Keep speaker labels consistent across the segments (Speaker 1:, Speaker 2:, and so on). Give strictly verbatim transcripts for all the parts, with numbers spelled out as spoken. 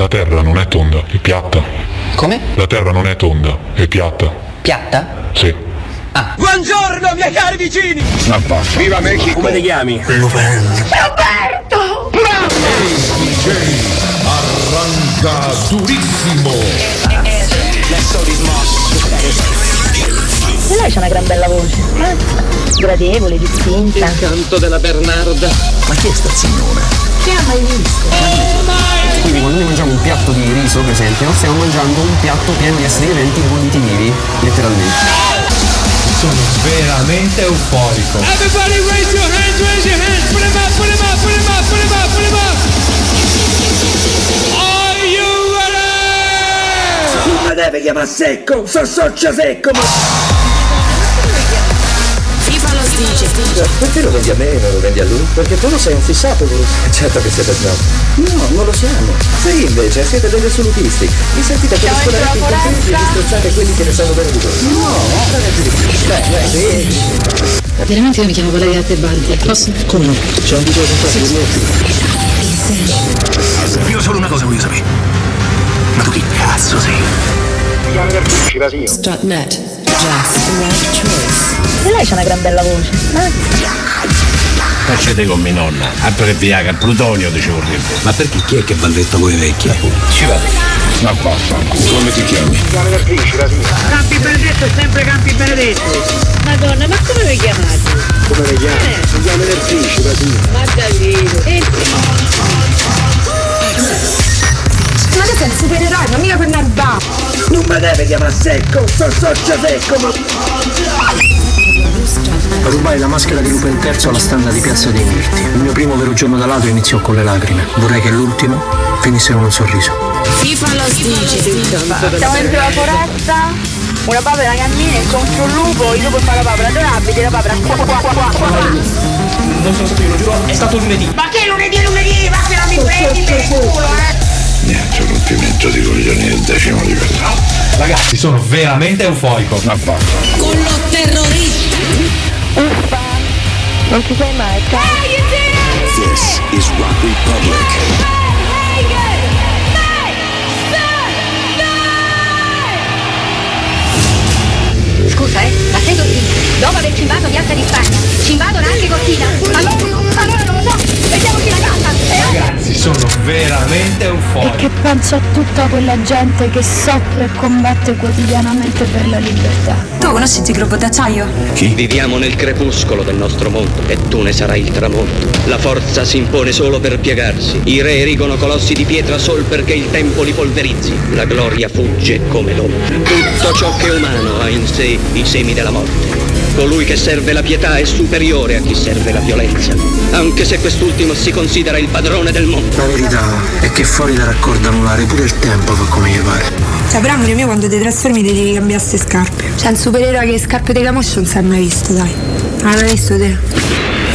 Speaker 1: La terra non è tonda, è piatta.
Speaker 2: Come?
Speaker 1: La terra non è tonda, è piatta.
Speaker 2: Piatta?
Speaker 1: Sì.
Speaker 2: Ah.
Speaker 3: Buongiorno miei cari vicini!
Speaker 1: Ma basta.
Speaker 3: Viva Mexico!
Speaker 4: Come ti chiami?
Speaker 3: Roberto! Bravo!
Speaker 5: D J arranca durissimo.
Speaker 6: E lei c'ha una gran bella voce, eh? Gradevole, distinta.
Speaker 3: Il canto della Bernarda.
Speaker 4: Ma chi è sta signora?
Speaker 6: Che ha mai visto?
Speaker 4: Quindi quando noi mangiamo un piatto di riso, per esempio, stiamo mangiando un piatto pieno di esseri viventi conditi vivi, letteralmente.
Speaker 7: Sono veramente euforico.
Speaker 8: Everybody raise your hands, raise your hands, put them up, put them up, put them up, put them up, put them up. Are you ready?
Speaker 3: Non mi deve chiamare secco, so socio secco, ma...
Speaker 9: FIFA lo dice.
Speaker 10: Perché lo vendi a me e non lo vendi a lui? Perché tu lo sei un fissato, Bruce. Certo che siete snob. No, non lo siamo. Sì, invece, siete degli assolutisti. Vi sentite come scolaretti incompetenti e disprezzate quelli che ne sanno bene di voi. No, beh, beh, sì.
Speaker 9: Veramente io mi chiamo Valeria Tebaldi. Posso?
Speaker 10: Come no? C'è un video con
Speaker 4: Sì. Io solo una cosa voglio sapere. Ma tu chi cazzo sei?
Speaker 9: Strutnet. Just the right choice.
Speaker 6: E lei c'ha una gran bella voce, eh?
Speaker 7: Facete con mia nonna, altro che Viagra, il plutonio dicevo vorrebbe.
Speaker 4: Ma perché chi è che balletta voi vecchi?
Speaker 7: Ci va. Ma basta, come ti chiami?
Speaker 3: Campi Benedetto è sempre Campi Benedetto.
Speaker 6: Madonna, ma come vi chiamate?
Speaker 10: Come le chiami?
Speaker 6: Eh.
Speaker 10: Si chiama Nertrici, Basile.
Speaker 6: Ma Davide. Eh.
Speaker 9: Ma tu sei un supereroe, ma mica per narba.
Speaker 3: Non mi deve chiamare secco, so socio secco, ma...
Speaker 10: Rubai la maschera di Lupin terzo alla standa di Piazza dei Mirti. Il mio primo vero giorno da ladro iniziò con le lacrime. Vorrei che l'ultimo finisse con un sorriso.
Speaker 9: FIFA lo dice.
Speaker 6: Siamo dentro la foresta, una papera cammina incontro un lupo, il lupo fa la papera, dove abiti la papera? Qua, qua, qua, qua, qua.
Speaker 4: Non sono stato io, lo giuro, è stato lunedì.
Speaker 3: Ma che lunedì, lunedì? Ma che non mi prendi per il culo, eh?
Speaker 1: Niente, rompimento di coglioni del decimo livello.
Speaker 7: Ragazzi, sono veramente euforico. Ma basta.
Speaker 9: Con lo terrorista.
Speaker 6: Uffa, non ci sei mai, ciao.
Speaker 5: This is Rock Republic.
Speaker 9: Scusa, eh, ma sei Gottina? Dopo aver cimbato Piazza di Spagna, cimbadono anche Gottina? Allora, allora non lo so, vediamoci la casa, eh?
Speaker 7: Ragazzi, sono veramente
Speaker 6: E
Speaker 7: euforico.
Speaker 6: che penso a tutta quella gente che soffre e combatte quotidianamente per la libertà.
Speaker 9: Tu conosci il gruppo d'acciaio?
Speaker 11: Viviamo nel crepuscolo del nostro mondo e tu ne sarai il tramonto. La forza si impone solo per piegarsi. I re erigono colossi di pietra sol perché il tempo li polverizzi. La gloria fugge come l'ombra. Tutto ciò che è umano ha in sé i semi della morte. Colui che serve la pietà è superiore a chi serve la violenza, anche se quest'ultimo si considera il padrone del mondo.
Speaker 10: La verità è che fuori da raccordo anulare pure il tempo fa come gli pare.
Speaker 9: Cioè, però amore mio, quando ti trasformi ti devi cambiare ste scarpe. C'è un supereroe che scarpe di Camus non si è mai visto, dai. Non l'hai visto te?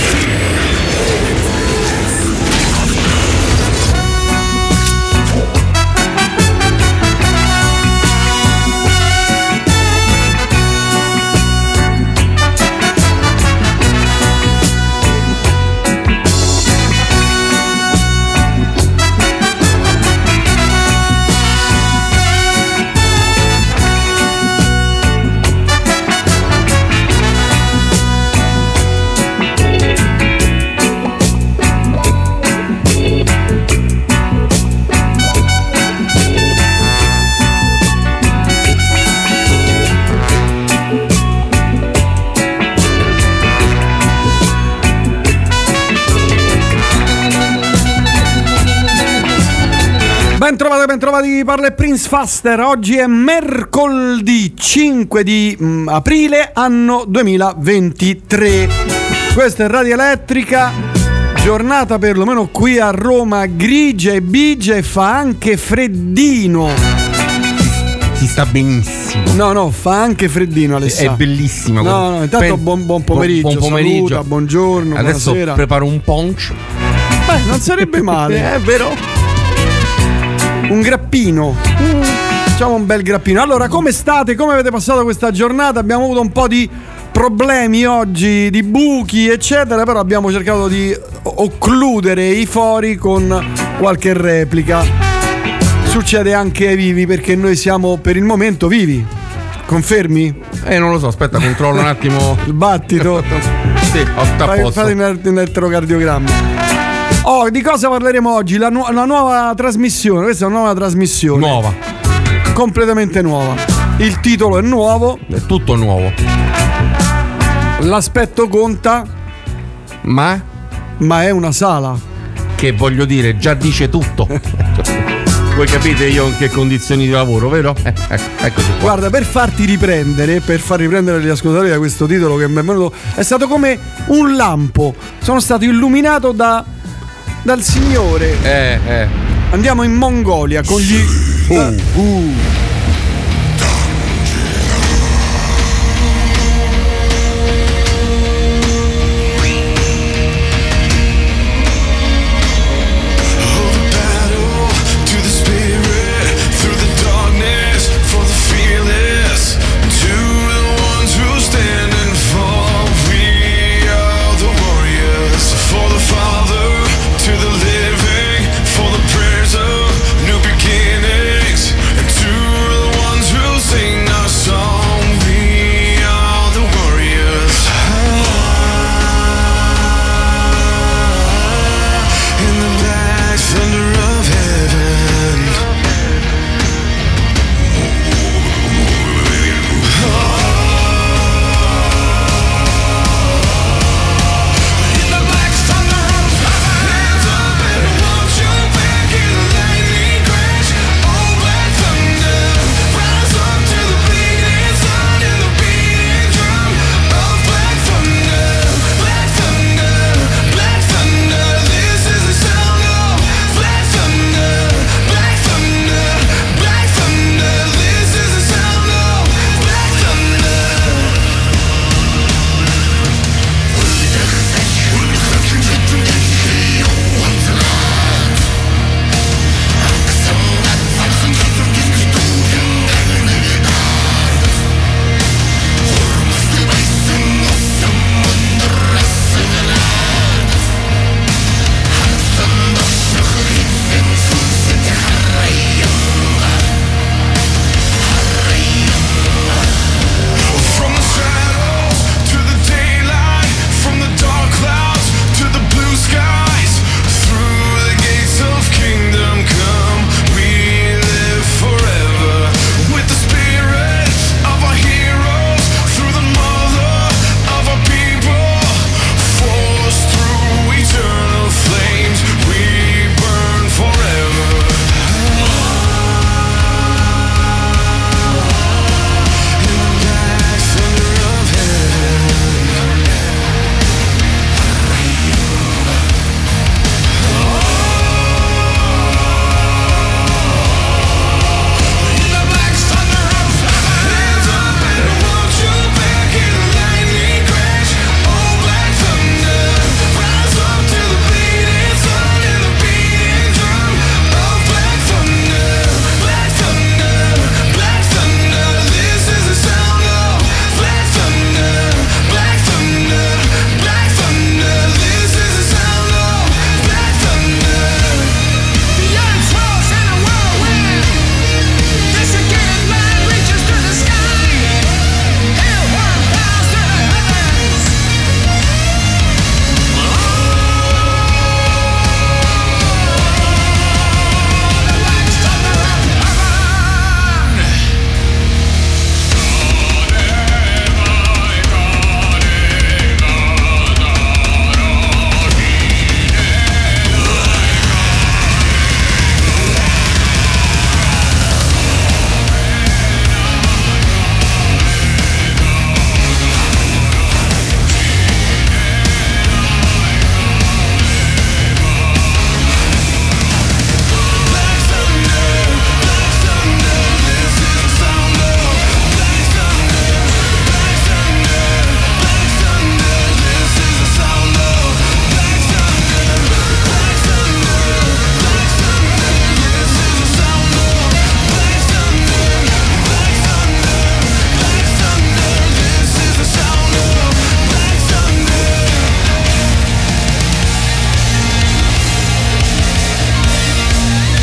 Speaker 12: Ben trovati, ben trovati, parla Prince Faster. Oggi è mercoledì cinque di mm, aprile, anno duemilaventitré. Questa è Radio Elettrica, giornata perlomeno qui a Roma grigia e bigia e fa anche freddino.
Speaker 13: Si sta benissimo.
Speaker 12: No, no, fa anche freddino, Alessandro.
Speaker 13: È bellissimo.
Speaker 12: No, no, intanto Pen- buon, buon pomeriggio,
Speaker 13: buon pomeriggio.
Speaker 12: Saluta, buongiorno,
Speaker 13: adesso
Speaker 12: buonasera.
Speaker 13: Preparo un punch.
Speaker 12: Beh, non sarebbe male.
Speaker 13: È vero?
Speaker 12: Un grappino. Mm, facciamo un bel grappino. Allora, come state? Come avete passato questa giornata? Abbiamo avuto un po' di problemi oggi, di buchi, eccetera, però abbiamo cercato di occludere i fori con qualche replica. succede anche ai vivi, perché noi siamo per il momento vivi. Confermi?
Speaker 13: Eh, non lo so, aspetta, controllo un attimo
Speaker 12: il battito.
Speaker 13: Sì, ho
Speaker 12: Fai, fate un, un elettrocardiogramma. Oh, di cosa parleremo oggi? La, nu- la nuova trasmissione. Questa è una nuova trasmissione.
Speaker 13: Nuova.
Speaker 12: Completamente nuova. Il titolo è nuovo.
Speaker 13: È tutto nuovo.
Speaker 12: L'aspetto conta.
Speaker 13: Ma?
Speaker 12: Ma è una sala.
Speaker 13: Che voglio dire, già dice tutto. Voi capite io in che condizioni di lavoro, vero? Eh, eccoci qua.
Speaker 12: Guarda, per farti riprendere, per far riprendere gli ascoltatori da questo titolo che mi è venuto, è stato come un lampo. Sono stato illuminato da dal Signore.
Speaker 13: Eh, eh.
Speaker 12: Andiamo in Mongolia con gli uh, uh.
Speaker 2: To the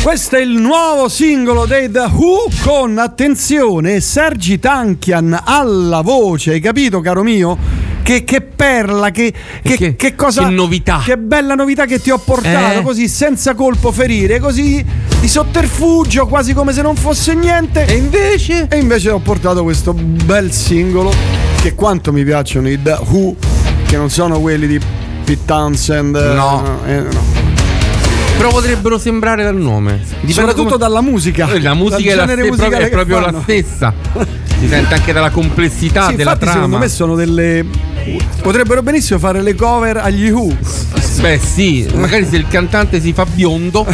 Speaker 12: Questo è il nuovo singolo dei The Who con, attenzione, Sergi Tankian alla voce, hai capito caro mio? Che, che perla, che, che, che, che cosa,
Speaker 13: che novità,
Speaker 12: che bella novità che ti ho portato,
Speaker 13: eh?
Speaker 12: così senza colpo ferire, così di sotterfugio, quasi come se non fosse niente.
Speaker 13: E invece?
Speaker 12: E invece ho portato questo bel singolo, che quanto mi piacciono i The Who, che non sono quelli di Pete Townsend.
Speaker 13: No,
Speaker 12: eh, no.
Speaker 13: Però potrebbero sembrare dal nome.
Speaker 12: Dipende soprattutto come... dalla musica.
Speaker 13: La musica è, la st- proprio, è proprio la stessa. Si sente anche dalla complessità
Speaker 12: sì,
Speaker 13: della
Speaker 12: infatti,
Speaker 13: trama.
Speaker 12: Secondo me sono delle. Potrebbero benissimo fare le cover agli Who.
Speaker 13: Beh, sì, magari se il cantante si fa biondo.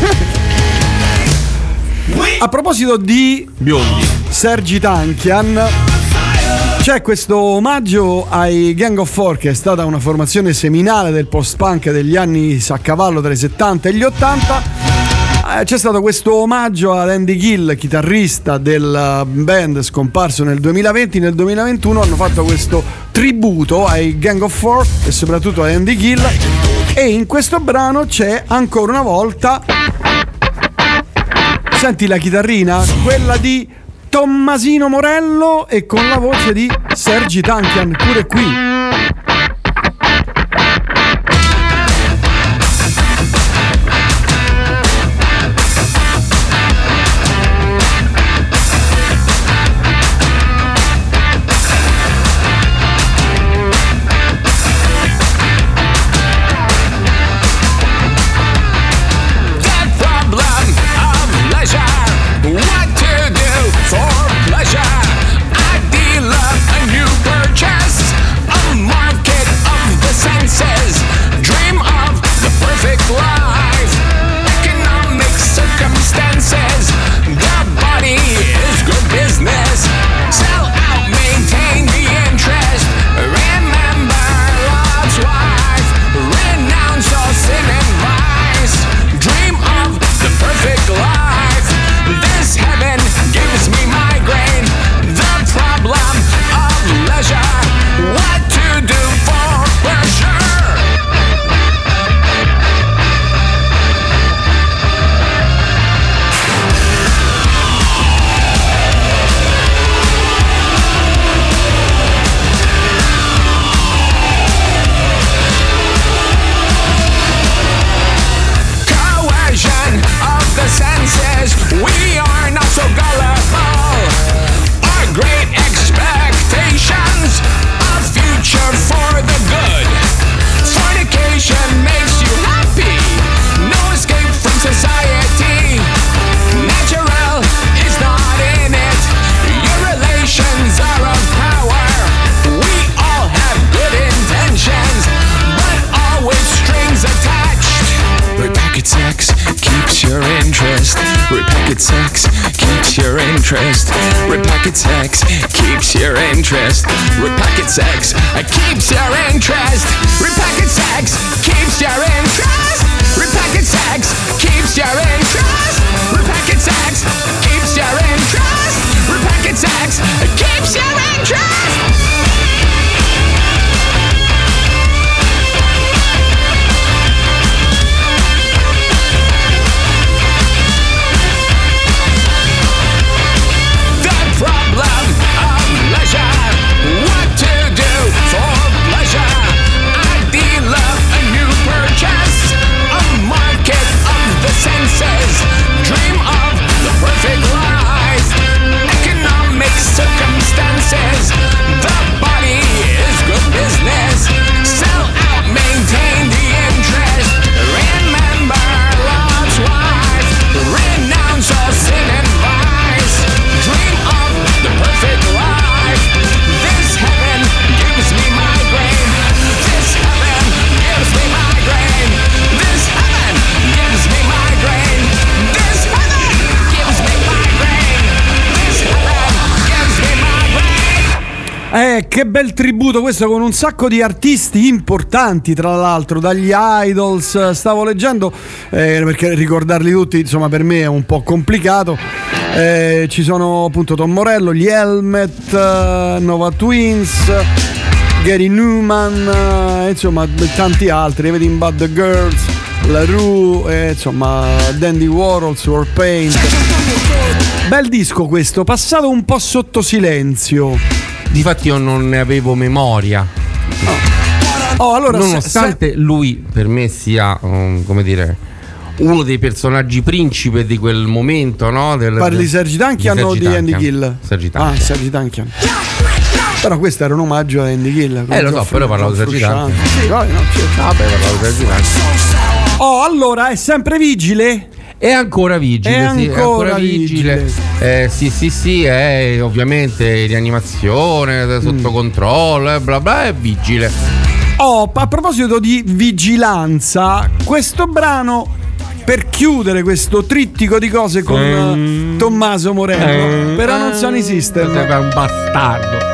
Speaker 12: A proposito di
Speaker 13: biondi,
Speaker 12: Sergi Tankian, c'è questo omaggio ai Gang of Four, che è stata una formazione seminale del post-punk degli anni a cavallo tra i settanta e gli ottanta. Eh, c'è stato questo omaggio ad Andy Gill, chitarrista della band scomparso nel duemilaventi. Nel duemilaventuno hanno fatto questo tributo ai Gang of Four e soprattutto a Andy Gill, e in questo brano c'è ancora una volta, senti la chitarrina, quella di Tommasino Morello, e con la voce di Sergi Tankian pure qui.
Speaker 2: Sex keeps your interest. Repacket sex keeps your interest. Repacket sex keeps your interest. Repacket sex keeps your interest. Repacket sex keeps your interest. Repacket sex keeps your interest. Repacket sex keeps your interest. Dream of the perfect life. Economic circumstances. The body is good business. Sell out, maintain the interest. Remember Lot's wife. Renounce all sin and vice. Dream of the perfect life. This heaven gives me migraine. This heaven gives me migraine. This heaven gives me migraine. This heaven gives me migraine. This heaven gives me migraine.
Speaker 12: Eh, che bel tributo questo, con un sacco di artisti importanti, tra l'altro, dagli Idols. Stavo leggendo, eh, perché ricordarli tutti, insomma, per me è un po' complicato. Eh, ci sono appunto Tom Morello, gli Helmet, uh, Nova Twins, Gary Newman, uh, insomma tanti altri, Everything But The Girls. La Rue, eh, insomma, Dandy Warhols, Warpaint. Bel disco questo, passato un po' sotto silenzio.
Speaker 13: Difatti io non ne avevo memoria.
Speaker 12: Oh, allora,
Speaker 13: nonostante
Speaker 12: se, se...
Speaker 13: lui per me sia, um, come dire, uno dei personaggi principe di quel momento, no? Del,
Speaker 12: Parli di Serge Tankian o di Andy Gill?
Speaker 13: Serge Tankian.
Speaker 12: Ah, Serge Tankian. Però questo era un omaggio a Andy Gill.
Speaker 13: Eh, lo so, però parlavo di Serge Tankian.
Speaker 12: Sì, vai, no, certo.
Speaker 13: Vabbè, parlavo di Serge Tankian.
Speaker 12: Oh, allora, è sempre vigile?
Speaker 13: È ancora vigile,
Speaker 12: è
Speaker 13: sì,
Speaker 12: ancora,
Speaker 13: è ancora vigile. vigile. Eh, sì, sì, sì, è ovviamente rianimazione, sotto mm. controllo, bla bla, è vigile.
Speaker 12: Oh, a proposito di vigilanza, questo brano, per chiudere questo trittico di cose con mm. Tommaso Morello, mm. però non sono i System.
Speaker 13: Sembra un bastardo.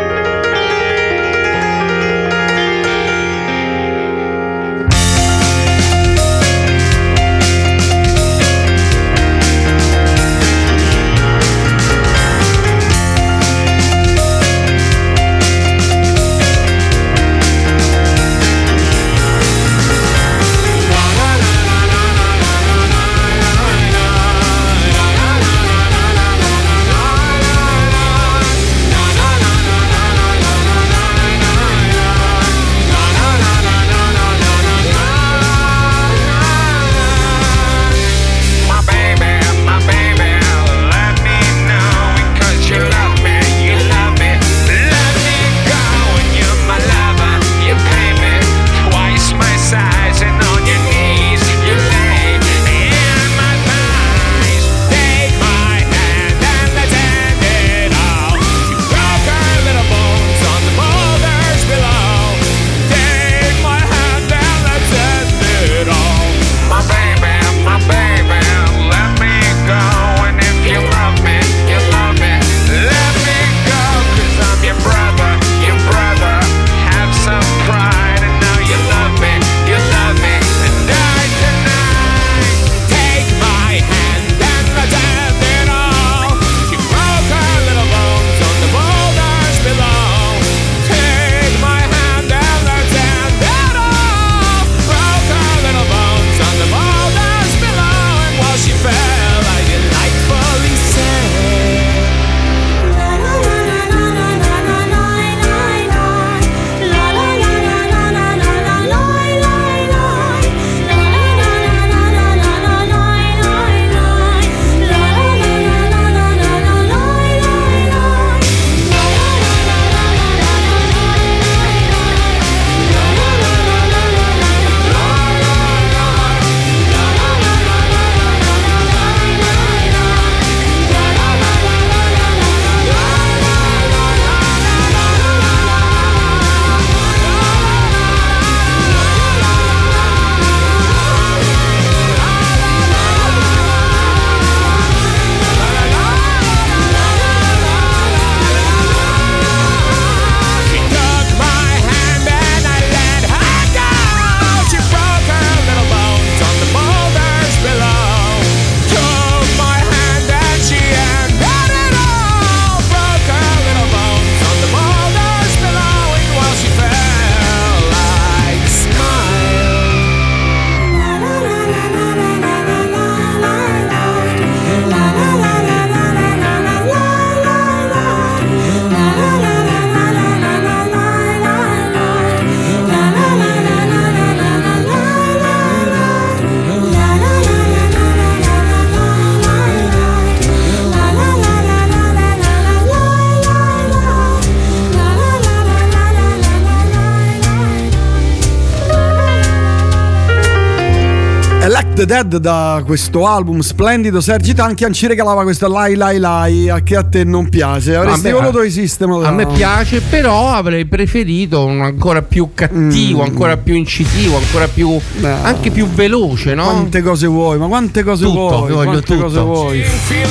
Speaker 12: The Dead, da questo album splendido, Serge Tankian ci regalava questa Lai Lai Lai, a che a te non piace. Avresti
Speaker 13: me,
Speaker 12: voluto i System?
Speaker 13: A me piace, però avrei preferito un ancora più cattivo, mm. ancora più incisivo, ancora più no. anche più veloce, no?
Speaker 12: Quante cose vuoi, ma quante cose
Speaker 13: tutto,
Speaker 12: vuoi?
Speaker 13: Voglio
Speaker 12: quante
Speaker 13: tutto.
Speaker 12: cose vuoi?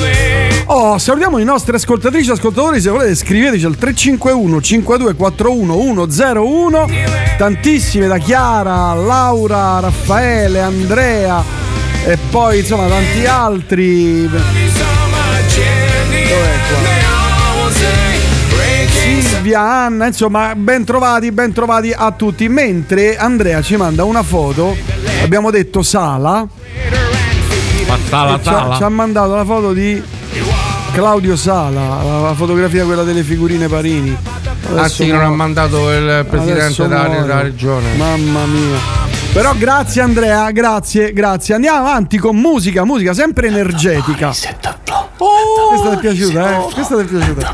Speaker 12: Oh, salutiamo i nostri ascoltatrici e ascoltatori, se volete scriveteci al tre cinque uno cinque due quattro uno uno zero uno. Tantissime, da Chiara, Laura, Raffaele, Andrea e poi insomma tanti altri. Dov'è qua? Sì, Silvia, Anna, insomma, ben trovati, ben trovati a tutti. Mentre Andrea ci manda una foto, abbiamo detto Sala,
Speaker 13: ma Sala,
Speaker 12: ci, ha,
Speaker 13: Sala.
Speaker 12: ci ha mandato la foto di Claudio Sala, la, la fotografia quella delle figurine Parini.
Speaker 13: Ah sì, non ha mandato il presidente della, della regione.
Speaker 12: Mamma mia. Però grazie Andrea, grazie, grazie. Andiamo avanti con musica, musica sempre energetica. Oh, questa ti è piaciuta, eh? Questa ti è piaciuta.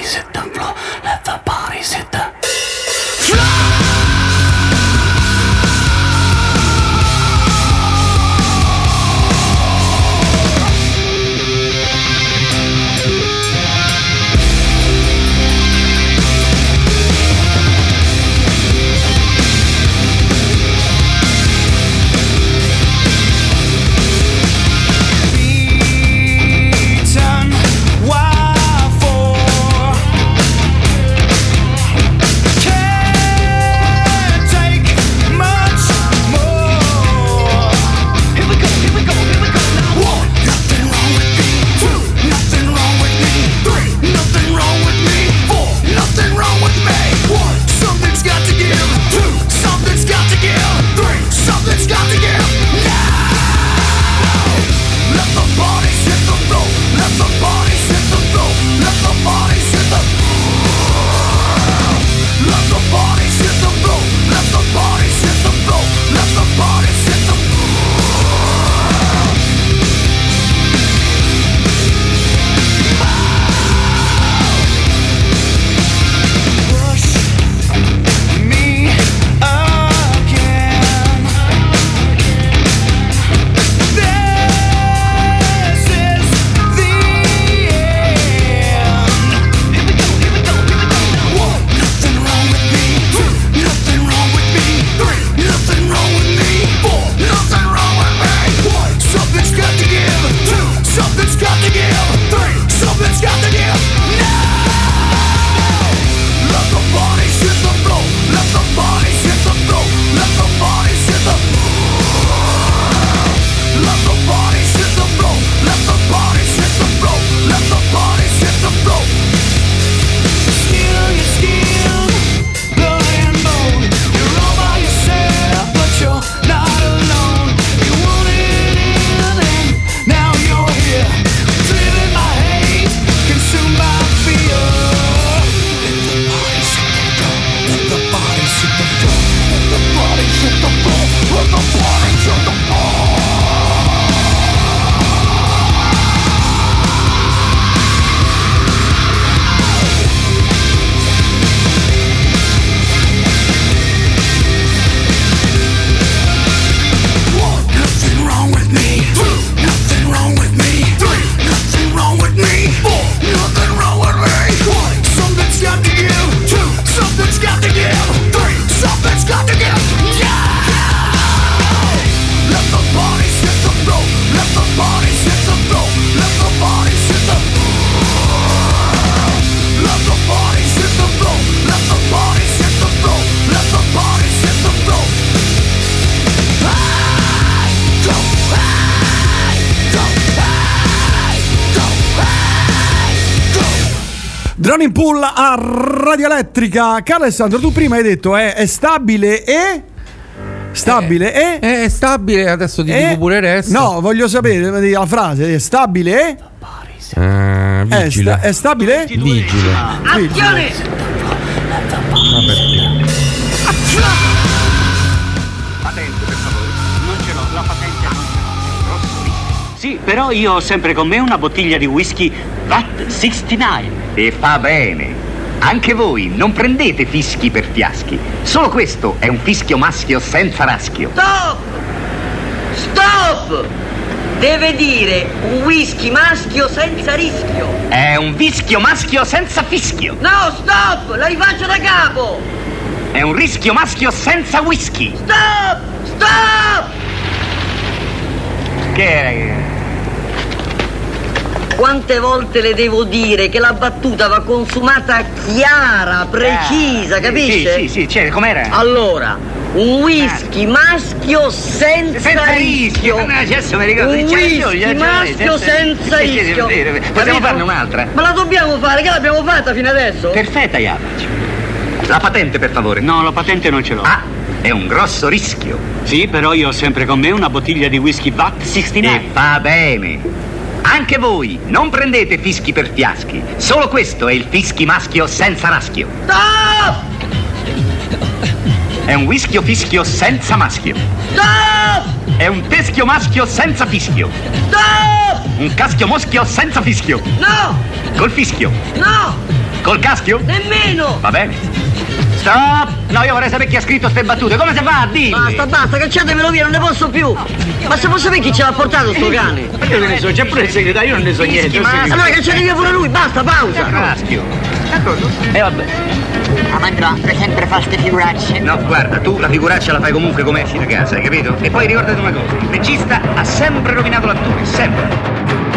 Speaker 12: Drowning Pool a Radio Elettrica. Carlo Alessandro, tu prima hai detto è, è stabile e stabile
Speaker 13: eh,
Speaker 12: e
Speaker 13: è stabile, adesso ti
Speaker 12: e,
Speaker 13: dico pure il resto.
Speaker 12: No, voglio sapere la frase, è stabile e
Speaker 13: uh, vigile.
Speaker 12: È, sta, è stabile?
Speaker 13: Vigile.
Speaker 6: Azione!
Speaker 14: Patente, per favore. Non ce l'ho, la patente non ce l'ho. Sì, però io ho sempre con me una bottiglia di whisky Vat sessantanove.
Speaker 15: E fa bene. Anche voi non prendete fischi per fiaschi. Solo questo è un fischio maschio senza raschio.
Speaker 16: Stop! Stop! Deve dire un whisky maschio senza rischio.
Speaker 15: È un fischio maschio senza fischio.
Speaker 16: No, stop! La rifaccio da capo!
Speaker 15: È un rischio maschio senza whisky.
Speaker 16: Stop! Stop!
Speaker 15: Che è?
Speaker 16: quante volte le devo dire che la battuta va consumata chiara, precisa,
Speaker 15: Ah,
Speaker 16: capisce?
Speaker 15: Sì, sì, sì, cioè, com'era?
Speaker 16: Allora, un whisky maschio senza,
Speaker 15: Senza rischio.
Speaker 16: rischio.
Speaker 15: No, adesso mi ricordo,
Speaker 16: Un
Speaker 15: c'è
Speaker 16: whisky
Speaker 15: ragione, c'è ragione,
Speaker 16: maschio
Speaker 15: senza-
Speaker 16: senza
Speaker 15: sì, sì, sì,
Speaker 16: rischio.
Speaker 15: sì, sì, possiamo
Speaker 16: Capito?
Speaker 15: farne un'altra?
Speaker 16: Ma la dobbiamo fare, che l'abbiamo fatta fino adesso?
Speaker 15: Perfetta, Japac. La patente, per favore.
Speaker 14: No, la patente non ce l'ho.
Speaker 15: Ah, è un grosso rischio.
Speaker 14: Sì, però io ho sempre con me una bottiglia di whisky V A T sessantanove.
Speaker 15: E va bene. Anche voi non prendete fischi per fiaschi. Solo questo è il fischi maschio senza raschio.
Speaker 16: Stop!
Speaker 15: È un whiskio fischio senza maschio.
Speaker 16: Stop!
Speaker 15: È un teschio maschio senza fischio.
Speaker 16: Stop!
Speaker 15: Un caschio moschio senza fischio.
Speaker 16: No!
Speaker 15: Col fischio.
Speaker 16: No!
Speaker 15: Col caschio?
Speaker 16: Nemmeno!
Speaker 15: Va bene. Stop! No, io vorrei sapere chi ha scritto ste battute. Come si fa? Dimmi!
Speaker 16: Basta, basta, cacciatemelo via, non ne posso più! Ma se posso sapere chi ce l'ha portato sto cane?
Speaker 14: Ma io non ne so, c'è pure il segretario, io non ne so niente.
Speaker 16: Allora cacciate via pure lui, basta, pausa!
Speaker 15: Maschio. E vabbè.
Speaker 9: Ah, ma no, sempre fa ste figuracce.
Speaker 15: No, guarda, tu la figuraccia la fai comunque come esci da casa, hai capito? E poi ricordati una cosa, il regista ha sempre rovinato l'attore, sempre.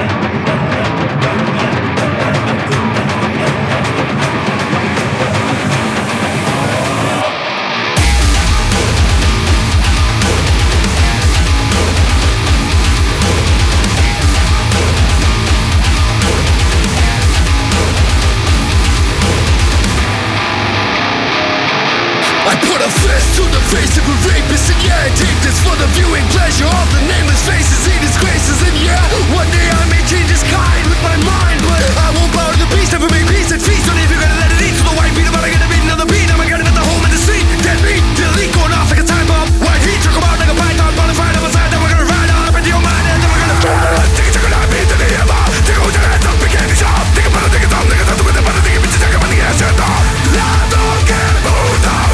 Speaker 2: I put a fist to the face of a rapist, and yeah, I take this for the viewing pleasure of the nameless faces, he disgraces, and yeah, one day I may change his kind with my mind, but I won't bow to the beast, never make peace and feast on it if you're gonna let it eat. So the white beat, I'm gonna get a beat, another beat, I'm gonna get the home in the seat, dead beat, delete, going off like a time bomb, white heat, took him out like a python, bonafide on my side, then we're gonna ride on up into your mind, and then we're gonna take it, take it, I beat to the hammer, take it, take it, don't begin to shop, take it, put it, take it, don't, take it, don't, take it, put it, take it, take it, on the ass, and off, la don't get moved, don't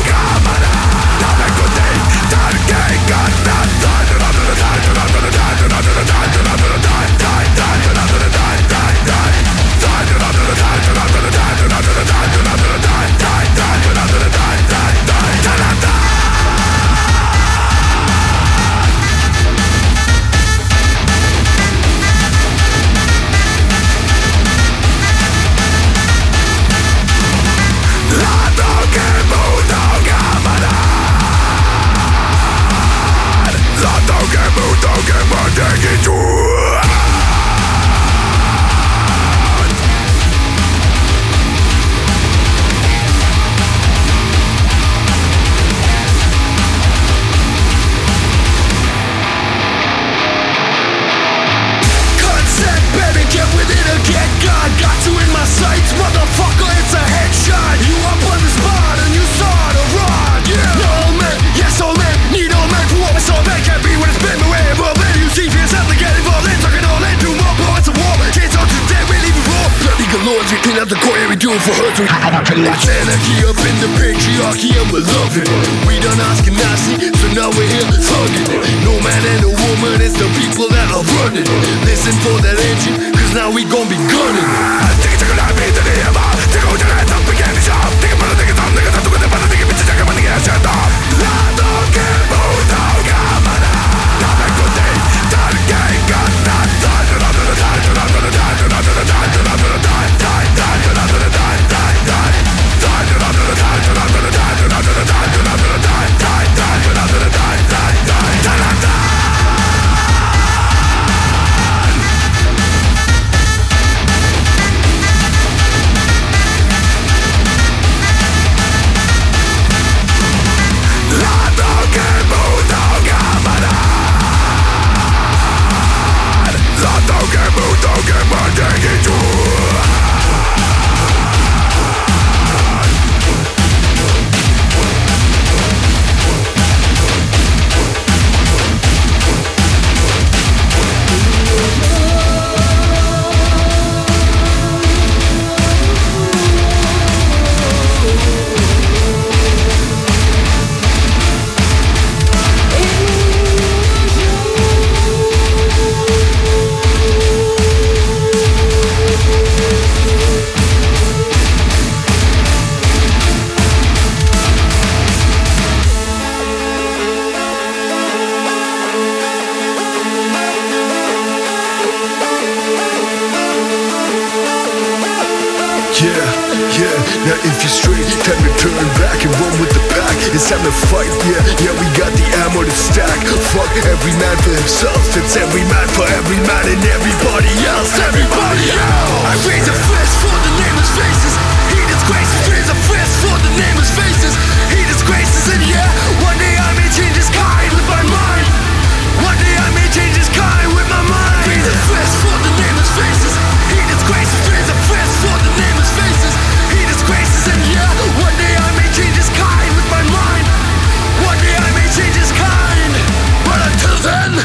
Speaker 2: for her to That's anarchy up in the patriarchy and we're loving it. We done Ashkenazi, so now we're here thugging it. No man and no woman, it's the people that are running it. Listen for that engine, cause now we gon' be gunning it. Take it, take it, I beat the name out. Take it, take it, up again, it's up. Take it, put it, take it, down, take it, take it, take it, take it, take it, take it, take it, off. La don't get moved, don't come on. Now back to day, that gang got that. Die, die, die, die, die, die, die, die, die, die, die, die, die, die.
Speaker 17: Yeah, yeah, now if you're straight, time to turn back and run with the pack. It's time to fight, yeah, yeah, we got the ammo to stack. Fuck every man for himself, it's every man for every man and everybody else, everybody else. I raise a fist for the nameless faces. He disgraces, raise a fist for the nameless faces. He disgraces, and yeah, one day I may change his kind with my mind. One day I may change his kind with my mind. Raise a fist for the nameless faces. He disgraces, raise a fist for the nameless faces. He disgraces, and yeah, one day I may change his kind with my mind. One day I may change his kind, but until then.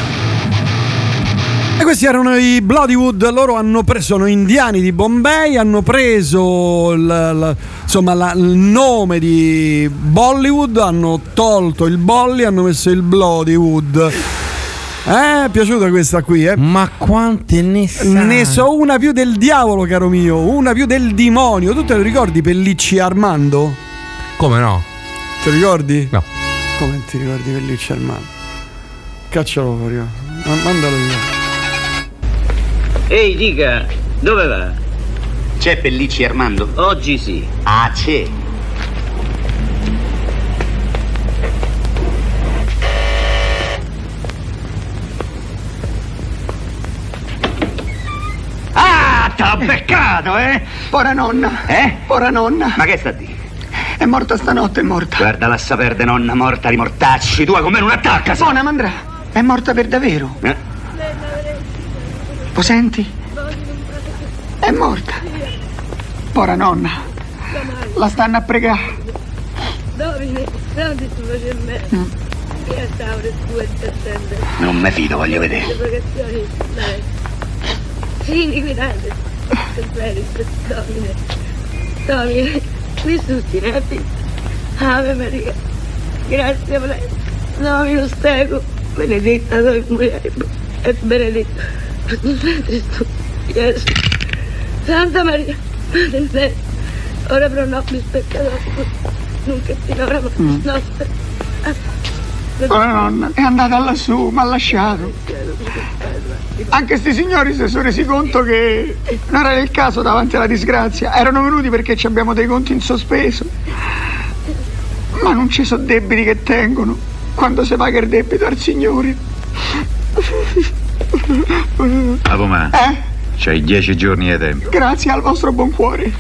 Speaker 12: E questi erano i Bloodywood. Loro hanno preso, sono indiani di Bombay, hanno preso il, il, insomma la, il nome di Bollywood, hanno tolto il Bolly, hanno messo il Bloodywood. Eh, è piaciuta questa qui, eh?
Speaker 13: Ma quante ne sai?
Speaker 12: Ne so una più del diavolo, caro mio, una più del demonio. Tu te lo ricordi Pellicci Armando?
Speaker 13: Come no?
Speaker 12: Te lo ricordi?
Speaker 13: No.
Speaker 12: Come ti ricordi Pellicci Armando? Caccialo fuori, mandalo via.
Speaker 14: Ehi, dica, dove va? C'è Pellicci Armando? Oggi sì. Ah, c'è. Ah, t'ha beccato, eh?
Speaker 18: Pora nonna.
Speaker 14: Eh?
Speaker 18: Pora nonna.
Speaker 14: Ma che sta di?
Speaker 18: È morta stanotte, è morta.
Speaker 14: Guarda, lascia perdere, nonna morta di mortacci. Tu come non attacca, sa?
Speaker 18: Buona, mandrà. È morta per davvero.
Speaker 14: Eh?
Speaker 18: Lo senti? È morta. Pora nonna. La stanno a pregare.
Speaker 14: Mm. Non mi fido, voglio vedere.
Speaker 19: Domine, Domine, mi sustinati. Ave Maria, grazie per lei. Domino stego, benedetta dove mulieribus, et benedetto fructus ventris tu, Gesù. Santa Maria, Madre Dei, ora pro nobis peccatoribus, nunc et in hora mortis nostre.
Speaker 18: Pora nonna, è andata lassù, mi ha lasciato. Anche sti signori si sono resi conto che non era il caso davanti alla disgrazia. Erano venuti perché ci abbiamo dei conti in sospeso. Ma non ci sono debiti che tengono quando si paga il debito al Signore.
Speaker 20: Avomà,
Speaker 18: Eh?
Speaker 20: c'hai dieci giorni di tempo.
Speaker 18: Grazie al vostro buon cuore.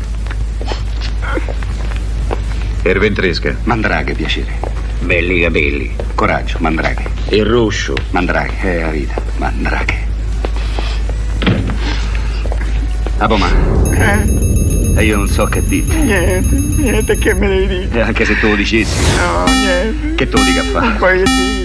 Speaker 20: Er ventresca.
Speaker 14: Mandraghe, piacere. Belli capelli. Coraggio, Mandraghe. Il ruscio. Mandraghe, è la vita. Mandraghe. Avomà.
Speaker 18: Eh?
Speaker 14: E io non so che dire.
Speaker 18: Niente, niente, che me devi dire?
Speaker 14: E anche se tu lo dicessi.
Speaker 18: No, niente.
Speaker 14: Che te lo dica a fare?
Speaker 18: Non puoi dire.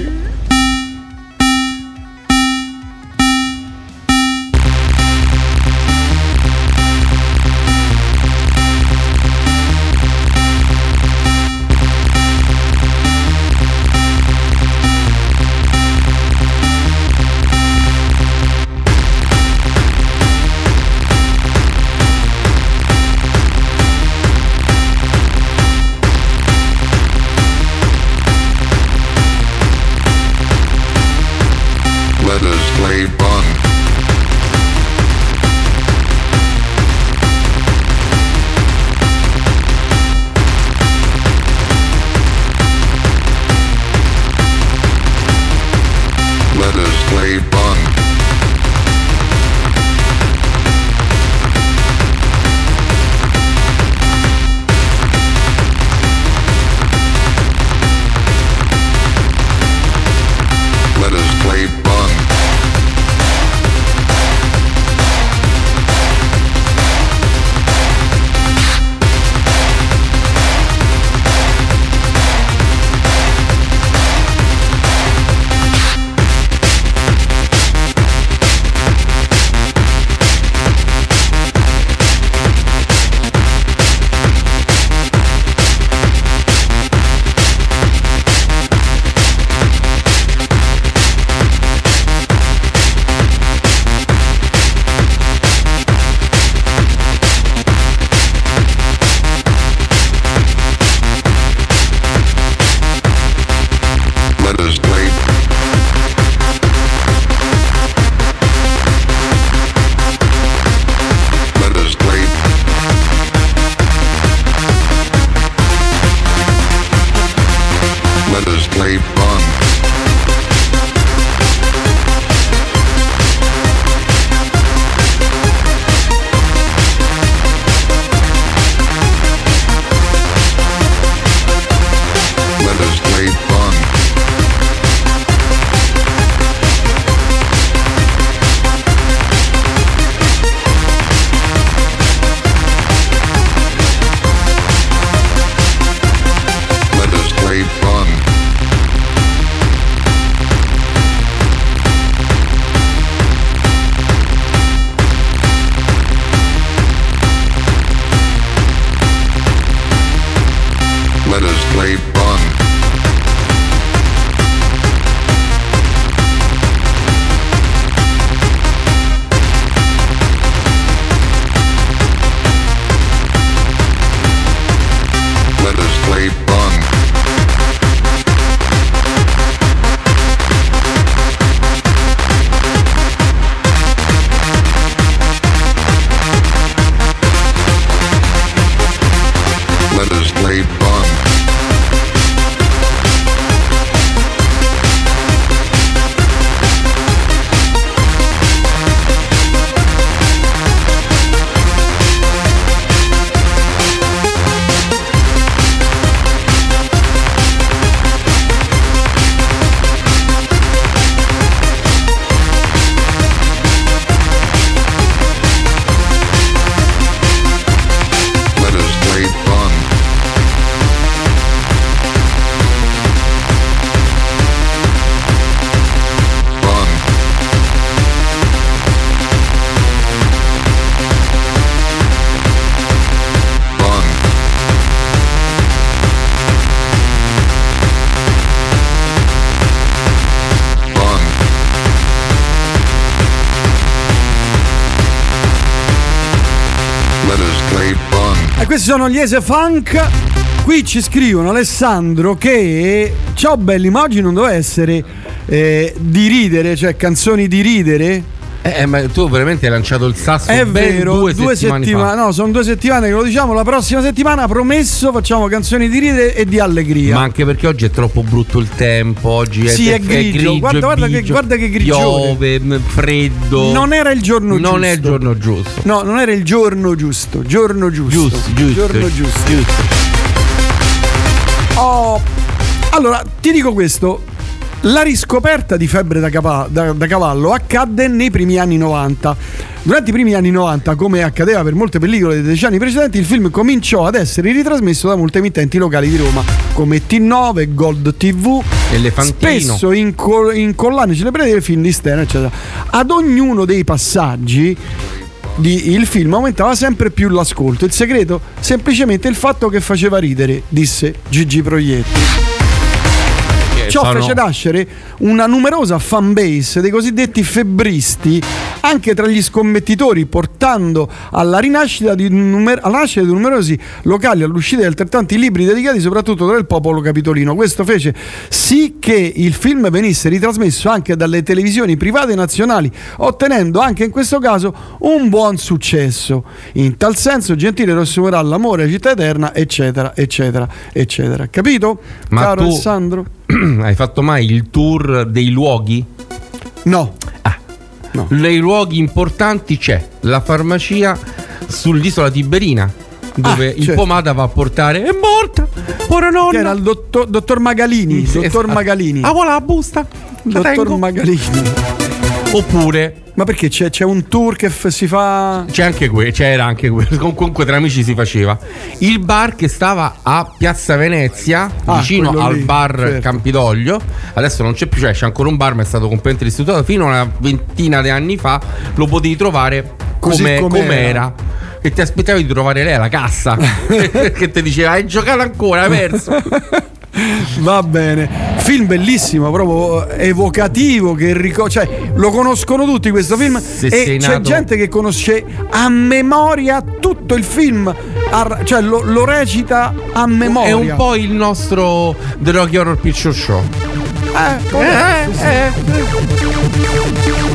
Speaker 1: let us play fun.
Speaker 12: E questi sono gli Ese Funk. Qui ci scrivono Alessandro che ciao belli, ma oggi non doveva essere eh, di ridere, cioè canzoni di ridere.
Speaker 13: Eh, ma tu veramente hai lanciato il sasso.
Speaker 12: È
Speaker 13: ben
Speaker 12: vero,
Speaker 13: due,
Speaker 12: due
Speaker 13: settimane
Speaker 12: settimane,
Speaker 13: fa.
Speaker 12: no, sono due settimane che lo diciamo. La prossima settimana, promesso, facciamo canzoni di ridere e di allegria.
Speaker 13: Ma anche perché oggi è troppo brutto il tempo. Oggi
Speaker 12: sì,
Speaker 13: è,
Speaker 12: è grigio.
Speaker 13: è grigio
Speaker 12: guarda,
Speaker 13: è
Speaker 12: guarda,
Speaker 13: bigio,
Speaker 12: che, guarda che grigione.
Speaker 13: piove, m- freddo.
Speaker 12: Non era il giorno giusto.
Speaker 13: Non è il giorno giusto.
Speaker 12: No, non era il giorno giusto. Giorno giusto.
Speaker 13: Giusto, giusto.
Speaker 12: Giorno giusto.
Speaker 13: giusto.
Speaker 12: Oh, allora, ti dico questo. La riscoperta di Febbre da, capa- da, da cavallo accadde nei primi anni novanta. Durante i primi anni novanta, come accadeva per molte pellicole dei decenni precedenti, il film cominciò ad essere ritrasmesso da molte emittenti locali di Roma, come T nove, Gold tivù,
Speaker 13: Elefantino,
Speaker 12: spesso in, co- in collane celebrate del film di Stern, eccetera. Ad ognuno dei passaggi di, il film aumentava sempre più l'ascolto. Il segreto? Semplicemente il fatto che faceva ridere, disse Gigi Proietti. Ciò
Speaker 13: sono...
Speaker 12: fece nascere una numerosa fanbase dei cosiddetti febbristi anche tra gli scommettitori, portando alla rinascita di, numer- alla nascita di numerosi locali, all'uscita di altrettanti libri dedicati soprattutto tra il popolo capitolino. Questo fece sì che il film venisse ritrasmesso anche dalle televisioni private nazionali, ottenendo anche in questo caso un buon successo. In tal senso Gentile riassumerà l'amore, la città eterna, eccetera, eccetera, eccetera. Capito?
Speaker 13: Ma
Speaker 12: caro
Speaker 13: tu
Speaker 12: Alessandro?
Speaker 13: Hai fatto mai il tour dei luoghi?
Speaker 12: No.
Speaker 13: Ah.
Speaker 12: No.
Speaker 13: Nei luoghi importanti c'è la farmacia sull'isola Tiberina, dove
Speaker 12: ah,
Speaker 13: il
Speaker 12: certo.
Speaker 13: pomata va a portare. È morta! Ora nonna!
Speaker 12: Che era il dottor, dottor Magalini.
Speaker 13: Sì,
Speaker 12: dottor
Speaker 13: esatto.
Speaker 12: Magalini.
Speaker 13: Ah, voilà la busta! La
Speaker 12: dottor
Speaker 13: tengo.
Speaker 12: Magalini.
Speaker 13: Oppure.
Speaker 12: Ma perché c'è, c'è un tour che f- si fa.
Speaker 13: C'è anche quello, c'era anche quello. Comunque tra amici si faceva. Il bar che stava a Piazza Venezia,
Speaker 12: ah,
Speaker 13: vicino al
Speaker 12: lì,
Speaker 13: bar
Speaker 12: certo.
Speaker 13: Campidoglio. Adesso non c'è più, cioè c'è ancora un bar, ma è stato completamente ristrutturato. Fino a una ventina di anni fa lo potevi trovare come,
Speaker 12: com'era.
Speaker 13: com'era. E ti aspettavi di trovare lei alla cassa che ti diceva hai giocato ancora, hai perso.
Speaker 12: Va bene, film bellissimo, proprio evocativo, che ricordo, cioè lo conoscono tutti questo film.
Speaker 13: Se
Speaker 12: e c'è
Speaker 13: nato...
Speaker 12: gente che conosce a memoria tutto il film, a, cioè lo, lo recita a memoria.
Speaker 13: È un po' il nostro The Rocky Horror Picture Show.
Speaker 12: Eh,
Speaker 13: eh,
Speaker 12: sì, sì.
Speaker 13: eh.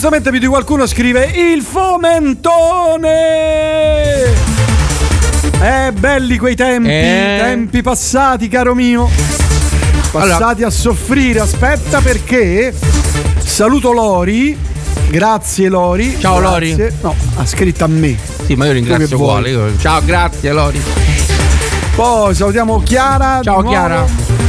Speaker 12: Giustamente più di qualcuno scrive il fomentone. Eh, belli quei tempi,
Speaker 13: Eh.
Speaker 12: tempi passati, caro mio. Passati
Speaker 13: Allora.
Speaker 12: a soffrire. Aspetta, perché saluto Lori. Grazie Lori.
Speaker 13: Ciao,
Speaker 12: Grazie.
Speaker 13: Lori.
Speaker 12: No, ha scritto a me.
Speaker 13: Sì, ma io
Speaker 12: Tu che
Speaker 13: ringrazio
Speaker 12: vuoi?
Speaker 13: uguale. Io- Ciao, grazie Lori.
Speaker 12: Poi salutiamo Chiara.
Speaker 13: Ciao,
Speaker 12: di nuovo.
Speaker 13: Chiara.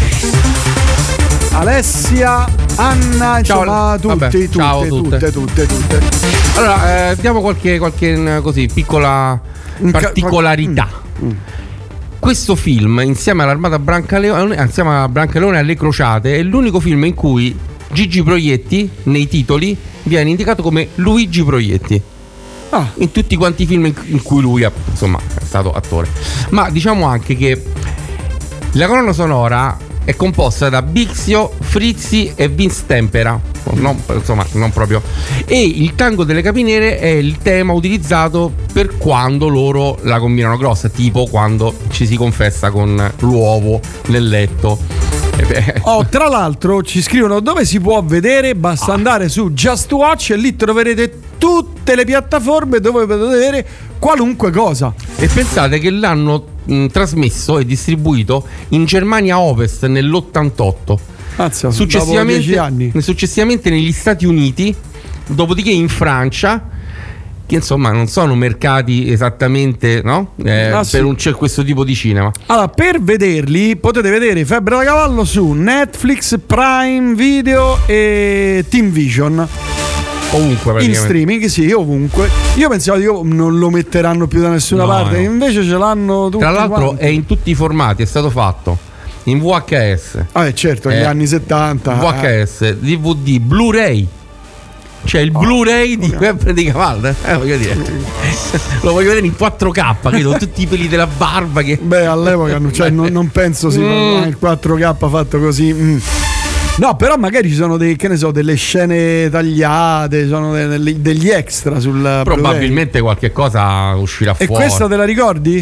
Speaker 12: Alessia, Anna,
Speaker 13: Ciao,
Speaker 12: insomma, tutti,
Speaker 13: vabbè,
Speaker 12: tutte,
Speaker 13: ciao,
Speaker 12: tutte,
Speaker 13: tutte.
Speaker 12: tutte, tutte.
Speaker 13: Allora, eh, diamo qualche, qualche mm, così piccola
Speaker 12: Un ca-
Speaker 13: particolarità.
Speaker 12: Mm.
Speaker 13: Questo film, insieme all'Armata Brancaleone, insieme a Brancaleone e alle Crociate, è l'unico film in cui Gigi Proietti, nei titoli, viene indicato come Luigi Proietti.
Speaker 12: Ah.
Speaker 13: In tutti quanti i film in, in cui lui ha, insomma, è stato attore. Ma diciamo anche che la colonna sonora è composta da Bixio, Frizzi e Vince Tempera. Non, insomma, non proprio. E il tango delle capinere è il tema utilizzato per quando loro la combinano grossa, tipo quando ci si confessa con l'uovo nel letto.
Speaker 12: Oh, tra l'altro ci scrivono dove si può vedere. Basta andare su Just Watch e lì troverete tutte le piattaforme dove potete vedere qualunque cosa.
Speaker 13: E pensate che l'hanno mh, trasmesso e distribuito in Germania Ovest nell'ottantotto.
Speaker 12: Anzi, dopo dieci
Speaker 13: Successivamente,
Speaker 12: anni.
Speaker 13: successivamente negli Stati Uniti, dopodiché in Francia, che insomma non sono mercati esattamente, no? Eh,
Speaker 12: Ah,
Speaker 13: per
Speaker 12: sì.
Speaker 13: un, c'è questo tipo di cinema.
Speaker 12: Allora, per vederli potete vedere Febbre da Cavallo su Netflix, Prime Video e Team Vision.
Speaker 13: Ovunque
Speaker 12: In
Speaker 13: praticamente.
Speaker 12: streaming, sì, ovunque. Io pensavo che non lo metteranno più da nessuna
Speaker 13: No,
Speaker 12: parte,
Speaker 13: no.
Speaker 12: invece ce l'hanno tutti.
Speaker 13: Tra l'altro
Speaker 12: quanti.
Speaker 13: è in tutti i formati, è stato fatto in V H S.
Speaker 12: Ah, eh, certo, negli
Speaker 13: Eh,
Speaker 12: anni settanta.
Speaker 13: V H S, D V D, Blu-ray. C'è il
Speaker 12: Oh,
Speaker 13: Blu-ray di Febbre di Cavallo, eh, voglio dire. Lo voglio vedere in quattro K, credo, tutti i peli della barba che...
Speaker 12: Beh, all'epoca non, cioè, non, non penso si
Speaker 13: Mm.
Speaker 12: il quattro K fatto così. mm. No, però magari ci sono dei, che ne so, delle scene tagliate, sono de- delle- degli extra sul Blu-ray.
Speaker 13: Probabilmente qualche cosa uscirà
Speaker 12: E
Speaker 13: fuori.
Speaker 12: questa te la ricordi?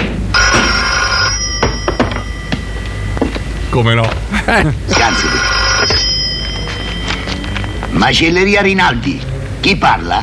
Speaker 13: Come no?
Speaker 15: Scansati. Macelleria Rinaldi. Chi parla?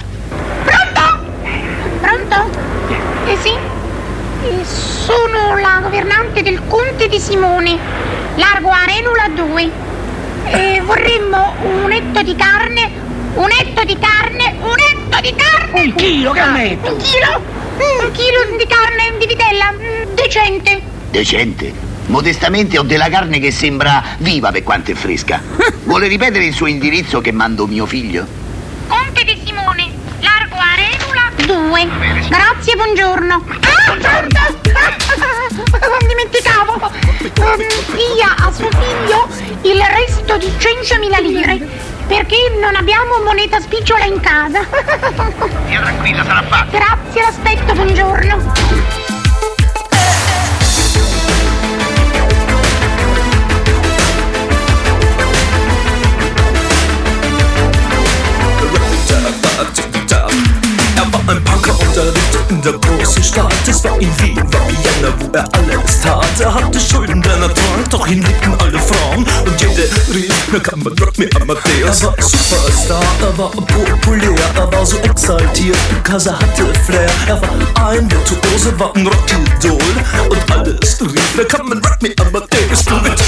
Speaker 21: Pronto? Eh sì? Eh, sono la governante del Conte di Simone, largo Arenula due. Eh, vorremmo un etto di carne, un etto di carne, un etto di carne!
Speaker 3: Un chilo, che
Speaker 21: Ah,
Speaker 3: netto?
Speaker 21: Un chilo? Mm, un chilo di carne di vitella, mm, decente.
Speaker 15: Decente. Modestamente ho della carne che sembra viva per quanto è fresca. Vuole ripetere il suo indirizzo che mando mio figlio?
Speaker 21: Conte di Simone, largo Arenula due. Grazie, buongiorno. Ah, pronto? Non dimenticavo. Ehm, dia a suo figlio il resto di centomila lire, perché non abbiamo moneta spicciola in casa.
Speaker 15: Stia tranquilla, sarà fatto.
Speaker 21: Grazie, l'aspetto, buongiorno.
Speaker 22: Er war ein Punker und er lebte in der großen Stadt. Es war in Wien, war Vienna, wo er alles tat. Er hatte Schulden, denn er trank, doch ihn liebten alle Frauen. Und jede rief, na kann man Rock me Amadeus. Er war Superstar, er war populär, er war so exaltiert, because er hatte Flair. Er war ein Virtuose, war ein Rockidol. Und alles rief, na kann man Rock me Amadeus. Du mit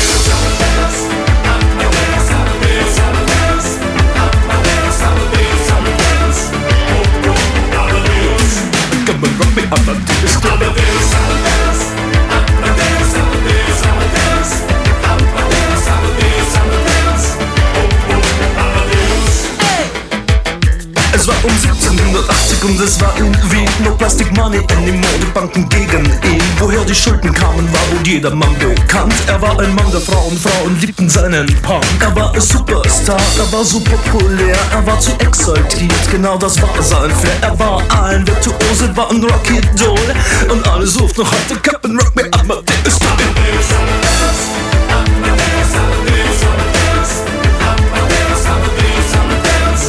Speaker 22: Come and rock me, Amadeus, Amadeus, Amadeus, Amadeus, Amadeus, Amadeus, Amadeus, Amadeus, Amadeus, Amadeus. Es war um siebzehnhundertachtzig und es war in Wien. No Plastic Money anymore, die Banken gegen ihn. Woher die Schulden kamen, war wohl jedermann bekannt. Er war ein Mann der Frauen, Frauen liebten seinen Punk. Er war ein Superstar, er war so populär, er war zu exaltiert, genau das war sein Flair. Er war ein Virtuose, war ein Rockidol. Und alle suchten noch heute Captain Rock me Amadeus. Amadeus, Amadeus, Amadeus, Amadeus, Amadeus, Amadeus, Amadeus, Amadeus.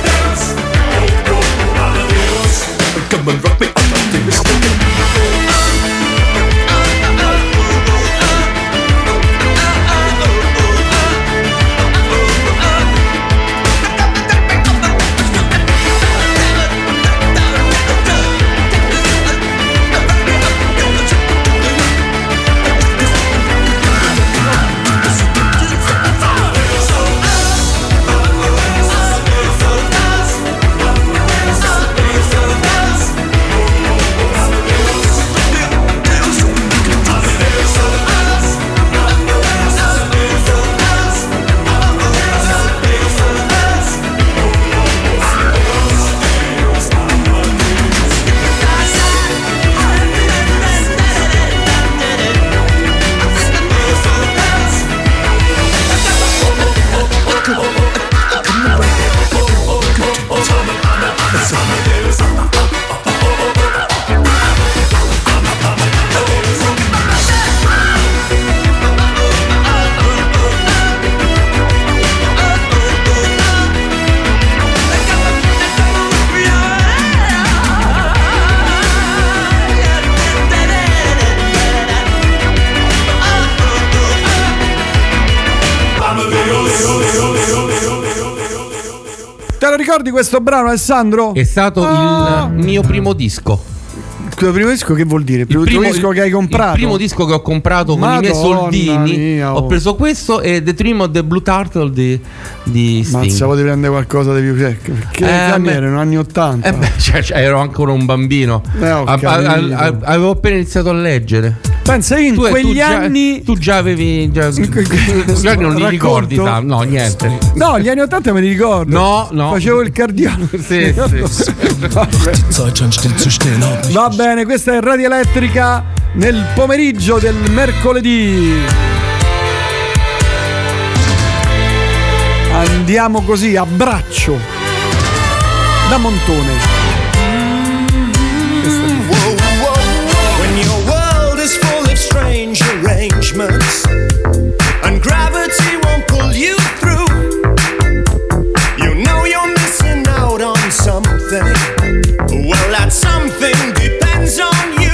Speaker 22: Come and rock me, Amadeus.
Speaker 12: lo ricordi questo brano, Alessandro?
Speaker 13: È stato
Speaker 12: Ah.
Speaker 13: il mio primo disco.
Speaker 12: Il tuo primo disco che vuol dire? Il primo,
Speaker 13: primo-
Speaker 12: disco che hai comprato?
Speaker 13: Il primo disco che ho comprato con i miei
Speaker 12: Madonna
Speaker 13: soldini.
Speaker 12: mia, oh.
Speaker 13: Ho preso questo e The Dream of the Blue Turtle di, di Sting.
Speaker 12: Mazza, potevi prendere qualcosa di più. Che, che
Speaker 13: Eh,
Speaker 12: anni
Speaker 13: beh.
Speaker 12: erano? Anni ottanta.
Speaker 13: Eh beh, cioè, cioè, ero ancora un bambino.
Speaker 12: Eh, ho
Speaker 13: A- a-
Speaker 12: capito.
Speaker 13: a- avevo appena iniziato a leggere.
Speaker 12: Pensa, io in
Speaker 13: Tu- tu
Speaker 12: quegli
Speaker 13: già-
Speaker 12: anni.
Speaker 13: Tu già avevi. Già, già non li
Speaker 12: Racconto?
Speaker 13: ricordi, ta- no, niente.
Speaker 12: No, gli anni ottanta me li ricordo.
Speaker 13: No, no.
Speaker 12: Facevo il cardiano.
Speaker 13: Sì, sì.
Speaker 12: Va bene, questa è Radio Elettrica nel pomeriggio del mercoledì. Andiamo così a braccio da Montone.
Speaker 2: When your world is full of strange arrangements and gravity won't pull you through, you know you're missing out on something. Well, that something depends on you.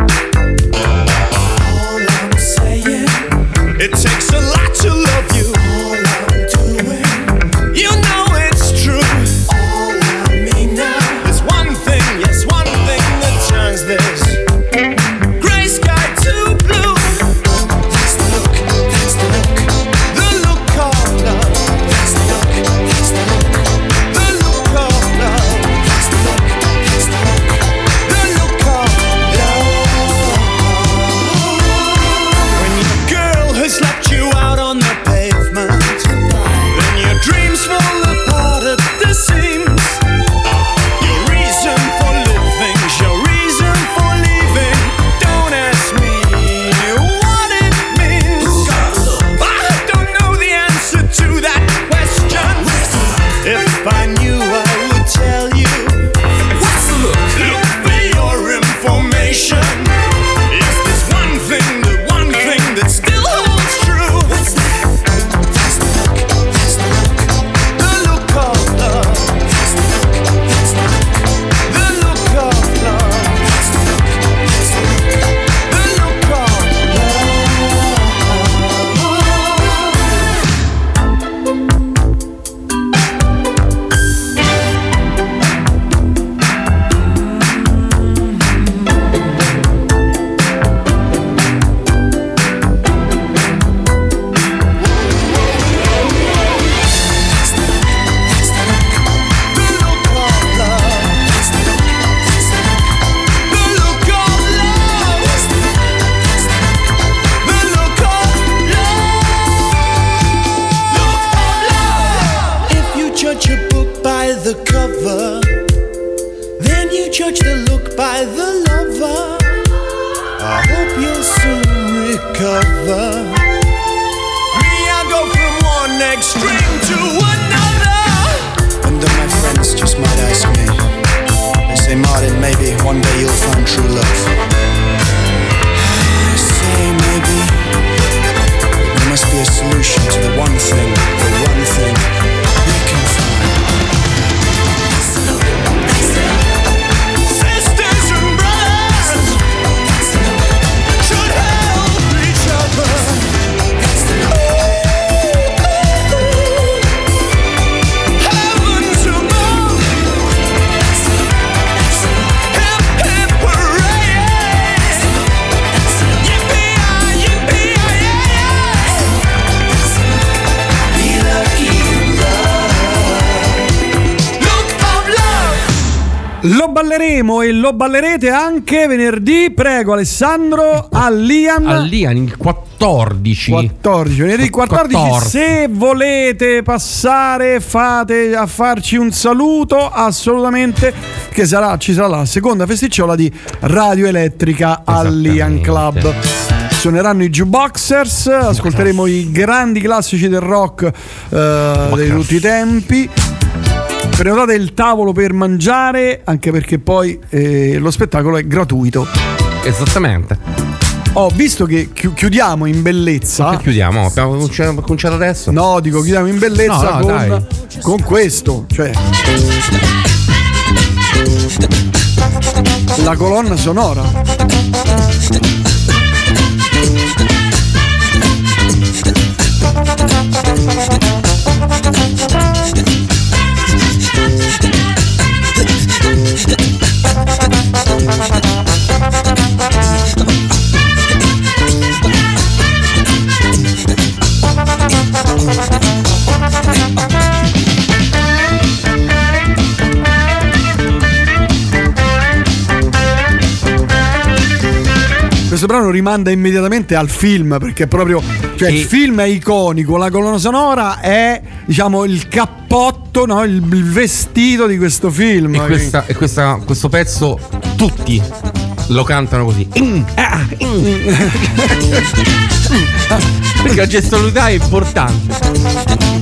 Speaker 2: All I'm saying, it takes a lot to love you. All I'm doing, you know it's true. All I mean now is one thing, yes, one thing that turns this gray sky to blue. That's the look, that's the look, the look of love. That's the look, that's the look, the look of love. That's the look, that's the look, the look of love. When your girl has left you out on the pavement, then your dreams fall apart at the seams. Your reason for living, your reason for leaving. Don't ask me what it means. I don't know the answer to that question. If I knew, I would tell you. What's the look? Look for your information. Yes, there's one thing, the one thing that still holds true. What's that? That's the look, that's the look, the look of love. That's the look, that's the look, the look of love. That's the look, that's the look, the look of If you judge a book by the cover, then you judge the look by the lover. I hope you'll soon recover. Me, I go from one extreme to another.
Speaker 4: And then my friends just might ask me, they say, Martin, maybe one day you'll find true love. I say maybe there must be a solution to the one thing, the one thing we can find.
Speaker 2: Sisters and brothers should help each other. Heavens above. Hip, hip, hooray. Yippee-yi, yippee-yi, be lucky in love. Look of love.
Speaker 12: Lo balleremo e lo ballerete anche venerdì, prego Alessandro, all'Ian.
Speaker 13: All'Ian il quattordici.
Speaker 12: quattordici, venerdì quattordici.
Speaker 13: quattordici.
Speaker 12: Se volete passare, fate a farci un saluto, assolutamente, che sarà, ci sarà la seconda festicciola di Radio Elettrica all'Ian Club. Suoneranno i Jukeboxers, ascolteremo i grandi classici del rock eh, di tutti i tempi. Prenotate il tavolo per mangiare, anche perché poi eh, lo spettacolo è gratuito.
Speaker 13: Esattamente.
Speaker 12: Ho visto che chi- chiudiamo in bellezza.
Speaker 13: Che chiudiamo? Abbiamo cominciato cominciato adesso?
Speaker 12: No, dico chiudiamo in bellezza
Speaker 13: No, no, dai.
Speaker 12: con, con questo, cioè la colonna sonora. uno rimanda immediatamente al film, perché proprio, cioè, il film è iconico, la colonna sonora è, diciamo, il cappotto, no? il, il vestito di questo film.
Speaker 13: E, questa, e questa, questo pezzo tutti lo cantano così. Perché la gestualità è importante.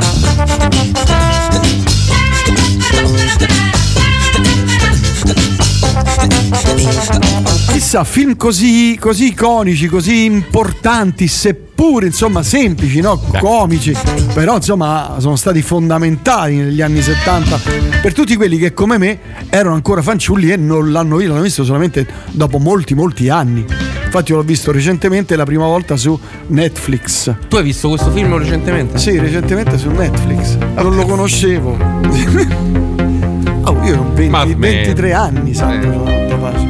Speaker 12: Chissà, film così, così iconici, così importanti, seppure insomma semplici, no? Comici, però insomma sono stati fondamentali negli anni settanta per tutti quelli che come me erano ancora fanciulli e non l'hanno visto, l'hanno visto solamente dopo molti molti anni. Infatti io l'ho visto recentemente la prima volta su Netflix.
Speaker 13: Tu hai visto questo film recentemente?
Speaker 12: Sì, recentemente su Netflix. Okay. Non lo conoscevo. Oh, io ho venti, ventitré anni, santo, sono capace.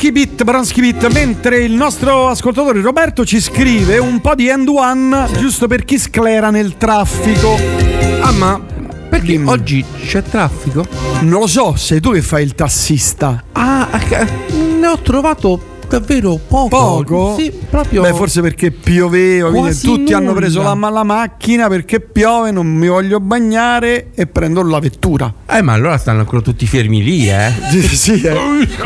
Speaker 12: Bronski Beat, Bronski Beat, mentre il nostro ascoltatore Roberto ci scrive un po' di End One giusto per chi sclera nel traffico.
Speaker 13: Ah, ma perché Dimmi. Oggi c'è traffico?
Speaker 12: Non lo so, sei tu che fai il tassista.
Speaker 13: Ah, ne ho trovato davvero poco.
Speaker 12: Poco?
Speaker 13: Sì, proprio.
Speaker 12: Beh, forse perché pioveva, quindi tutti nulla. hanno preso la, la macchina perché piove, non mi voglio bagnare e prendo la vettura.
Speaker 13: Eh, ma allora stanno ancora tutti fermi lì, eh?
Speaker 12: Sì, eh.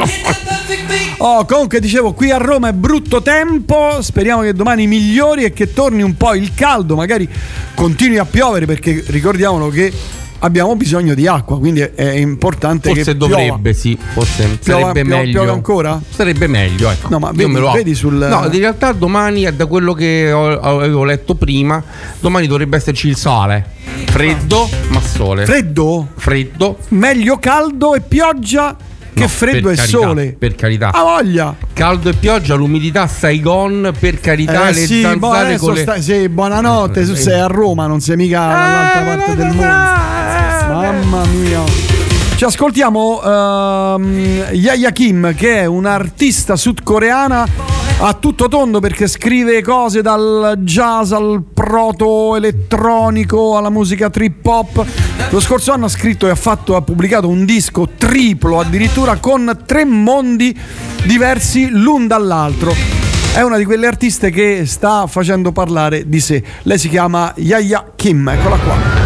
Speaker 12: Oh, comunque dicevo, qui a Roma è brutto tempo, speriamo che domani migliori e che torni un po' il caldo, magari continui a piovere perché ricordiamolo che abbiamo bisogno di acqua, quindi è importante
Speaker 13: forse
Speaker 12: che
Speaker 13: dovrebbe
Speaker 12: piova.
Speaker 13: sì, forse
Speaker 12: piova,
Speaker 13: sarebbe
Speaker 12: piova,
Speaker 13: meglio.
Speaker 12: Piove ancora?
Speaker 13: Sarebbe meglio, ecco.
Speaker 12: No, ma
Speaker 13: Io
Speaker 12: vedi,
Speaker 13: me lo
Speaker 12: vedi sul
Speaker 13: No, in realtà domani, da quello che ho, avevo letto prima, domani dovrebbe esserci il sole. Freddo, ma sole.
Speaker 12: Freddo?
Speaker 13: Freddo.
Speaker 12: Meglio caldo e pioggia che no, freddo e
Speaker 13: carità,
Speaker 12: sole.
Speaker 13: Per carità.
Speaker 12: Ha voglia.
Speaker 13: Caldo e pioggia, l'umidità Saigon, per carità,
Speaker 12: eh,
Speaker 13: le
Speaker 12: sì,
Speaker 13: zanzare con le...
Speaker 12: sta... sì, buonanotte, tu sei a Roma, non sei mica dall'altra parte del mondo. Mamma mia. Ci ascoltiamo uh, Yaya Kim, che è un'artista sudcoreana a tutto tondo perché scrive cose dal jazz al proto elettronico alla musica trip hop. Lo scorso anno ha scritto e ha fatto ha pubblicato un disco triplo addirittura con tre mondi diversi l'un dall'altro. È una di quelle artiste che sta facendo parlare di sé. Lei si chiama Yaya Kim, eccola qua.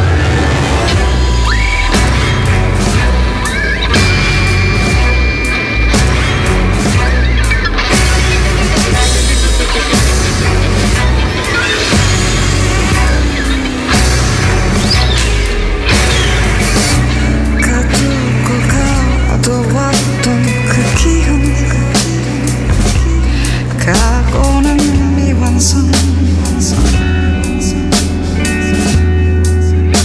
Speaker 5: 가고는 미완성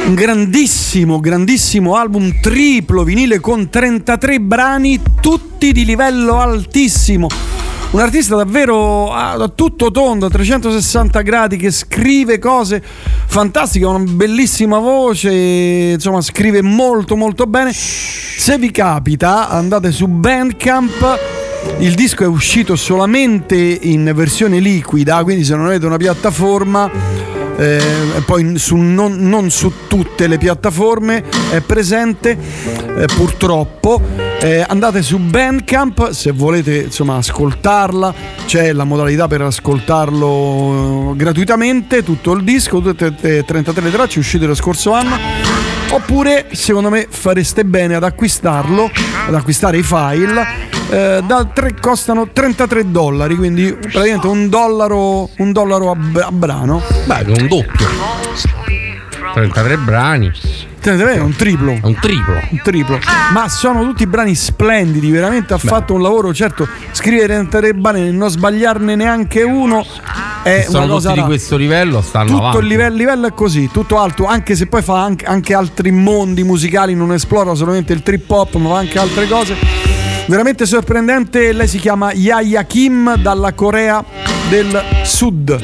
Speaker 12: Un grandissimo, grandissimo album triplo vinile con trentatré brani, tutti di livello altissimo. Un artista davvero a tutto tondo, a trecentosessanta gradi, che scrive cose fantastiche, ha una bellissima voce, insomma scrive molto molto bene. Se vi capita, andate su Bandcamp. Il disco è uscito solamente in versione liquida, quindi se non avete una piattaforma, eh, poi su, non, non su tutte le piattaforme è presente, eh, purtroppo. Eh, andate su Bandcamp se volete, insomma, ascoltarla, c'è la modalità per ascoltarlo gratuitamente, tutto il disco, tutte le trentatré le tracce uscite lo scorso anno. Oppure secondo me fareste bene ad acquistarlo, ad acquistare i file. Eh, da tre, costano trentatré dollari, quindi praticamente un dollaro, un dollaro a, a brano.
Speaker 13: Beh, è un doppio. trentatré brani.
Speaker 12: È un triplo.
Speaker 13: È un triplo.
Speaker 12: Un triplo. Ma sono tutti brani splendidi, veramente ha Beh. fatto un lavoro, certo, scrivere trentatré brani e non sbagliarne neanche uno è
Speaker 13: sono
Speaker 12: una cosa
Speaker 13: tutti
Speaker 12: rara.
Speaker 13: Di questo livello stanno
Speaker 12: tutto
Speaker 13: avanti.
Speaker 12: il livello, livello è così, tutto alto, anche se poi fa anche, anche altri mondi musicali, non esplora solamente il trip hop, ma fa anche altre cose. Veramente sorprendente. Lei si chiama Yaya Kim, dalla Corea del Sud.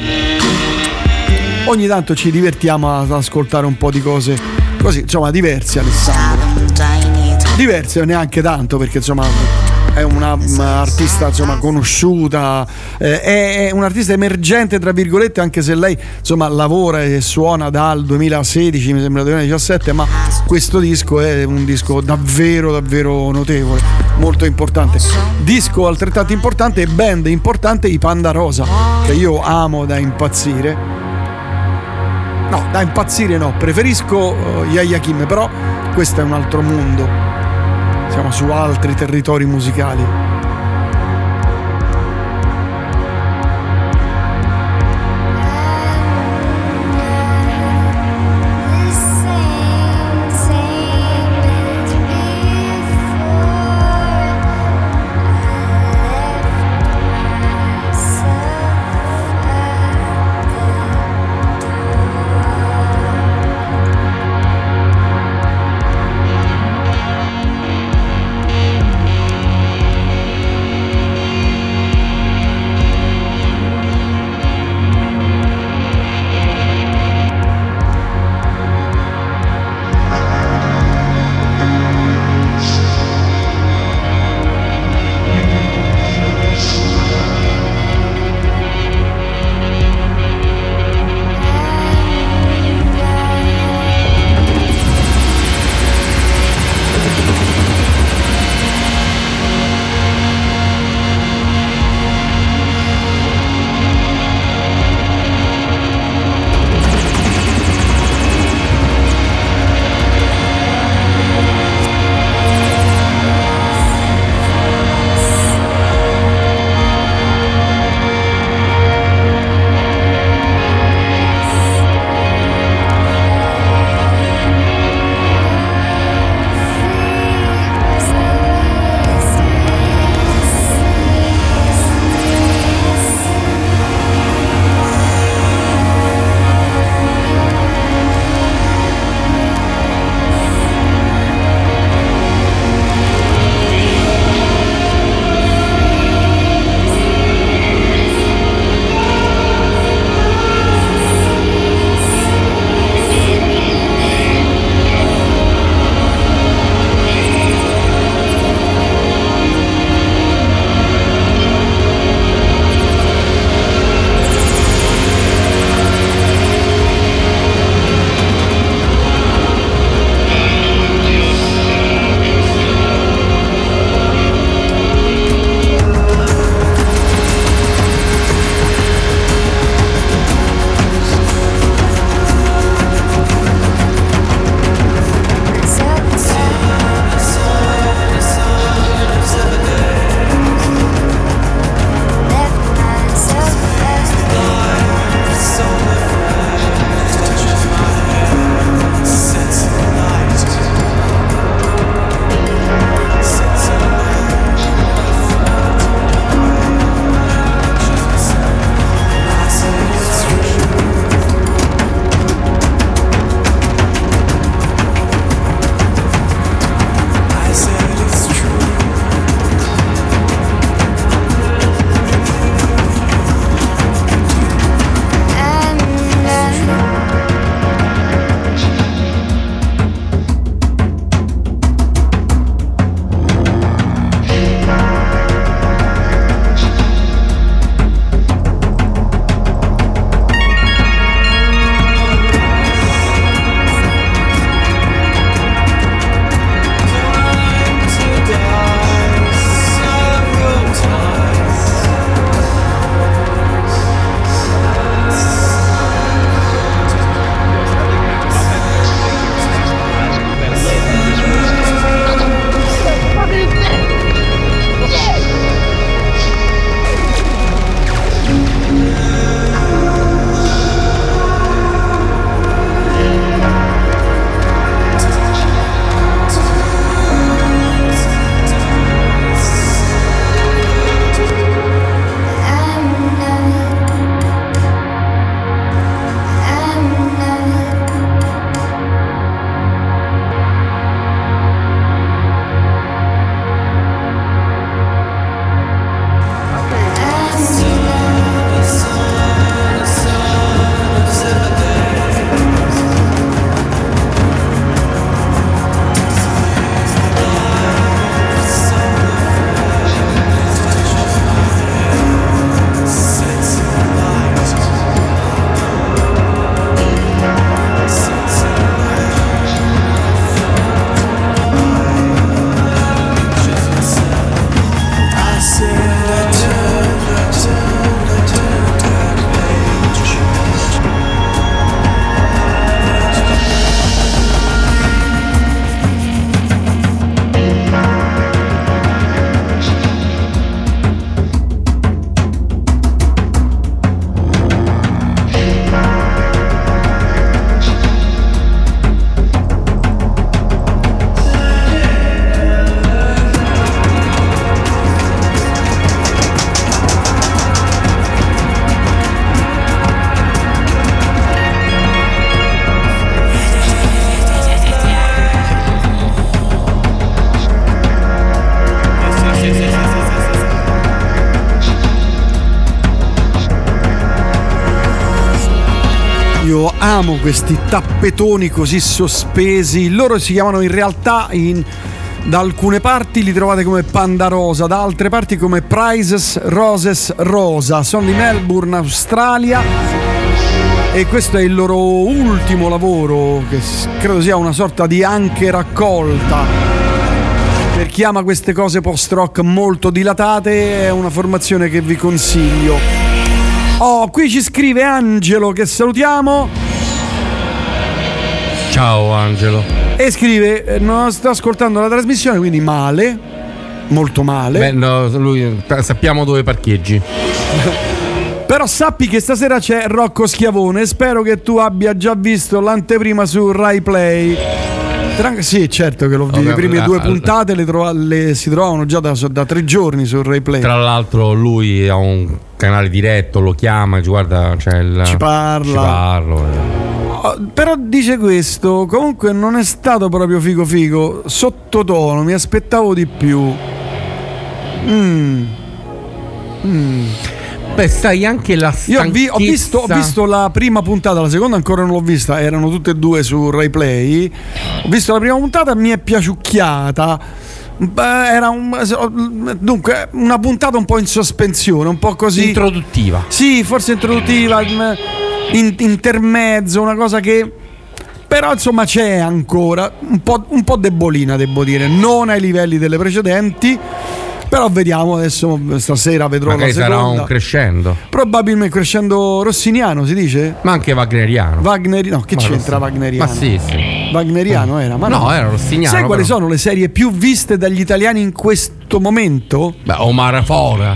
Speaker 12: Ogni tanto ci divertiamo ad ascoltare un po' di cose così, insomma, diverse, Alessandro. Diverse neanche tanto, perché insomma è una, una artista, insomma, conosciuta, eh, è, è un'artista emergente tra virgolette, anche se lei, insomma, lavora e suona dal duemilasedici, mi sembra duemiladiciassette, ma questo disco è un disco davvero davvero notevole, molto importante. Disco altrettanto importante e band importante, i Panda Rosa, che io amo da impazzire. No, da impazzire no, preferisco uh, Yaya Kim, però questo è un altro mondo. Siamo su altri territori musicali. io amo questi tappetoni così sospesi. Loro si chiamano in realtà in, da alcune parti li trovate come Panda Rosa, da altre parti come Prizes Roses Rosa. Sono di Melbourne, Australia, e questo è il loro ultimo lavoro, che credo sia una sorta di anche raccolta. Per chi ama queste cose post-rock molto dilatate, è una formazione che vi consiglio. Oh, qui ci scrive Angelo, che salutiamo.
Speaker 13: Ciao Angelo.
Speaker 12: E scrive: non sto ascoltando la trasmissione, quindi male, molto male.
Speaker 13: Beh, no, lui, sappiamo dove parcheggi.
Speaker 12: Però sappi che stasera c'è Rocco Schiavone. Spero che tu abbia già visto l'anteprima su Rai Play. Tran- sì, certo che l'ho visto. Le prime due puntate le trova- le si trovavano già da, da tre giorni su Rai Play.
Speaker 13: Tra l'altro lui ha un canale diretto, lo chiama, ci guarda, cioè il,
Speaker 12: ci parla.
Speaker 13: Ci parlo. Eh.
Speaker 12: Però dice questo, comunque non è stato proprio figo figo, sottotono, mi aspettavo di più. Mm. Mm.
Speaker 13: Beh, sai anche la stanchezza.
Speaker 12: Io vi, ho, visto, ho visto la prima puntata, la seconda ancora non l'ho vista, erano tutte e due su Rai Play. Ho visto la prima puntata, mi è piaciucchiata. Beh, era un, dunque una puntata un po' in sospensione, un po' così
Speaker 13: introduttiva.
Speaker 12: Sì, forse introduttiva, in, intermezzo, una cosa che però insomma c'è ancora un po', un po' debolina, devo dire, non ai livelli delle precedenti. Però vediamo adesso, stasera vedrò
Speaker 13: magari
Speaker 12: la seconda.
Speaker 13: Sarà un crescendo.
Speaker 12: Probabilmente crescendo rossiniano, si dice?
Speaker 13: Ma anche wagneriano.
Speaker 12: Wagneri- no, che
Speaker 13: ma
Speaker 12: c'entra wagneriano?
Speaker 13: Ma sì, sì.
Speaker 12: Wagneriano era, ma
Speaker 13: no,
Speaker 12: no,
Speaker 13: era rossiniano.
Speaker 12: Sai quali
Speaker 13: però.
Speaker 12: sono le serie più viste dagli italiani in questo momento?
Speaker 13: Beh, o Mare Fora.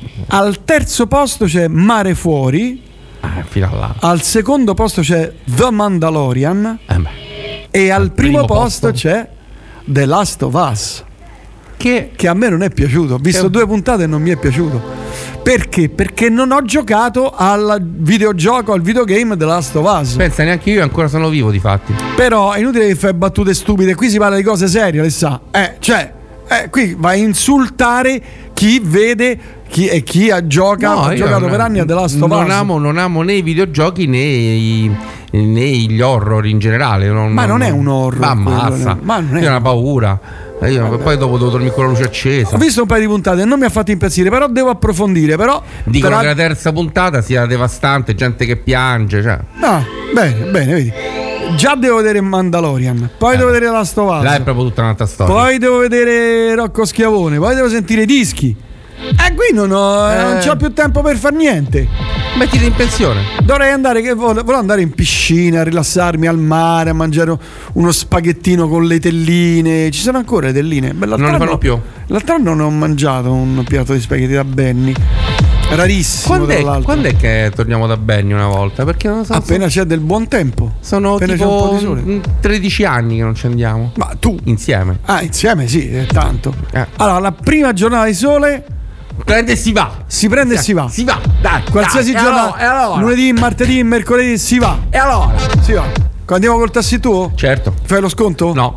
Speaker 12: Al terzo posto c'è Mare Fuori.
Speaker 13: Ah, fino là.
Speaker 12: Al secondo posto c'è The Mandalorian.
Speaker 13: Eh beh.
Speaker 12: E al, al primo, primo posto,
Speaker 13: posto
Speaker 12: c'è The Last of Us.
Speaker 13: Che,
Speaker 12: che a me non è piaciuto. Ho visto che... due puntate e non mi è piaciuto. Perché? Perché non ho giocato al videogioco, al videogame The Last of Us.
Speaker 13: Pensa, neanche io ancora sono vivo, difatti.
Speaker 12: Però è inutile che fai battute stupide. Qui si parla di cose serie, le sa. Eh, cioè, eh, qui vai a insultare chi vede chi, e chi ha, gioca,
Speaker 13: no,
Speaker 12: ha giocato non, per anni a The Last of
Speaker 13: non
Speaker 12: Us.
Speaker 13: Amo, non amo né i videogiochi né i, né gli horror in generale. Non,
Speaker 12: ma non, non è un horror.
Speaker 13: Ma ammazza.
Speaker 12: Ma non è
Speaker 13: io ho una paura. Io poi dopo devo dormire con la luce accesa.
Speaker 12: Ho visto un paio di puntate e non mi ha fatto impazzire, però devo approfondire. Però
Speaker 13: dicono
Speaker 12: però...
Speaker 13: che la terza puntata sia devastante, gente che piange, cioè.
Speaker 12: No, bene, bene, vedi. Già devo vedere Mandalorian, poi eh, devo vedere Last of Us.
Speaker 13: Là è proprio tutta un'altra storia.
Speaker 12: Poi devo vedere Rocco Schiavone, poi devo sentire i dischi. E qui non ho, eh. non c'ho più tempo per far niente.
Speaker 13: Mettiti in pensione.
Speaker 12: Dovrei andare, che volevo andare in piscina, a rilassarmi al mare, a mangiare uno spaghettino con le telline. Ci sono ancora le telline? Beh,
Speaker 13: non ne fanno più.
Speaker 12: L'altro anno non ho mangiato un piatto di spaghetti da Benny. Rarissimo.
Speaker 13: Quando è, quando è che torniamo da Benny una volta? Perché non so.
Speaker 12: Appena
Speaker 13: se...
Speaker 12: c'è del buon tempo.
Speaker 13: Sono
Speaker 12: appena
Speaker 13: tipo
Speaker 12: c'è un po' di sole.
Speaker 13: tredici anni che non ci andiamo.
Speaker 12: Ma tu?
Speaker 13: Insieme.
Speaker 12: Ah, insieme sì, è tanto.
Speaker 13: Eh.
Speaker 12: Allora, la prima giornata di sole
Speaker 13: prende e si va.
Speaker 12: Si prende e si va.
Speaker 13: Si va. Dai.
Speaker 12: Qualsiasi
Speaker 13: dai,
Speaker 12: giornata.
Speaker 13: E allora,
Speaker 12: lunedì, martedì, mercoledì si va.
Speaker 13: E allora?
Speaker 12: Si va. Andiamo col tassi tuo?
Speaker 13: Certo.
Speaker 12: Fai lo sconto?
Speaker 13: No.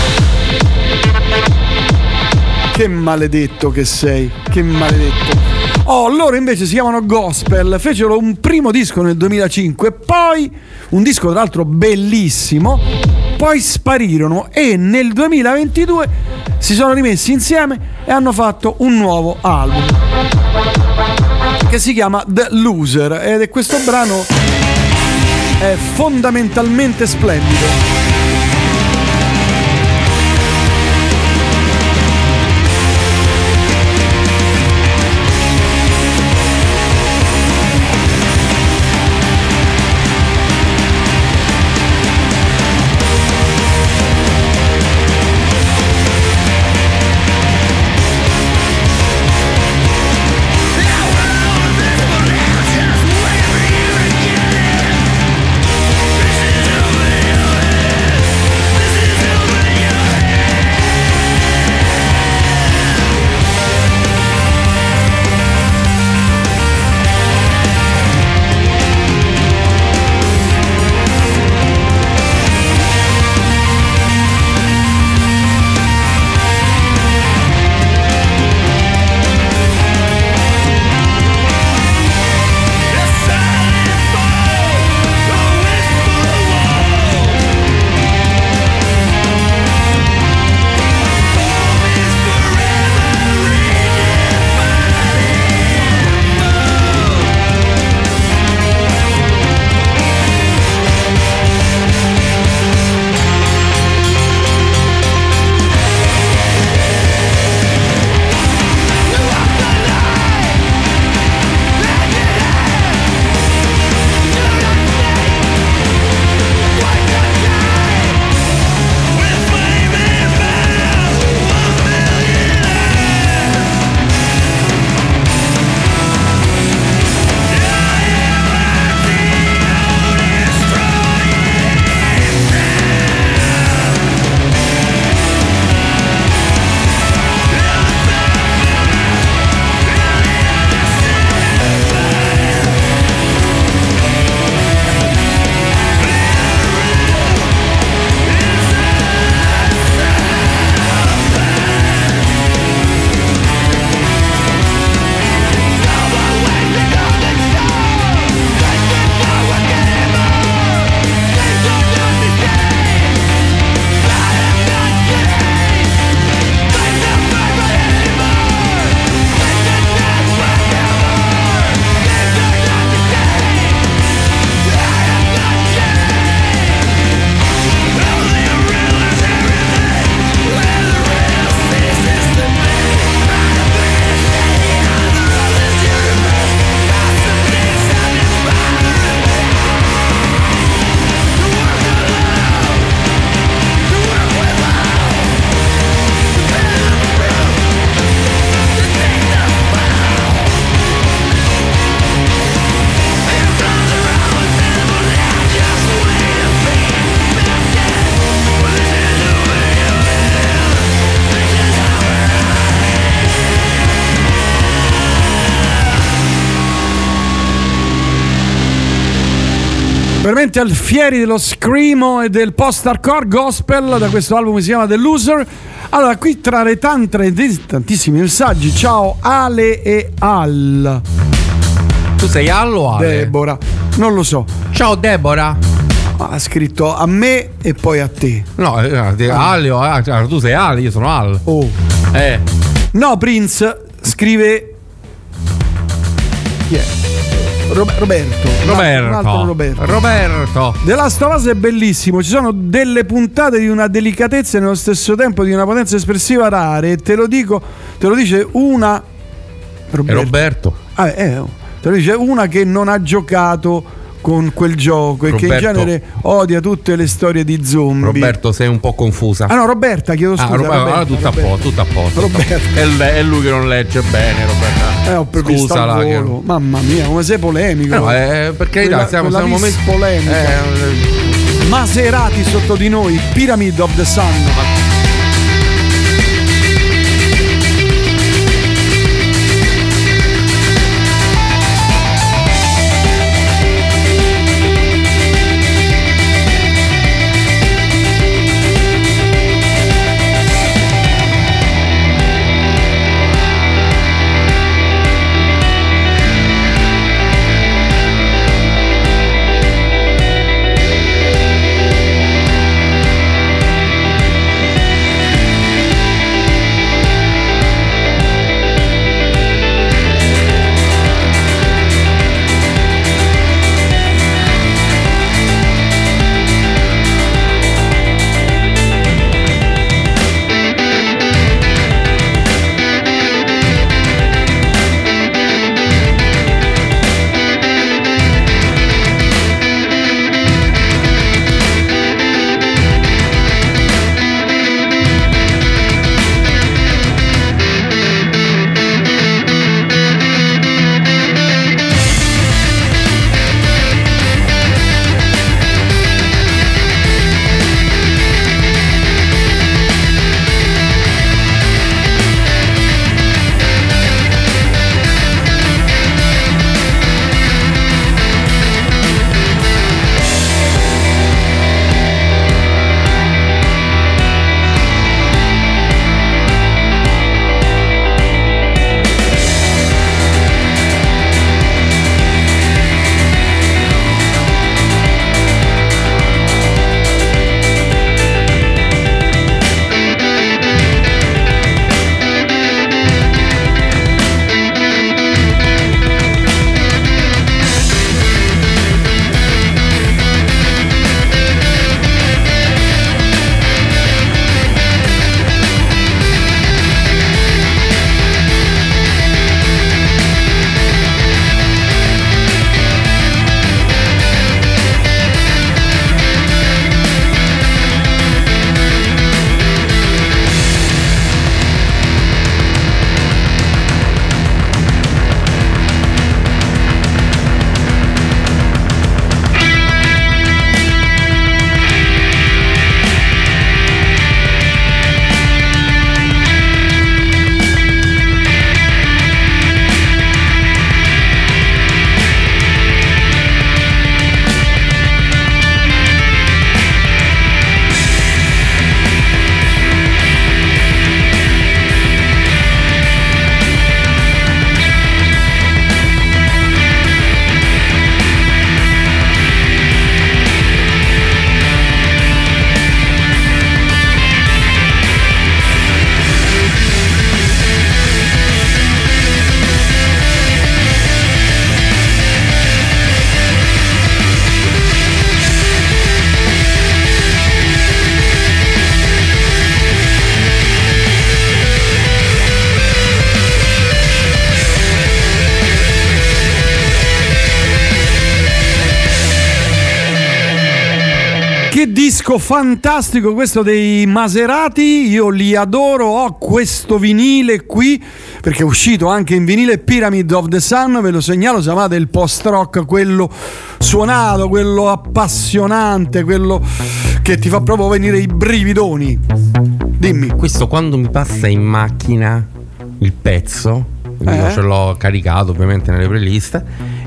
Speaker 12: Che maledetto che sei. Che maledetto. Oh, loro invece si chiamano Gospel. Fecero un primo disco nel duemilacinque, poi un disco tra l'altro bellissimo. Poi sparirono e nel duemilaventidue si sono rimessi insieme e hanno fatto un nuovo album che si chiama The Loser, ed è questo brano è fondamentalmente splendido.
Speaker 2: This is the way of it.
Speaker 12: veramente alfieri dello screamo e del post-hardcore gospel da questo album che si chiama The Loser. Allora, qui tra le tante, tantissimi messaggi, ciao Ale e Al.
Speaker 13: Tu sei Al o Ale?
Speaker 12: Deborah, non lo so.
Speaker 13: Ciao Deborah.
Speaker 12: Ha scritto a me e poi a te.
Speaker 13: No, eh, Ale o ah, cioè, tu sei Ale, io sono Al.
Speaker 12: Oh.
Speaker 13: Eh.
Speaker 12: No, Prince scrive chi è? Rob- Roberto.
Speaker 13: Roberto.
Speaker 12: Un altro Roberto.
Speaker 13: Roberto.
Speaker 12: The Last of Us è bellissimo, ci sono delle puntate di una delicatezza e nello stesso tempo di una potenza espressiva rare, e te lo dico, te lo dice una Roberto.
Speaker 13: È Roberto.
Speaker 12: Ah, eh, oh. Te lo dice una che non ha giocato con quel gioco e che in genere odia tutte le storie di zombie.
Speaker 13: Roberto, sei un po' confusa.
Speaker 12: Ah no, Roberta, chiedo scusa.
Speaker 13: Ah, Roberto,
Speaker 12: Roberta,
Speaker 13: allora tutto
Speaker 12: Roberta.
Speaker 13: a posto, tutto a posto.
Speaker 12: Roberta.
Speaker 13: È, le- è lui che non legge bene, Roberta.
Speaker 12: Eh, ho proprio visto
Speaker 13: Scusala,
Speaker 12: al
Speaker 13: che-
Speaker 12: volo. Mamma mia, come sei polemico.
Speaker 13: Eh no, eh, per carità,
Speaker 12: Quella-
Speaker 13: siamo,
Speaker 12: quella
Speaker 13: siamo un
Speaker 12: vis
Speaker 13: momento
Speaker 12: polemica.
Speaker 13: Eh,
Speaker 12: Maserati sotto di noi, Pyramid of the Sun. Che disco fantastico questo dei Maserati, io li adoro, ho questo vinile qui perché è uscito anche in vinile, Pyramid of the Sun, ve lo segnalo, si chiama del post rock, quello suonato, quello appassionante, quello che ti fa proprio venire i brividoni. Dimmi.
Speaker 13: Questo quando mi passa in macchina il pezzo,
Speaker 12: Eh?
Speaker 13: io ce l'ho caricato ovviamente nelle playlist,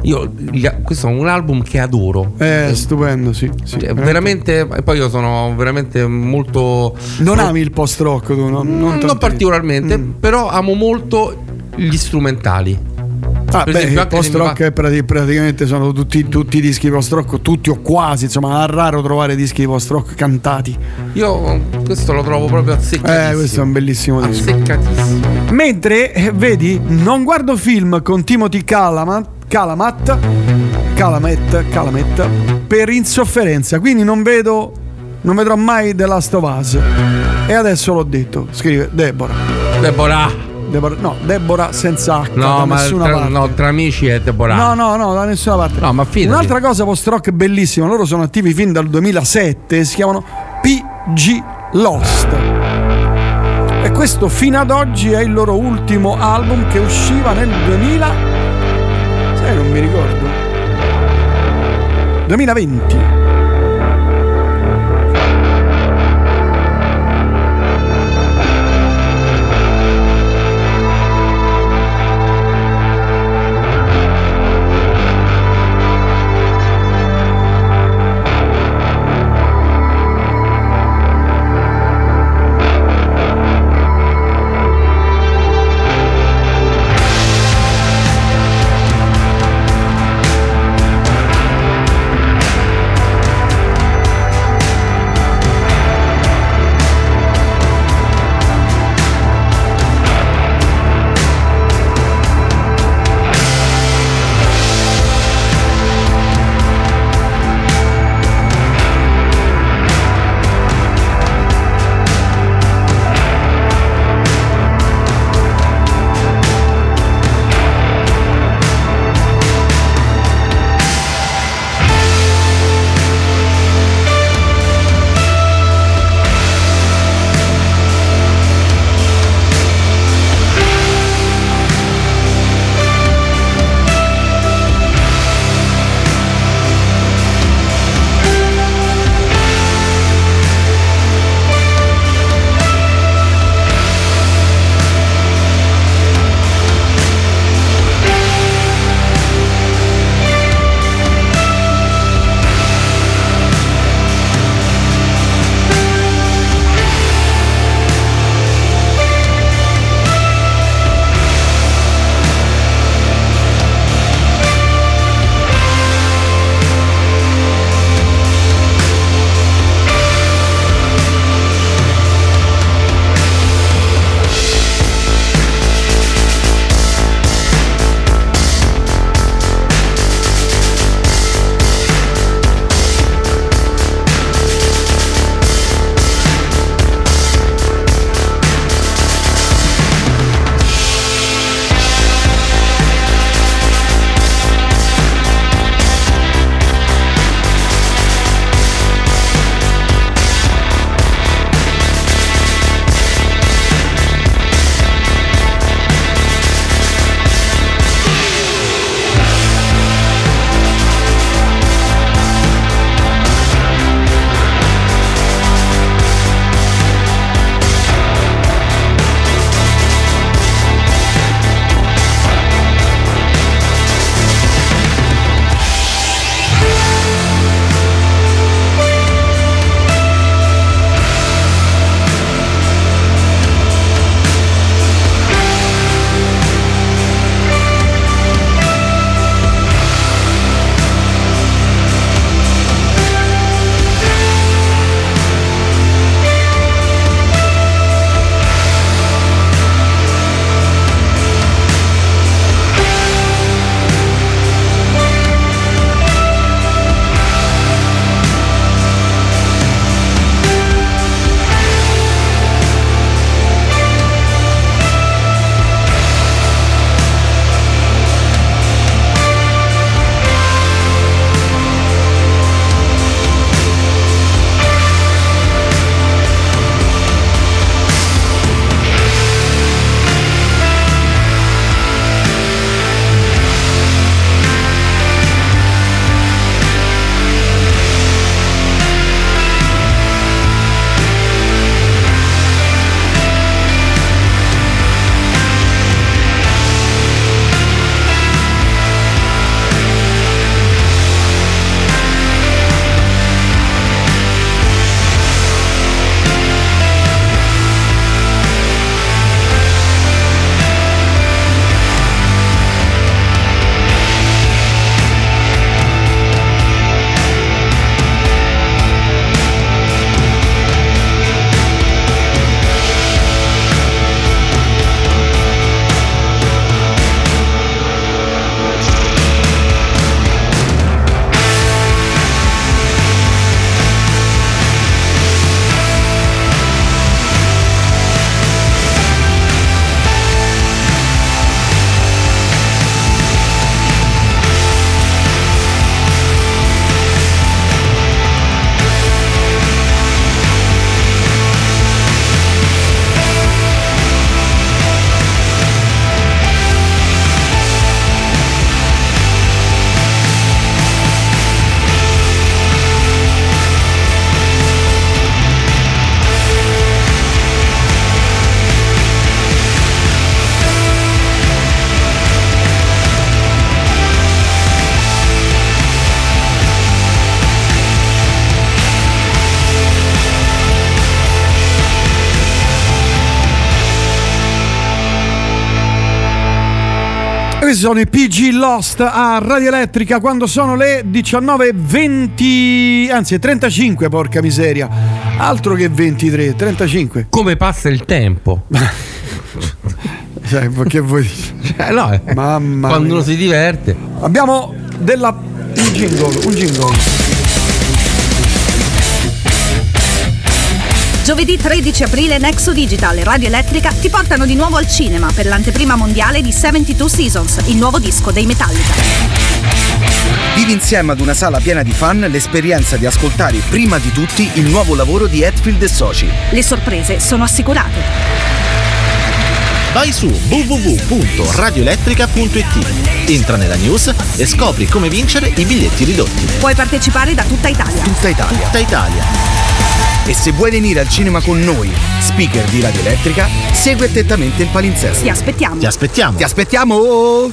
Speaker 13: io questo è un album che adoro.
Speaker 12: È stupendo, sì, sì
Speaker 13: cioè, veramente. E poi io sono veramente molto.
Speaker 12: Non ami il post rock tu? Non, non,
Speaker 13: non particolarmente, mm. però amo molto gli strumentali.
Speaker 12: Ah, beh, il post rock fa... praticamente sono tutti, tutti i dischi post rock, tutti o quasi, insomma, è raro trovare dischi post rock cantati.
Speaker 13: Io questo lo trovo proprio azzeccatissimo.
Speaker 12: Eh, questo è un bellissimo disco.
Speaker 13: Azzeccatissimo.
Speaker 12: Mentre, eh, vedi, non guardo film con Timothy Chalamet, Chalamet, Chalamet, Chalamet per insofferenza, quindi non vedo, non vedrò mai The Last of Us. E adesso l'ho detto, scrive Deborah.
Speaker 13: Deborah.
Speaker 12: Deborah, no, Deborah senza H,
Speaker 13: no,
Speaker 12: da
Speaker 13: ma
Speaker 12: nessuna
Speaker 13: tra,
Speaker 12: parte.
Speaker 13: No, tra amici è Deborah.
Speaker 12: No, no, no, da nessuna parte.
Speaker 13: No, ma fidati.
Speaker 12: Un'altra cosa post rock bellissima, loro sono attivi fin dal duemilasette, si chiamano P G Lost. E questo fino ad oggi è il loro ultimo album che usciva nel duemila. Sai, non mi ricordo. duemilaventi. Questi sono i P G Lost a Radio Elettrica quando sono le diciannove e venti, anzi trentacinque, porca miseria. Altro che ventitré, trentacinque.
Speaker 13: Come passa il tempo?
Speaker 12: Cioè, che vuoi dire?
Speaker 13: Eh, no, eh.
Speaker 12: Mamma
Speaker 13: quando
Speaker 12: mia.
Speaker 13: uno si diverte.
Speaker 12: Abbiamo della un jingle, un jingle.
Speaker 5: Giovedì tredici aprile Nexo Digital e Radio Elettrica ti portano di nuovo al cinema per l'anteprima mondiale di settantadue Seasons, il nuovo disco dei Metallica.
Speaker 8: Vivi insieme ad una sala piena di fan l'esperienza di ascoltare prima di tutti il nuovo lavoro di Hetfield e Soci.
Speaker 5: Le sorprese sono assicurate.
Speaker 23: Vai su w w w punto radioelettrica punto i t, entra nella news e scopri come vincere i biglietti ridotti.
Speaker 5: Puoi partecipare da tutta Italia.
Speaker 8: Tutta Italia.
Speaker 23: Tutta Italia.
Speaker 8: E se vuoi venire al cinema con noi, speaker di Radio Elettrica, segui attentamente il palinsesto.
Speaker 5: Ti aspettiamo.
Speaker 23: Ti aspettiamo.
Speaker 8: Ti aspettiamo!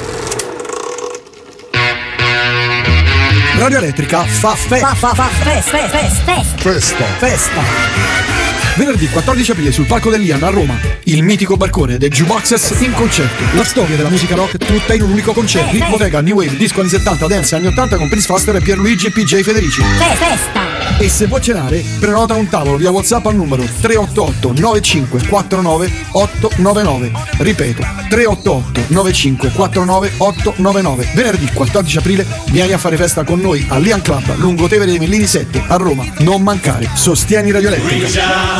Speaker 12: Radio Elettrica fa festa.
Speaker 5: Fa, fa, fa, festa, festa,
Speaker 12: Festa. Festa. Venerdì quattordici aprile sul palco dell'Ian a Roma, il mitico barcone dei Jukeboxes in concerto. La storia della musica rock tutta in un unico concerto. Ritmo Vega, New Wave, disco anni settanta, dance anni ottanta con Prince Faster e Pierluigi e P J Federici.
Speaker 5: Festa.
Speaker 12: E se vuoi cenare, prenota un tavolo via WhatsApp al numero tre otto otto nove cinque quattro nove otto nove nove. Ripeto, tre otto otto nove cinque quattro nove otto nove nove. Venerdì quattordici aprile vieni a fare festa con noi all'Ian Club, lungo Tevere dei Mellini sette a Roma. Non mancare, sostieni Radio Elettrica.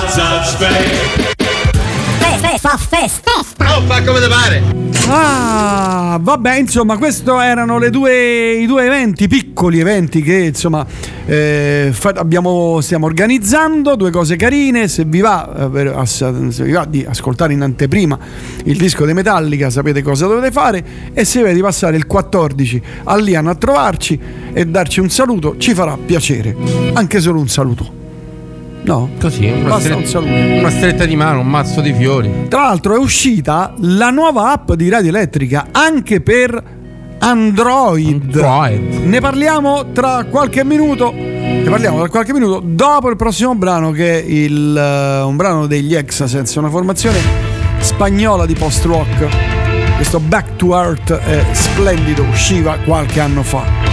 Speaker 5: Festa, festa.
Speaker 23: Oh, fa come te pare.
Speaker 12: Ah, vabbè, insomma, questo erano le due, i due eventi, piccoli eventi che insomma eh, fa, abbiamo, stiamo organizzando, due cose carine. Se vi va, eh, se vi va di ascoltare in anteprima il disco dei Metallica, sapete cosa dovete fare, e se vi di passare il quattordici all'Ian a trovarci e darci un saluto, ci farà piacere, anche solo un saluto. No?
Speaker 13: Così, una,
Speaker 12: Basta un
Speaker 13: stretta,
Speaker 12: saluto.
Speaker 13: una stretta di mano, un mazzo di fiori.
Speaker 12: Tra l'altro è uscita la nuova app di Radio Elettrica anche per Android.
Speaker 13: Android.
Speaker 12: Ne parliamo tra qualche minuto. Ne parliamo tra qualche minuto dopo il prossimo brano, che è il, uh, un brano degli Exasense, una formazione spagnola di post-rock. Questo Back to Earth è splendido, usciva qualche anno fa.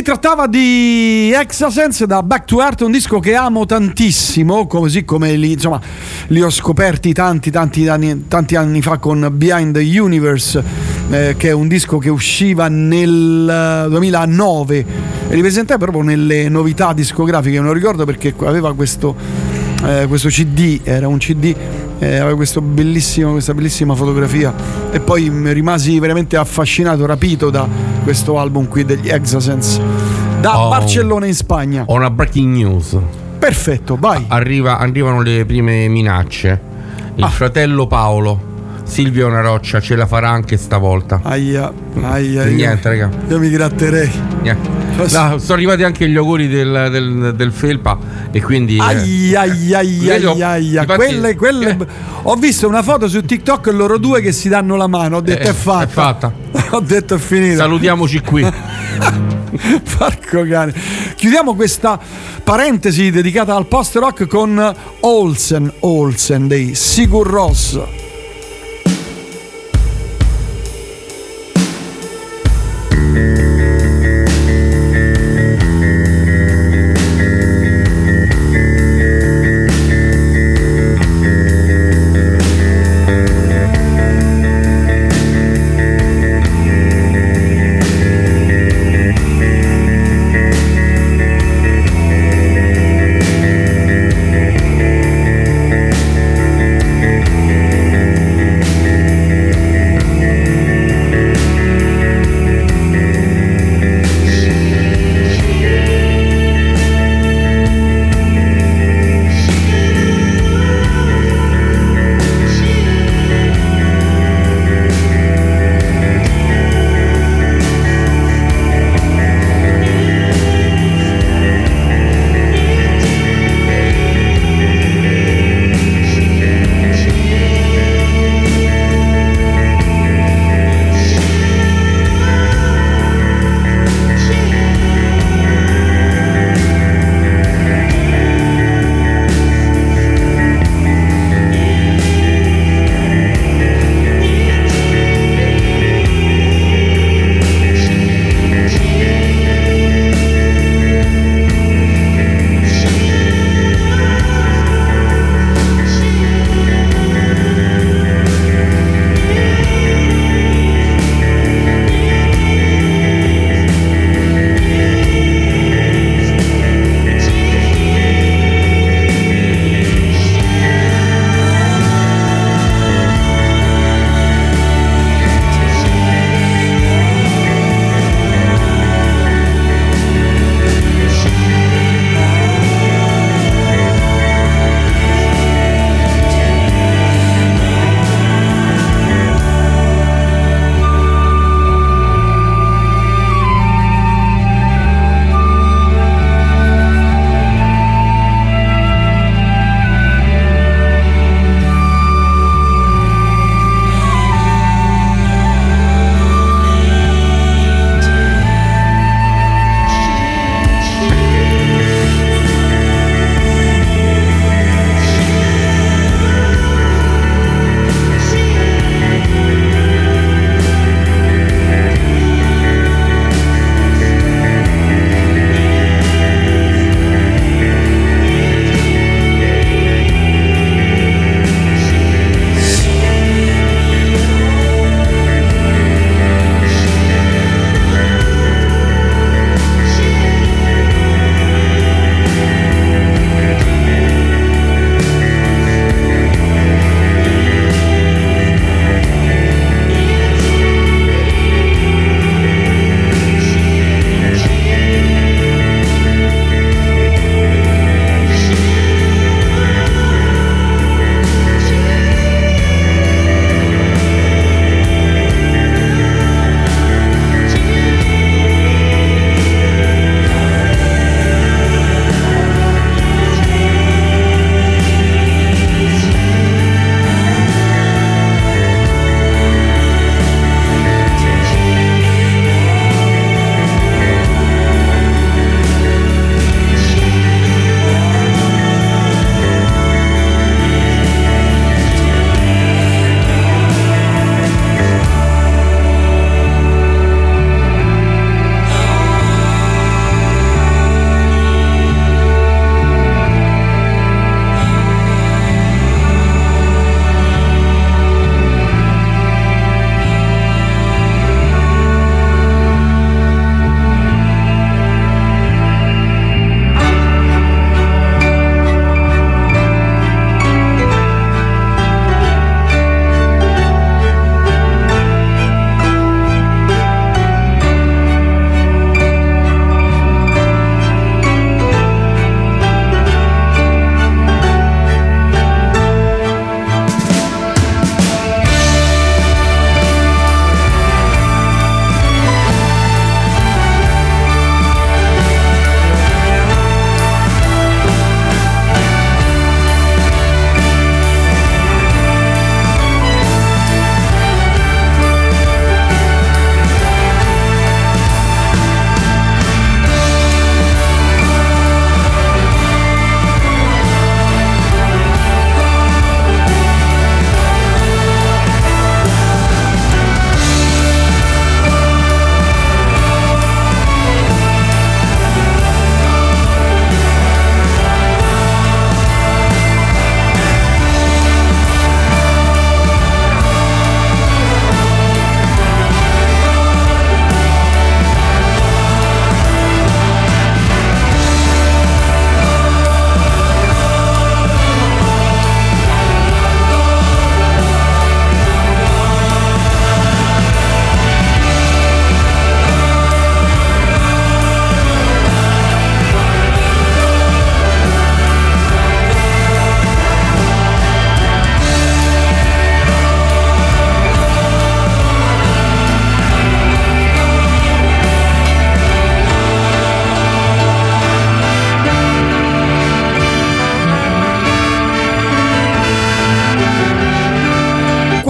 Speaker 12: trattava di Exasense da Back to Earth, un disco che amo tantissimo, così come li, insomma, li ho scoperti tanti tanti anni, tanti anni fa con Behind the Universe, eh, che è un disco che usciva nel duemilanove e li presentai proprio nelle novità discografiche. Me lo ricordo perché aveva questo, eh, questo C D, era un C D, eh, aveva questo bellissimo, questa bellissima fotografia, e poi rimasi veramente affascinato, rapito da questo album qui degli Exasense da
Speaker 13: oh,
Speaker 12: Barcellona in Spagna.
Speaker 13: Ho una breaking news.
Speaker 12: Perfetto, vai.
Speaker 13: Arriva, arrivano le prime minacce. Il
Speaker 12: Ah.
Speaker 13: fratello Paolo, Silvio è una roccia, ce la farà anche stavolta.
Speaker 12: Aia, aia,
Speaker 13: E niente,
Speaker 12: io,
Speaker 13: raga.
Speaker 12: io mi gratterei.
Speaker 13: Niente. No, sono arrivati anche gli auguri del, del, del Felpa e quindi
Speaker 12: Aia, aia, aia, aia, aia. Quelle, quelle... Ho visto una foto su TikTok, loro due che si danno la mano. Ho detto
Speaker 13: Eh,
Speaker 12: è fatta.
Speaker 13: è fatta.
Speaker 12: Ho detto è finita.
Speaker 13: Salutiamoci qui.
Speaker 12: Porco cane. Chiudiamo questa parentesi dedicata al post rock con Olsen Olsen dei Sigur Rós.
Speaker 17: Thank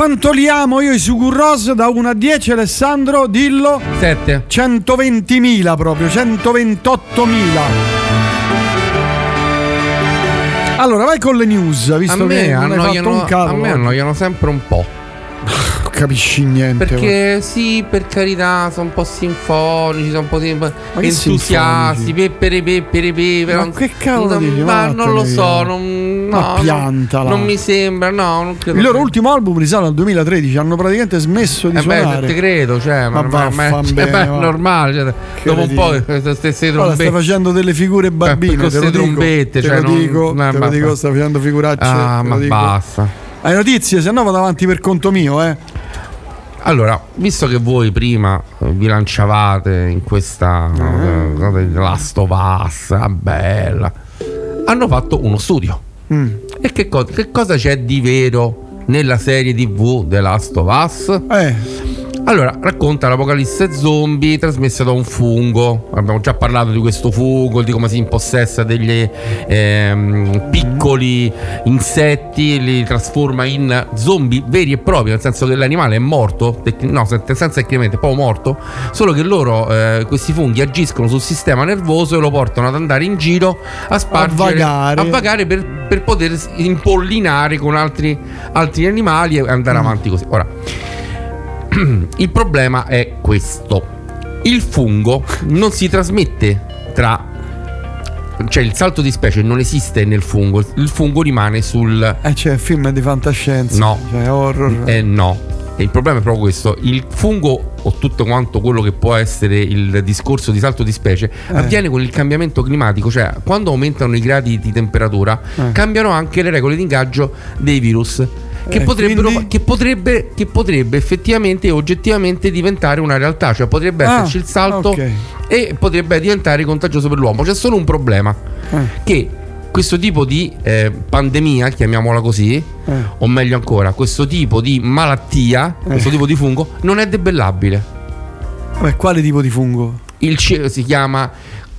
Speaker 12: Quanto li amo io i Sigur Rós da uno a dieci, Alessandro? Dillo.
Speaker 13: sette.
Speaker 12: centoventimila proprio, centoventottomila. Allora, vai con le news, visto
Speaker 13: a me
Speaker 12: che non hai fatto un cavolo.
Speaker 13: A me annoiano sempre un po'.
Speaker 12: Capisci niente.
Speaker 13: Perché sì, per carità, sono un po' sinfonici, sono un po' di entusiasti, peppere peppere peppere.
Speaker 12: Ma che cavolo
Speaker 13: non,
Speaker 12: dici?
Speaker 13: ma non lo so, non,
Speaker 12: ma
Speaker 13: no,
Speaker 12: piantala.
Speaker 13: Non, non mi sembra, no, non credo.
Speaker 12: Il loro ultimo album risale al duemilatredici, hanno praticamente smesso di
Speaker 13: eh
Speaker 12: suonare.
Speaker 13: Beh, te credo, cioè, ma, ma, ma, ma bene, cioè, è normale, cioè, dopo un po' queste stesse trombette.
Speaker 12: Stai facendo delle figure bambine,
Speaker 13: con queste trombette,
Speaker 12: te
Speaker 13: cioè,
Speaker 12: lo dico,
Speaker 13: non,
Speaker 12: te lo dico, sta facendo figuracce.
Speaker 13: Ah, ma dico. Basta.
Speaker 12: Hai notizie? Se no vado avanti per conto mio, eh.
Speaker 13: Allora, visto che voi prima vi lanciavate in questa eh. Last of Us, bella, hanno fatto uno studio. Mm. E che, co- che cosa c'è di vero nella serie tivù The Last of Us?
Speaker 12: Eh.
Speaker 13: Allora, racconta l'apocalisse zombie trasmessa da un fungo. Abbiamo già parlato di questo fungo, di come si impossessa degli ehm, piccoli insetti, li trasforma in zombie veri e propri, nel senso che l'animale è morto, no, senza tecnicamente è proprio morto, solo che loro, eh, questi funghi agiscono sul sistema nervoso e lo portano ad andare in giro a spargere,
Speaker 12: a vagare,
Speaker 13: a vagare per, per poter impollinare con altri, altri animali e andare mm. avanti così. Ora, il problema è questo: il fungo non si trasmette tra, cioè il salto di specie non esiste nel fungo, il fungo rimane sul
Speaker 12: eh c'è film di fantascienza,
Speaker 13: no,
Speaker 12: cioè horror,
Speaker 13: eh no, e il problema è proprio questo: il fungo o tutto quanto quello che può essere il discorso di salto di specie eh. avviene con il cambiamento climatico, cioè quando aumentano i gradi di temperatura eh. cambiano anche le regole di ingaggio dei virus. Che, eh, potrebbero, quindi... che, potrebbe, che potrebbe effettivamente e oggettivamente diventare una realtà, cioè potrebbe ah, esserci il salto okay. e potrebbe diventare contagioso per l'uomo. C'è solo un problema, eh. che questo tipo di eh, pandemia, chiamiamola così, eh. o meglio ancora, questo tipo di malattia, eh. questo tipo di fungo non è debellabile.
Speaker 12: Beh, quale tipo di fungo?
Speaker 13: Il c- si chiama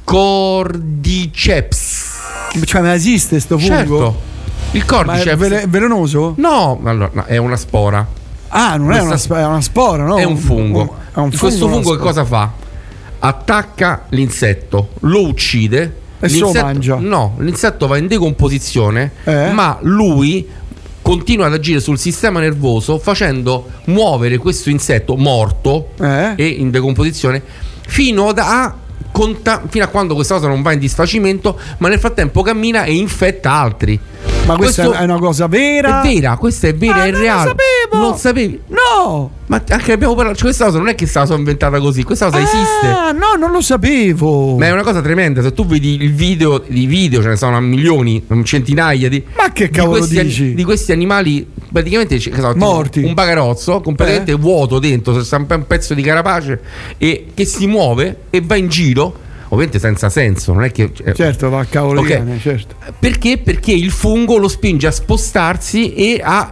Speaker 13: Cordyceps.
Speaker 12: Cioè, ma esiste sto fungo?
Speaker 13: Certo. Il cordyceps
Speaker 12: è vele- velenoso?
Speaker 13: No, allora, no, è una spora.
Speaker 12: Ah, non è una, sp- è una spora, no?
Speaker 13: È un fungo.
Speaker 12: Un, è un fungo
Speaker 13: Questo fungo che cosa fa? Attacca l'insetto, lo uccide
Speaker 12: e se lo mangia.
Speaker 13: No, l'insetto va in decomposizione,
Speaker 12: eh?
Speaker 13: ma lui continua ad agire sul sistema nervoso facendo muovere questo insetto morto
Speaker 12: eh?
Speaker 13: e in decomposizione fino a Conta- fino a quando questa cosa non va in disfacimento, ma nel frattempo cammina e infetta altri.
Speaker 12: Ma questa Questo è una cosa vera?
Speaker 13: È vera, questa è vera,
Speaker 12: ah,
Speaker 13: è
Speaker 12: non
Speaker 13: reale.
Speaker 12: Non lo sapevo.
Speaker 13: Non sapevi?
Speaker 12: No.
Speaker 13: Ma anche abbiamo parlato, cioè questa cosa non è che stata inventata così, questa cosa
Speaker 12: ah,
Speaker 13: esiste.
Speaker 12: Ah, no, non lo sapevo.
Speaker 13: Ma è una cosa tremenda, se tu vedi il video, di video ce ne sono a milioni, centinaia di
Speaker 12: Ma che cavolo
Speaker 13: di questi,
Speaker 12: dici?
Speaker 13: di questi animali praticamente che so,
Speaker 12: morti.
Speaker 13: Un bagarozzo completamente eh? vuoto dentro, c'è un pezzo di carapace e che si muove e va in giro. Ovviamente senza senso, non è che
Speaker 12: certo va a cavolo
Speaker 13: okay.
Speaker 12: di cane, certo.
Speaker 13: Perché? Perché il fungo lo spinge a spostarsi e a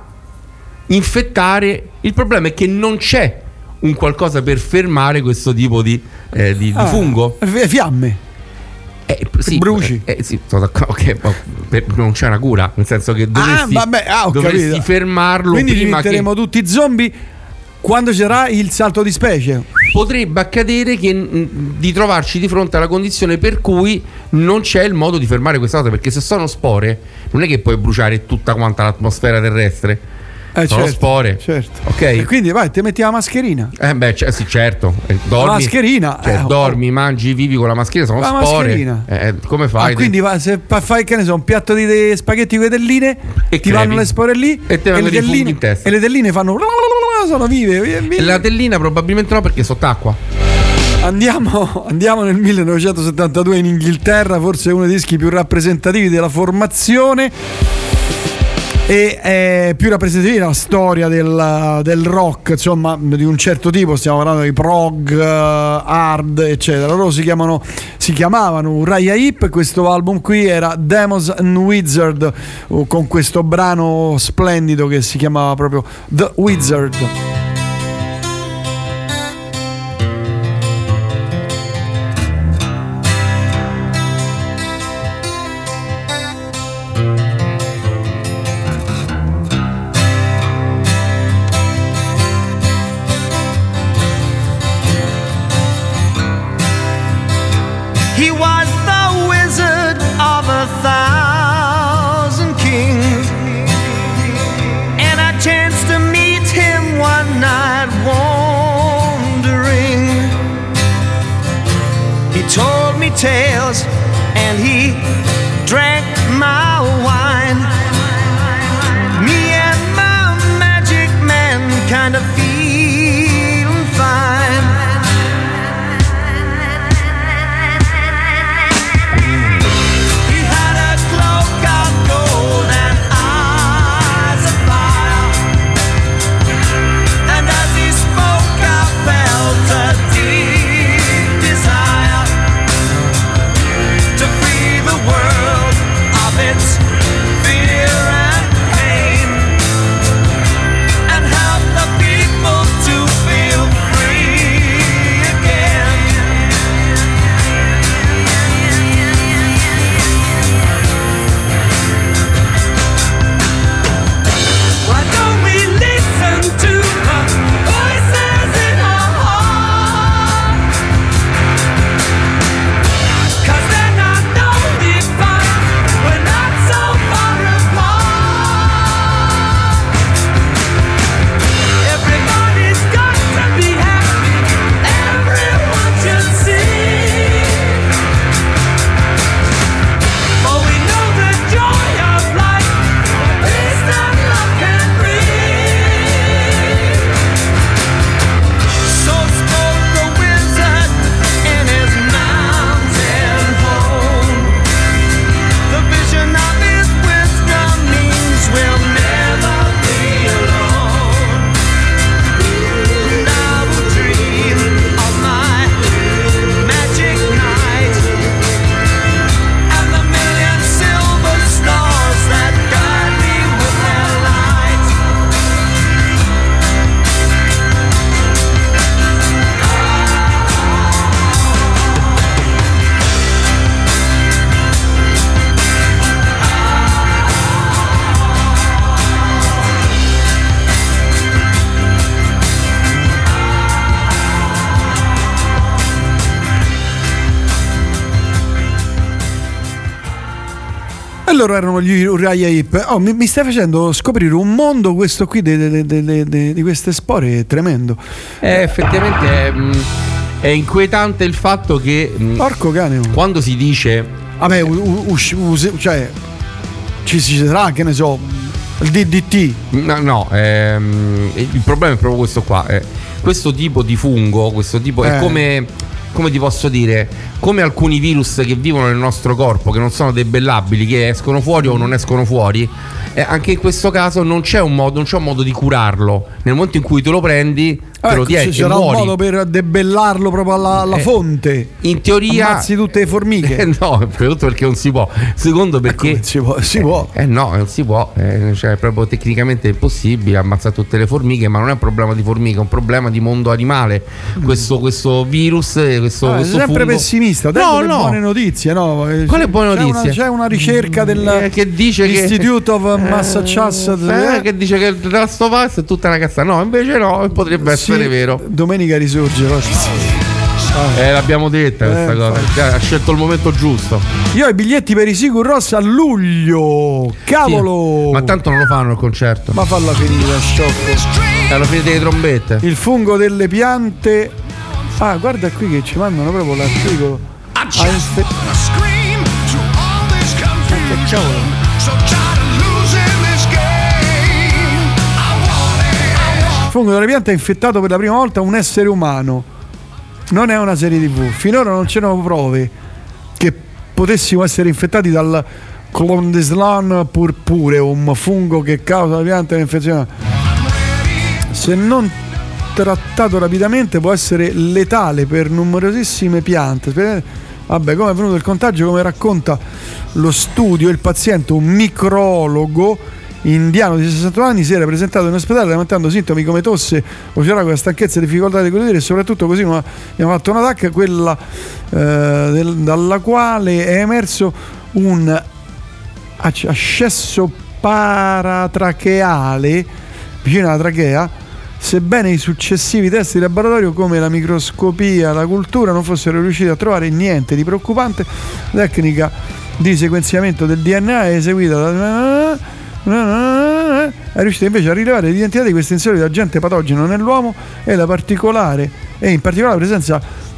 Speaker 13: infettare. Il problema è che non c'è un qualcosa per fermare questo tipo di, eh, di, ah, di fungo.
Speaker 12: Fiamme.
Speaker 13: Eh, sì,
Speaker 12: bruci.
Speaker 13: Eh, eh, sì, okay, non c'è una cura, nel senso che dovresti,
Speaker 12: ah, vabbè, ah,
Speaker 13: dovresti fermarlo.
Speaker 12: Quindi
Speaker 13: prima
Speaker 12: diventeremo
Speaker 13: che...
Speaker 12: tutti zombie quando c'era il salto di specie.
Speaker 13: Potrebbe accadere che, di trovarci di fronte alla condizione per cui non c'è il modo di fermare questa cosa, perché se sono spore non è che puoi bruciare tutta quanta l'atmosfera terrestre.
Speaker 12: Eh,
Speaker 13: sono
Speaker 12: certo,
Speaker 13: spore,
Speaker 12: certo.
Speaker 13: Ok.
Speaker 12: E quindi vai, ti metti la mascherina.
Speaker 13: Eh beh, c- sì, certo. Dormi,
Speaker 12: la mascherina.
Speaker 13: Cioè,
Speaker 12: eh,
Speaker 13: dormi, mangi, vivi con la mascherina, sono
Speaker 12: la
Speaker 13: spore.
Speaker 12: Mascherina.
Speaker 13: Eh, come fai?
Speaker 12: Ah, quindi va, se fai che ne so, un piatto di, di spaghetti con le telline e ti crepi. Vanno le spore lì
Speaker 13: e, te
Speaker 12: e, le telline,
Speaker 13: in testa.
Speaker 12: e le telline fanno sono vive.
Speaker 13: E la tellina probabilmente no, perché è sott'acqua.
Speaker 12: Andiamo, andiamo nel millenovecentosettantadue in Inghilterra, forse uno dei dischi più rappresentativi della formazione e è più rappresentativi della storia del, del rock, insomma, di un certo tipo. Stiamo parlando di prog, uh, hard, eccetera. Loro si chiamano si chiamavano Uriah Heep. Questo album qui era Demons and Wizard, uh, con questo brano splendido che si chiamava proprio The Wizard.
Speaker 7: tales, and he drank my wine. Me and my magic man kind of feeling fine. He had a cloak of gold and eyes of fire, and as he spoke I felt a deep desire to free the world of its fear and pain, and help the people to feel free again. Why don't we listen to the voices in our heart? 'Cause they're not only fun, we're not so far apart. Everybody's got to be happy, everyone should see. For we know the joy of life, peace that love can bring. So spoke the wizard in his mountain home. The vision of his wisdom means we'll never be alone. And I will dream of my magic night and the million silver stars that guide me with their light.
Speaker 12: E loro erano gli Uriah Heep. Oh, mi, mi stai facendo scoprire un mondo, questo qui de, de, de, de, de, di queste spore, è tremendo.
Speaker 13: Eh, effettivamente è, mh, è inquietante il fatto che mh,
Speaker 12: Porco cane.
Speaker 13: quando si dice
Speaker 12: Vabbè, u- u- us- cioè ci si sarà, che ne so, il D D T.
Speaker 13: no, no ehm, il problema è proprio questo qua, eh. Questo tipo di fungo, questo tipo
Speaker 12: Eh.
Speaker 13: è come, come ti posso dire, come alcuni virus che vivono nel nostro corpo, che non sono debellabili, che escono fuori o non escono fuori. Eh, anche in questo caso non c'è un modo, non c'è un modo di curarlo. Nel momento in cui te lo prendi, te
Speaker 12: Ecco,
Speaker 13: lo tieni
Speaker 12: ci
Speaker 13: e
Speaker 12: sarà un
Speaker 13: muori.
Speaker 12: modo per debellarlo proprio alla, alla
Speaker 13: Eh,
Speaker 12: fonte.
Speaker 13: In teoria
Speaker 12: Ammazzi tutte le formiche.
Speaker 13: Eh, no, prima di tutto perché non si può. Secondo perché
Speaker 12: si può, si
Speaker 13: eh,
Speaker 12: può.
Speaker 13: Eh no, non si può, eh, cioè proprio tecnicamente è impossibile ammazzare tutte le formiche, ma non è un problema di formiche, è un problema di mondo animale. Questo, questo virus, eh, questo,
Speaker 12: Ah, sei
Speaker 13: questo
Speaker 12: sempre
Speaker 13: fungo.
Speaker 12: pessimista. Dai,
Speaker 13: No,
Speaker 12: delle
Speaker 13: no.
Speaker 12: buone notizie, no? Eh,
Speaker 13: Quale buone
Speaker 12: c'è
Speaker 13: notizie?
Speaker 12: Una, c'è una ricerca del
Speaker 13: Eh, che dice che-
Speaker 12: Institute of Massachusetts.
Speaker 13: Eh, che dice che il Last of Us è tutta una cazzata. No, invece no, potrebbe essere
Speaker 12: Sì,
Speaker 13: vero.
Speaker 12: Domenica risorge. lo so.
Speaker 13: Eh, l'abbiamo detta questa
Speaker 12: Eh,
Speaker 13: cosa.
Speaker 12: infatti.
Speaker 13: Eh, Ha scelto il momento giusto.
Speaker 12: Io ho i biglietti per i Sigur Rós a luglio. Cavolo!
Speaker 13: Sì, ma tanto non lo fanno il concerto.
Speaker 12: Ma falla finire, sciocco.
Speaker 13: È alla fine delle trombette.
Speaker 12: Il fungo delle piante. Ah, guarda qui che ci mandano proprio l'articolo. Ah, infe- Ma che cavolo? Il fungo delle piante ha infettato per la prima volta un essere umano. Non è una serie tivù. Finora non c'erano prove che potessimo essere infettati dal Clondeslan purpureum, fungo che causa la pianta un'infezione. Se non trattato rapidamente può essere letale per numerosissime piante. Vabbè, come è venuto il contagio? Come racconta lo studio, il paziente, un micrologo indiano di sessantotto anni, si era presentato in ospedale lamentando sintomi come tosse, oceanografica, stanchezza, difficoltà di godere e soprattutto così una, abbiamo fatto un attacco, quella eh, del, dalla quale è emerso un ascesso paratracheale vicino alla trachea, sebbene i successivi test di laboratorio come la microscopia e la cultura non fossero riusciti a trovare niente di preoccupante. La tecnica di sequenziamento del D N A è eseguita da è riuscita invece a rilevare l'identità di questo insolito agente patogeno nell'uomo e la particolare e in particolare la presenza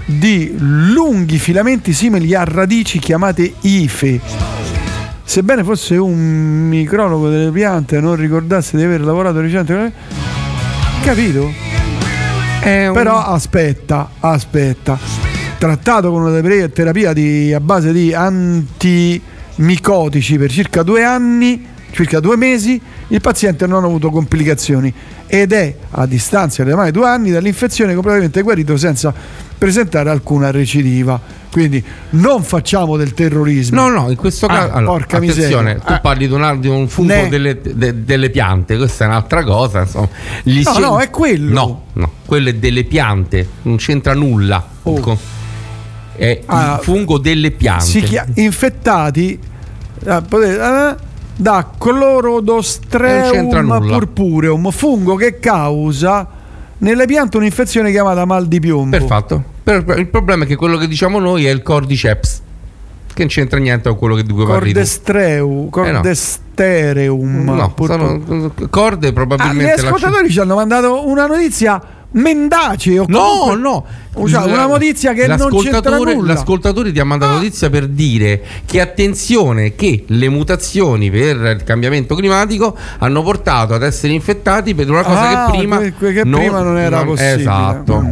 Speaker 12: di lunghi filamenti simili a radici chiamate ife. Sebbene fosse un micrologo delle piante, non ricordasse di aver lavorato recentemente. Capito?
Speaker 13: Un...
Speaker 12: Però aspetta, aspetta. Trattato con una terapia di, a base di antimicotici per circa due anni, circa due mesi, il paziente non ha avuto complicazioni ed è a distanza di ormai due anni dall'infezione completamente guarito senza presentare alcuna recidiva. Quindi non facciamo del terrorismo.
Speaker 13: No, no, in questo
Speaker 12: ah,
Speaker 13: caso allora,
Speaker 12: porca
Speaker 13: attenzione,
Speaker 12: miseria.
Speaker 13: tu
Speaker 12: Ah.
Speaker 13: parli di un, di un fungo
Speaker 12: Ne-
Speaker 13: delle, de- delle piante, questa è un'altra cosa. Insomma. Gli
Speaker 12: No,
Speaker 13: si-
Speaker 12: no, è quello.
Speaker 13: No, no, quello è delle piante, non c'entra nulla.
Speaker 12: Oh.
Speaker 13: Co- È
Speaker 12: Ah,
Speaker 13: il fungo delle piante.
Speaker 12: Si chia- infettati ah, potete- ah, da
Speaker 13: Non c'entra
Speaker 12: Chlorodostreum
Speaker 13: nulla.
Speaker 12: purpureum, fungo che causa nelle piante un'infezione chiamata mal di piombo.
Speaker 13: Perfetto. Per- per- il problema è che quello che diciamo noi è il cordyceps, che non c'entra niente con quello che di cui parli tu.
Speaker 12: Cordestreu, Cordestereum.
Speaker 13: No,
Speaker 12: purpu-
Speaker 13: sono corde
Speaker 12: Ah, gli
Speaker 13: probabilmente la-
Speaker 12: ascoltatori ci hanno mandato una notizia mendace o
Speaker 13: No,
Speaker 12: comunque-
Speaker 13: no,
Speaker 12: cioè, una notizia che non c'entra
Speaker 13: L'ascoltatore-
Speaker 12: nulla.
Speaker 13: L'ascoltatore ti ha mandato notizia per dire che attenzione, che le mutazioni per il cambiamento climatico hanno portato ad essere infettati per una cosa
Speaker 12: Ah,
Speaker 13: che prima
Speaker 12: que- que- che prima non era possibile.
Speaker 13: Esatto.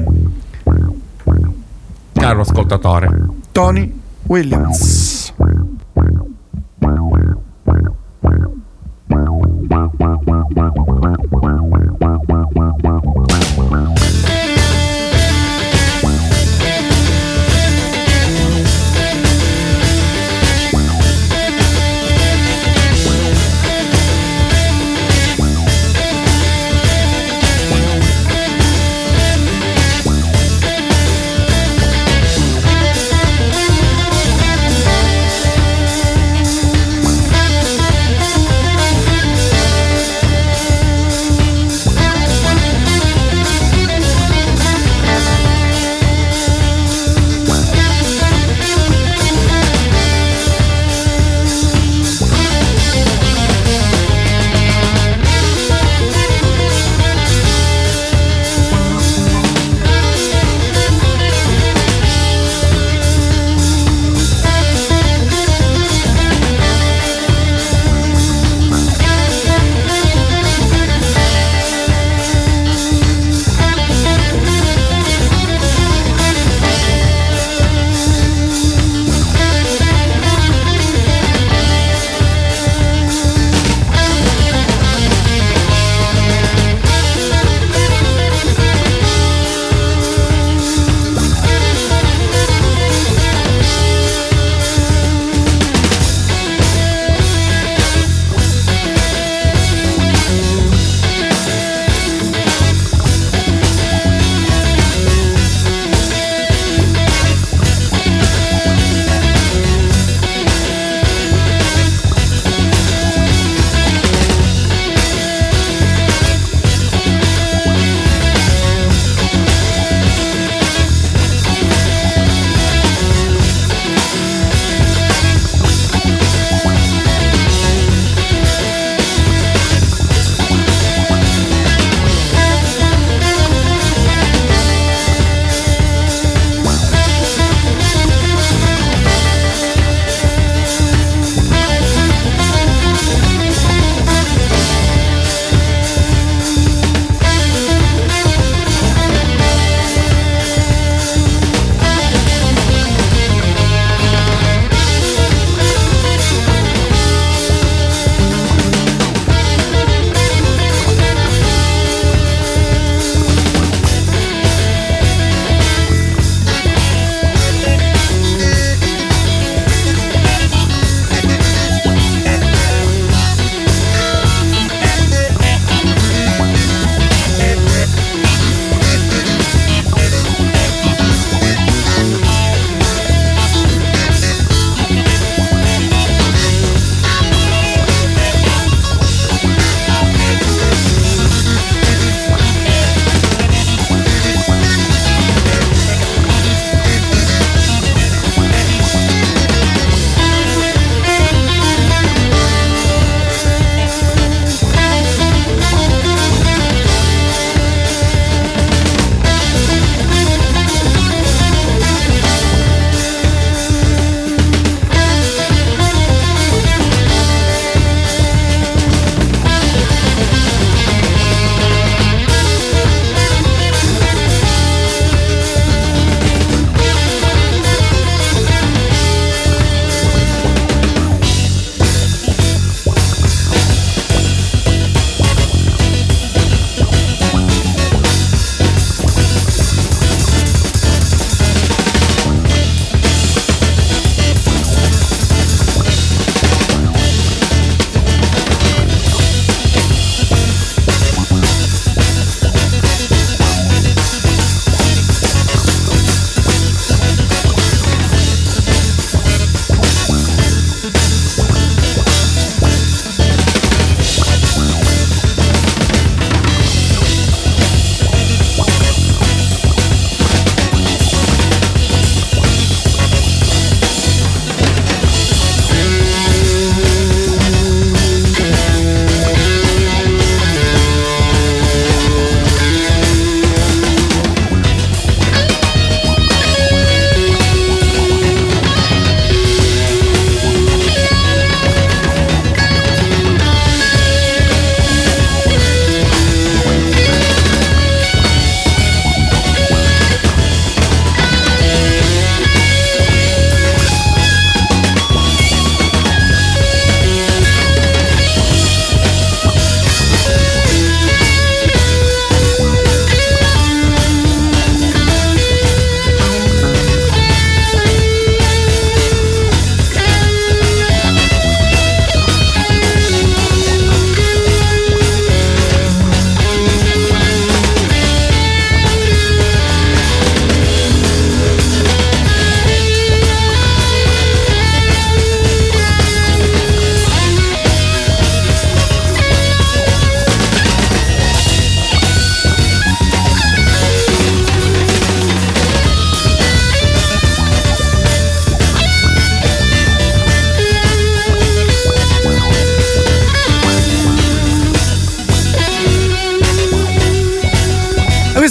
Speaker 13: Caro ascoltatore.
Speaker 12: Tony Williams.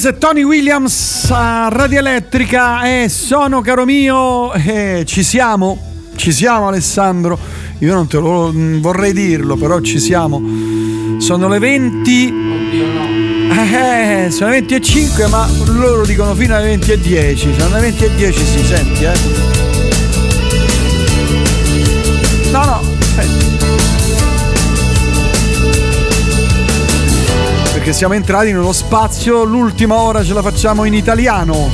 Speaker 12: Questo è Tony Williams a Radio Elettrica e sono, caro mio, eh, ci siamo, ci siamo Alessandro, io non te lo vorrei dirlo, però ci siamo, sono le venti, eh, sono le venti e cinque, ma loro dicono fino alle venti e dieci, sono le venti e dieci, si senti, eh? No, no, aspetta. Perché siamo entrati nello spazio, l'ultima ora ce la facciamo in italiano.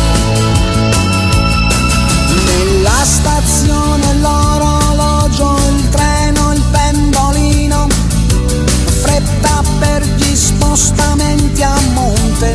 Speaker 6: Nella stazione l'orologio, il treno, il pendolino, fretta per gli spostamenti a monte.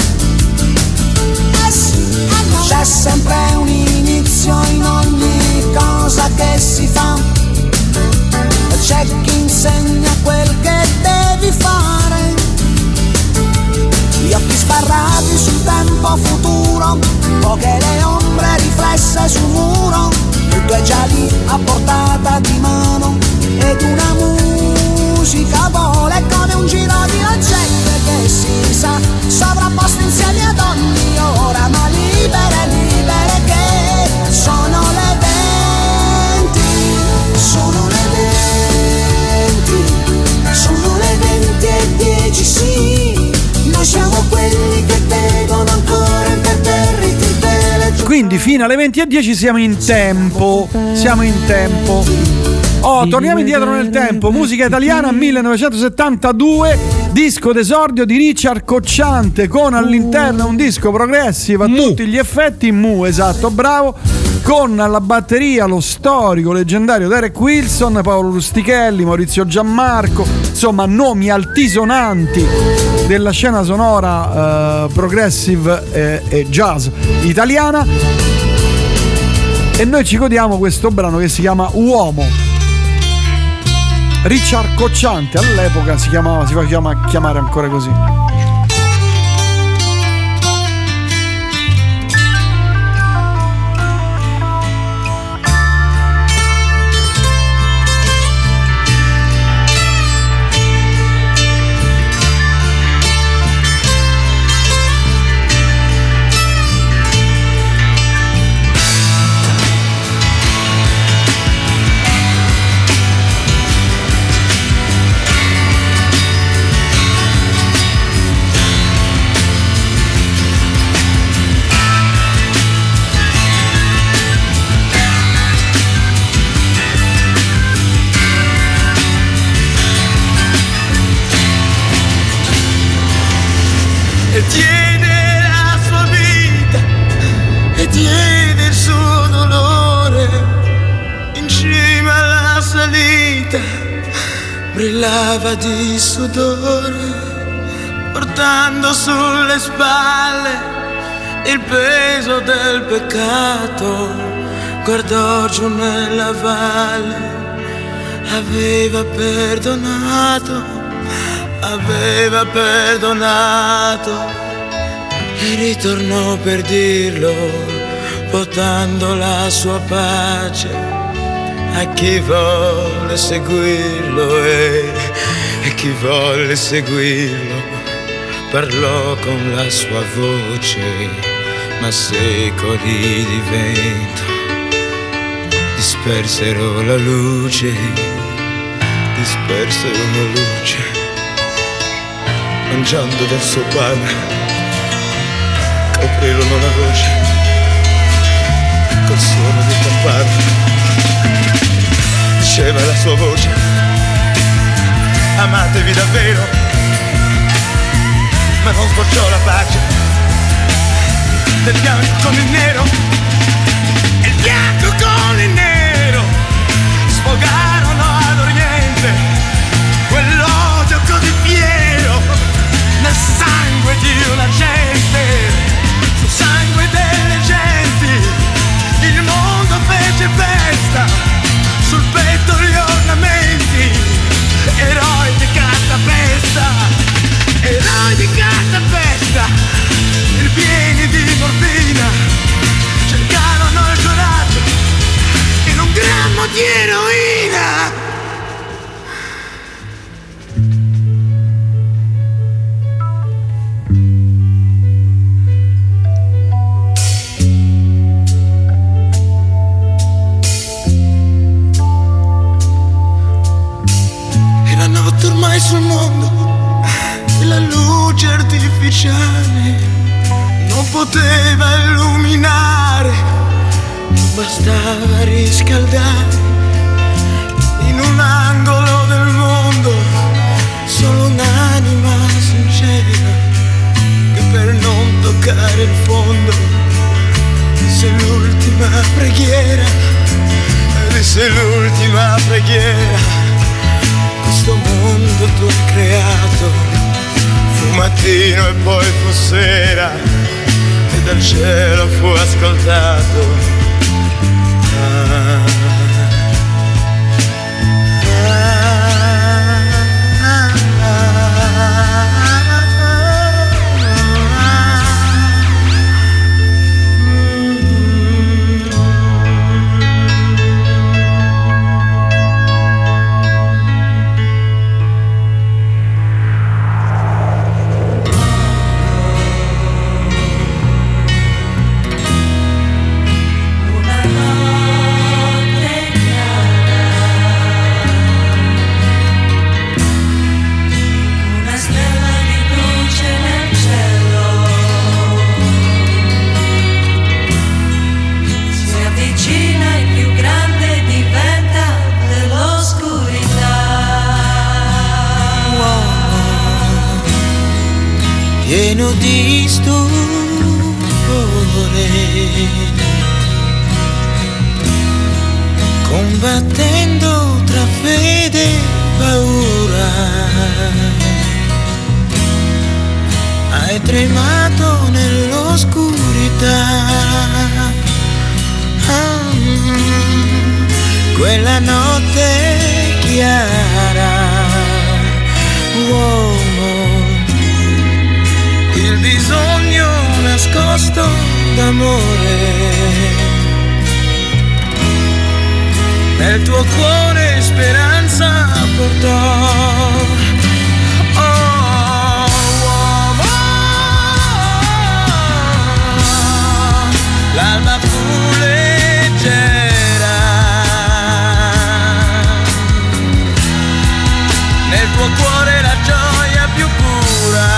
Speaker 6: C'è sempre un inizio in ogni cosa che si fa, c'è chi insegna quel che devi fare. Gli occhi sbarrati sul tempo futuro, poche le ombre riflesse sul muro, tutto è già lì a portata di mano, ed una musica vola come un giro di lancette che si sa, sovrapposte insieme ad ogni ora, ma libere, libere che sono le venti, sono le venti, sono le venti e dieci, sì. Noi siamo quelli che devono ancora imperterriti il telegiornale.
Speaker 12: Quindi fino alle venti e dieci siamo in tempo, siamo in tempo. Oh, torniamo indietro nel tempo. Musica italiana millenovecentosettantadue, disco d'esordio di Richard Cocciante, con all'interno un disco progressive a tutti gli effetti, mu, esatto, bravo, con alla batteria lo storico leggendario Derek Wilson, Paolo Rustichelli, Maurizio Giammarco, insomma nomi altisonanti della scena sonora eh, progressive e, e jazz italiana. E noi ci godiamo questo brano che si chiama Uomo. Richard Cocciante, all'epoca si chiamava, si faceva chiamare ancora così.
Speaker 7: E tiene la sua vita e tiene il suo dolore. In cima alla salita brillava di sudore, portando sulle spalle il peso del peccato. Guardò giù nella valle, aveva perdonato, aveva perdonato, e ritornò per dirlo, portando la sua pace a chi volle seguirlo, e, e chi volle seguirlo parlò con la sua voce, ma secoli di vento dispersero la luce, dispersero la luce. Mangiando del suo pane coprirono la voce col suono di campane. Diceva la sua voce: amatevi davvero, ma non sbocciò la pace del bianco con il nero, e il bianco con il nero sfogarono ad oriente quell'odio così fiero nel sangue di una gente, sul sangue delle genti. Il mondo fece festa, sul petto gli ornamenti, eroi di cartapesta, eroi di cartapesta, ripieni di morfina, cercarono il coraggio
Speaker 6: luce artificiale non poteva illuminare, non bastava riscaldare in un angolo del mondo solo un'anima sincera che per non toccare il fondo disse l'ultima preghiera, disse l'ultima preghiera. Questo mondo tu hai creato, fu mattino e poi fu sera e dal cielo fu ascoltato. Ah. Pieno di stupore, combattendo tra fede e paura, hai tremato nell'oscurità. Ah, quella notte chiara, uomo, il bisogno nascosto d'amore, nel tuo cuore speranza portò. Oh, uomo, l'alba fu leggera, nel tuo cuore la gioia più pura.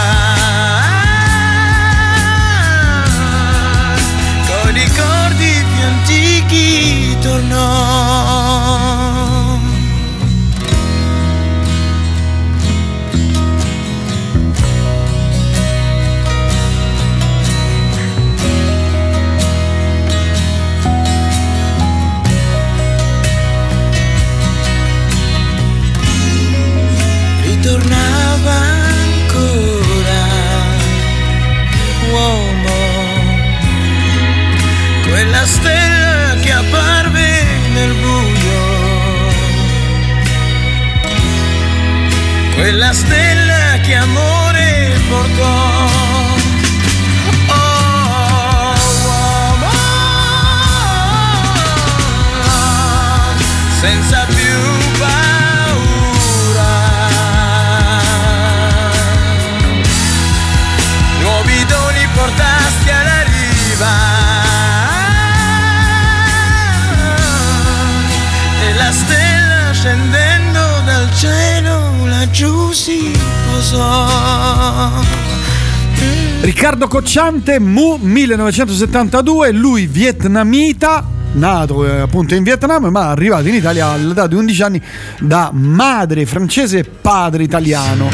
Speaker 6: Ricordi più antichi tornò. Ritornava ancora, uomo, quella stella che apparve nel buio, quella stella che amore portò. Oh, uomo, senza più paura, nuovi doni portasti alla riva. La stella scendendo dal cielo laggiù si posò.
Speaker 12: Riccardo Cocciante, Mu millenovecentosettantadue, lui vietnamita, nato eh, appunto in Vietnam, ma arrivato in Italia all'età di undici anni da madre francese e padre italiano.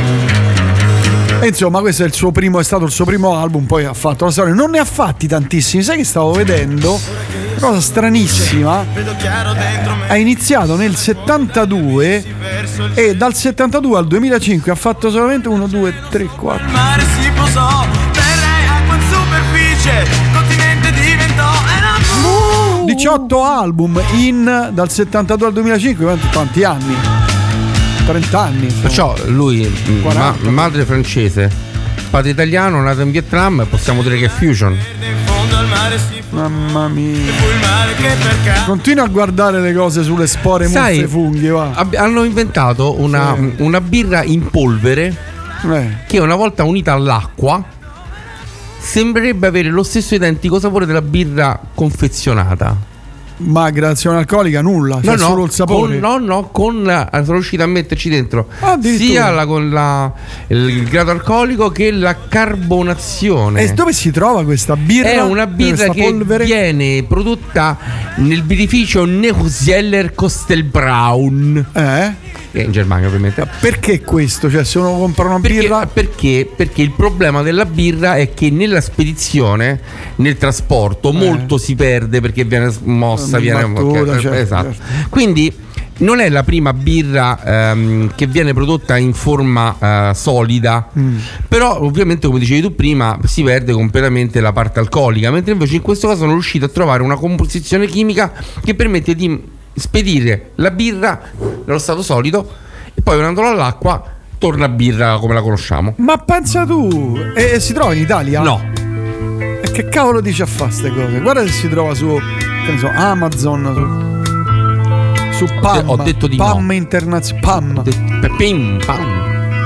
Speaker 12: E insomma, questo è il suo primo, è stato il suo primo album, poi ha fatto la storia. Non ne ha fatti tantissimi, sai che stavo vedendo? Una cosa stranissima, ha iniziato nel settantadue e dal settantadue al duemilacinque ha fatto solamente uno, due, tre, quattro.
Speaker 6: Mare si posò, terra e acqua in superficie, continente diventò uh,
Speaker 12: diciotto album in dal settantadue al duemilacinque, quanti, quanti anni? trenta anni. Insomma.
Speaker 13: Perciò lui, ma, madre francese, padre italiano, nato in Vietnam, possiamo dire che è fusion.
Speaker 12: Mamma mia, continua a guardare le cose sulle spore,
Speaker 13: sai,
Speaker 12: muffe, funghi, va.
Speaker 13: Ab- hanno inventato una,
Speaker 12: sì.
Speaker 13: una birra in polvere
Speaker 12: eh.
Speaker 13: che una volta unita all'acqua sembrerebbe avere lo stesso identico sapore della birra confezionata.
Speaker 12: Ma gradazione alcolica nulla, cioè
Speaker 13: no, no,
Speaker 12: solo il sapore.
Speaker 13: Con, no, no, con la, sono riuscito a metterci dentro
Speaker 12: Addirittura.
Speaker 13: sia la, con la, il grado alcolico che la carbonazione.
Speaker 12: E dove si trova questa birra?
Speaker 13: È una birra
Speaker 12: Questa
Speaker 13: che
Speaker 12: polvere?
Speaker 13: viene prodotta nel birrificio Neuseeler Kostelbraun.
Speaker 12: Eh?
Speaker 13: In Germania, ovviamente.
Speaker 12: Perché questo? Cioè, se uno compra una
Speaker 13: perché,
Speaker 12: birra.
Speaker 13: Perché? Perché il problema della birra è che nella spedizione, nel trasporto,
Speaker 12: Eh.
Speaker 13: molto si perde perché viene smossa, viene
Speaker 12: Battuta,
Speaker 13: ok,
Speaker 12: certo,
Speaker 13: esatto.
Speaker 12: certo.
Speaker 13: Quindi non è la prima birra ehm, che viene prodotta in forma eh, solida,
Speaker 12: Mm.
Speaker 13: però ovviamente, come dicevi tu prima, si perde completamente la parte alcolica, mentre invece in questo caso sono riuscito a trovare una composizione chimica che permette di spedire la birra nello stato solido e poi venendola all'acqua torna birra come la conosciamo.
Speaker 12: Ma pensa tu, e si trova in Italia?
Speaker 13: No.
Speaker 12: E che cavolo dice a fare ste cose? Guarda se si trova su, che ne so, Amazon, su, su Pam.
Speaker 13: Ho detto di
Speaker 12: Pam
Speaker 13: no.
Speaker 12: Internazionale. Pam.
Speaker 13: Pim, pam.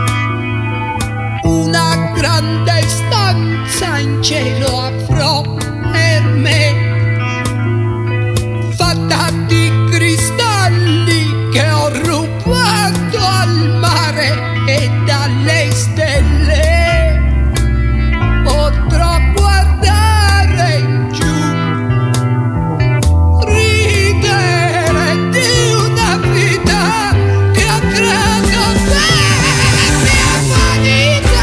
Speaker 7: Una grande stanza in cielo avrò per me, fatta di cristalli che ho rubato al mare e dalle stelle. Potrò guardare in giù, ridere di una vita che ho creato per mia vanità.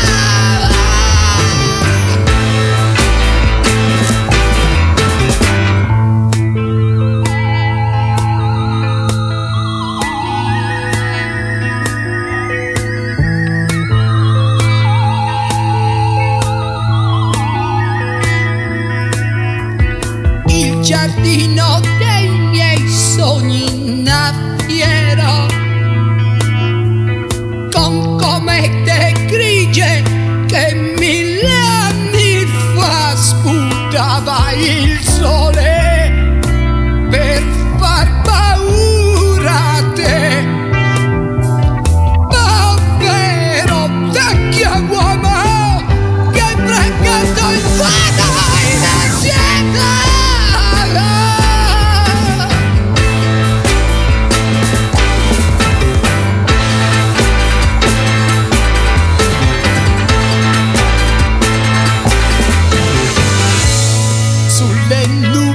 Speaker 7: Il giardino dei miei sogni, una fiera con comete grigie che mille anni fa sputava il sole per far paura a te. Povero vecchio uomo che hai pregato il fuoco in ansietà. Sulle nuvole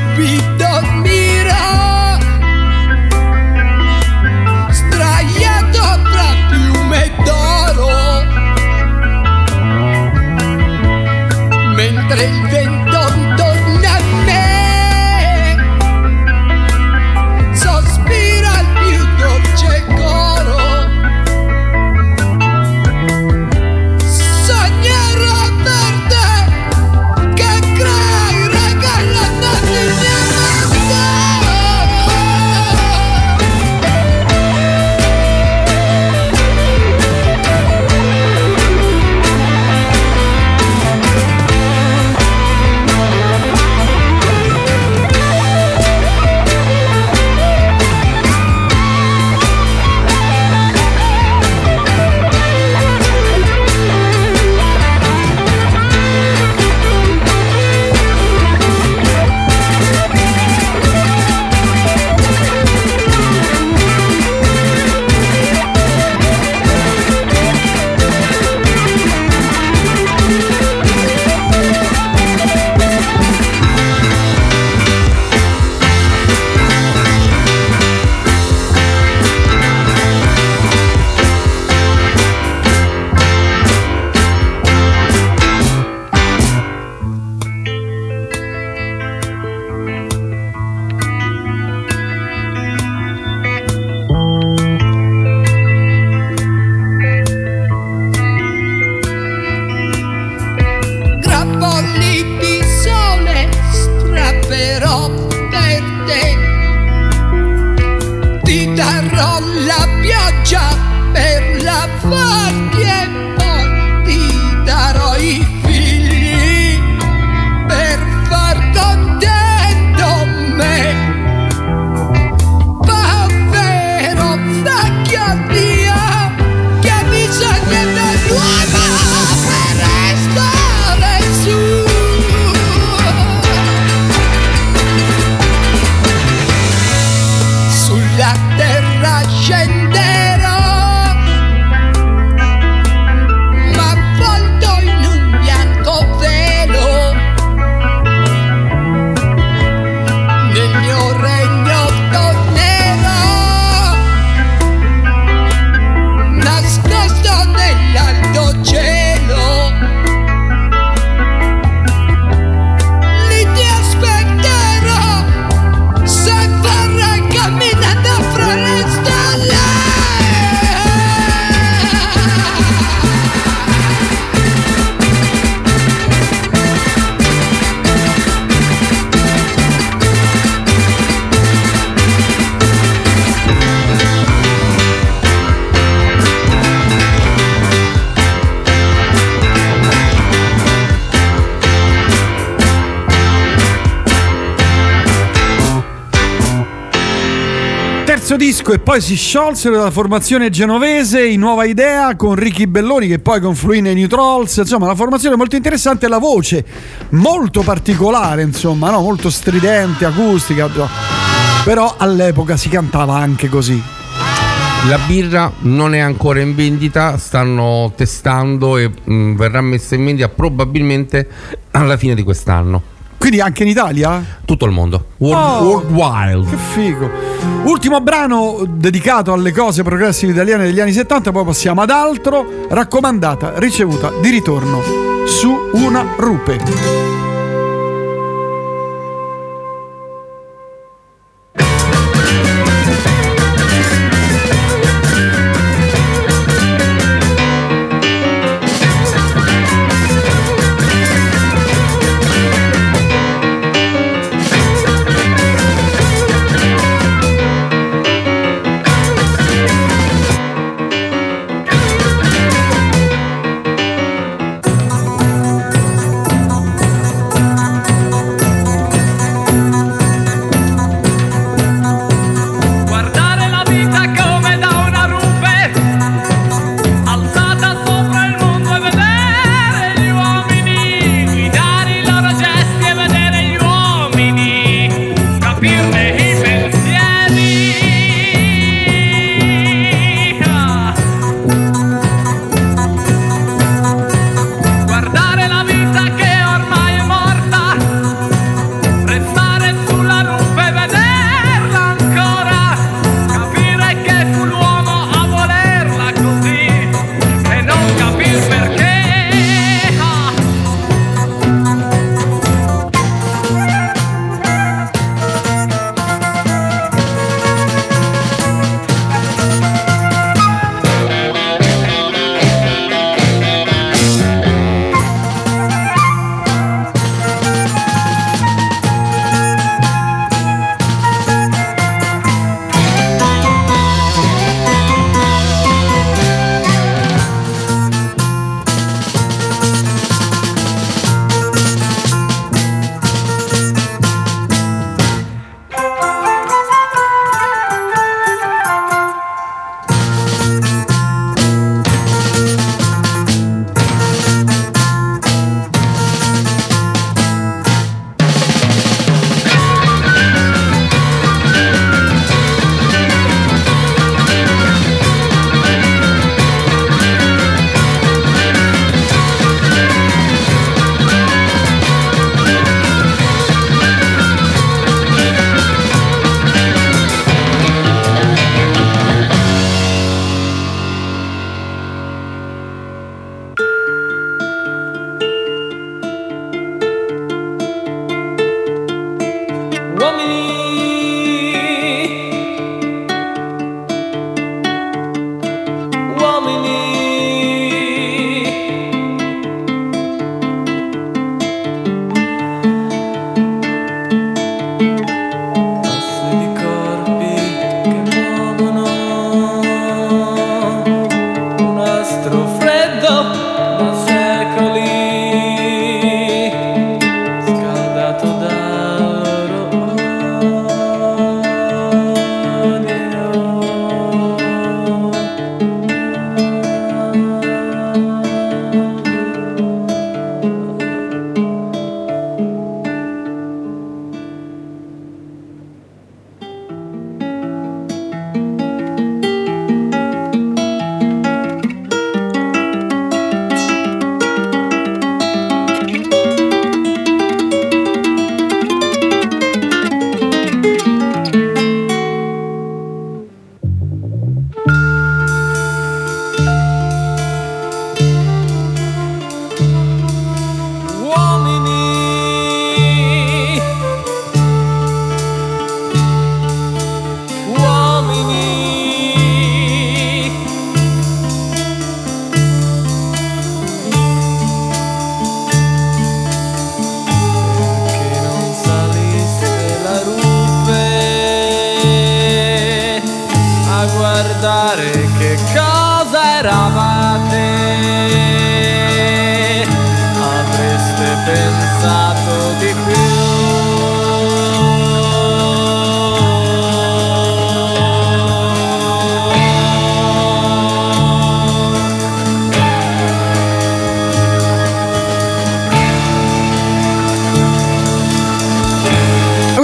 Speaker 12: terzo disco e poi si sciolsero dalla formazione genovese i Nuova Idea con Ricky Belloni che poi confluì nei New Trolls. Insomma, la formazione molto interessante, la voce molto particolare, insomma, no? Molto stridente, acustica, però all'epoca si cantava anche così.
Speaker 13: La birra non è ancora in vendita, stanno testando e mh, verrà messa in vendita probabilmente alla fine di quest'anno.
Speaker 12: Quindi anche in Italia?
Speaker 13: Tutto il mondo. World,
Speaker 12: Oh,
Speaker 13: worldwide.
Speaker 12: Che figo. Ultimo brano dedicato alle cose progressive italiane degli anni settanta, poi passiamo ad altro. Raccomandata, ricevuta di ritorno su una rupe.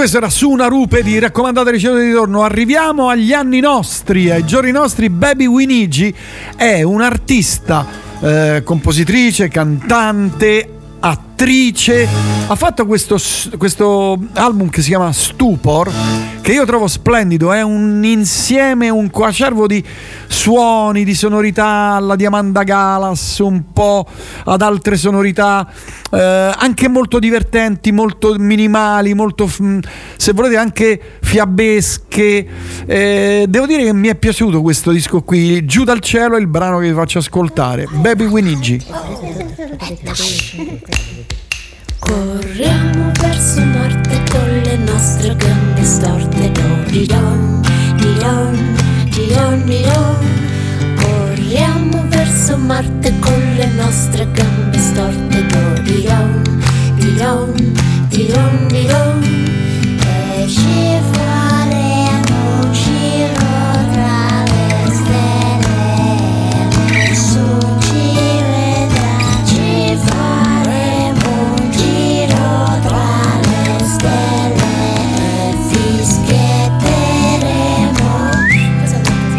Speaker 12: Questo era su una rupe di raccomandate ricevute di ritorno. Arriviamo agli anni nostri, ai giorni nostri. Baby Winigi è un'artista, eh, compositrice, cantante, attrice. Ha fatto questo, questo album che si chiama Stupor, che io trovo splendido. È un insieme, un coacervo di suoni, di sonorità alla di Amanda Galas, un po' ad altre sonorità, eh, anche molto divertenti, molto minimali, molto, se volete, anche fiabesche. Eh, devo dire che mi è piaciuto questo disco qui. Giù dal cielo è il brano che vi faccio ascoltare, Baby Winigi.
Speaker 10: Corriamo verso Marte con le nostre gambe storte. Di-don, di-don, di-don, di-don. Corriamo verso Marte con le nostre gambe storte. Di-don, di-don, di-don, di-don. E ci faremo un giro tra le stelle. Nessuno ci vedrà. Ci faremo un giro tra le stelle e fischietteremo. Cosa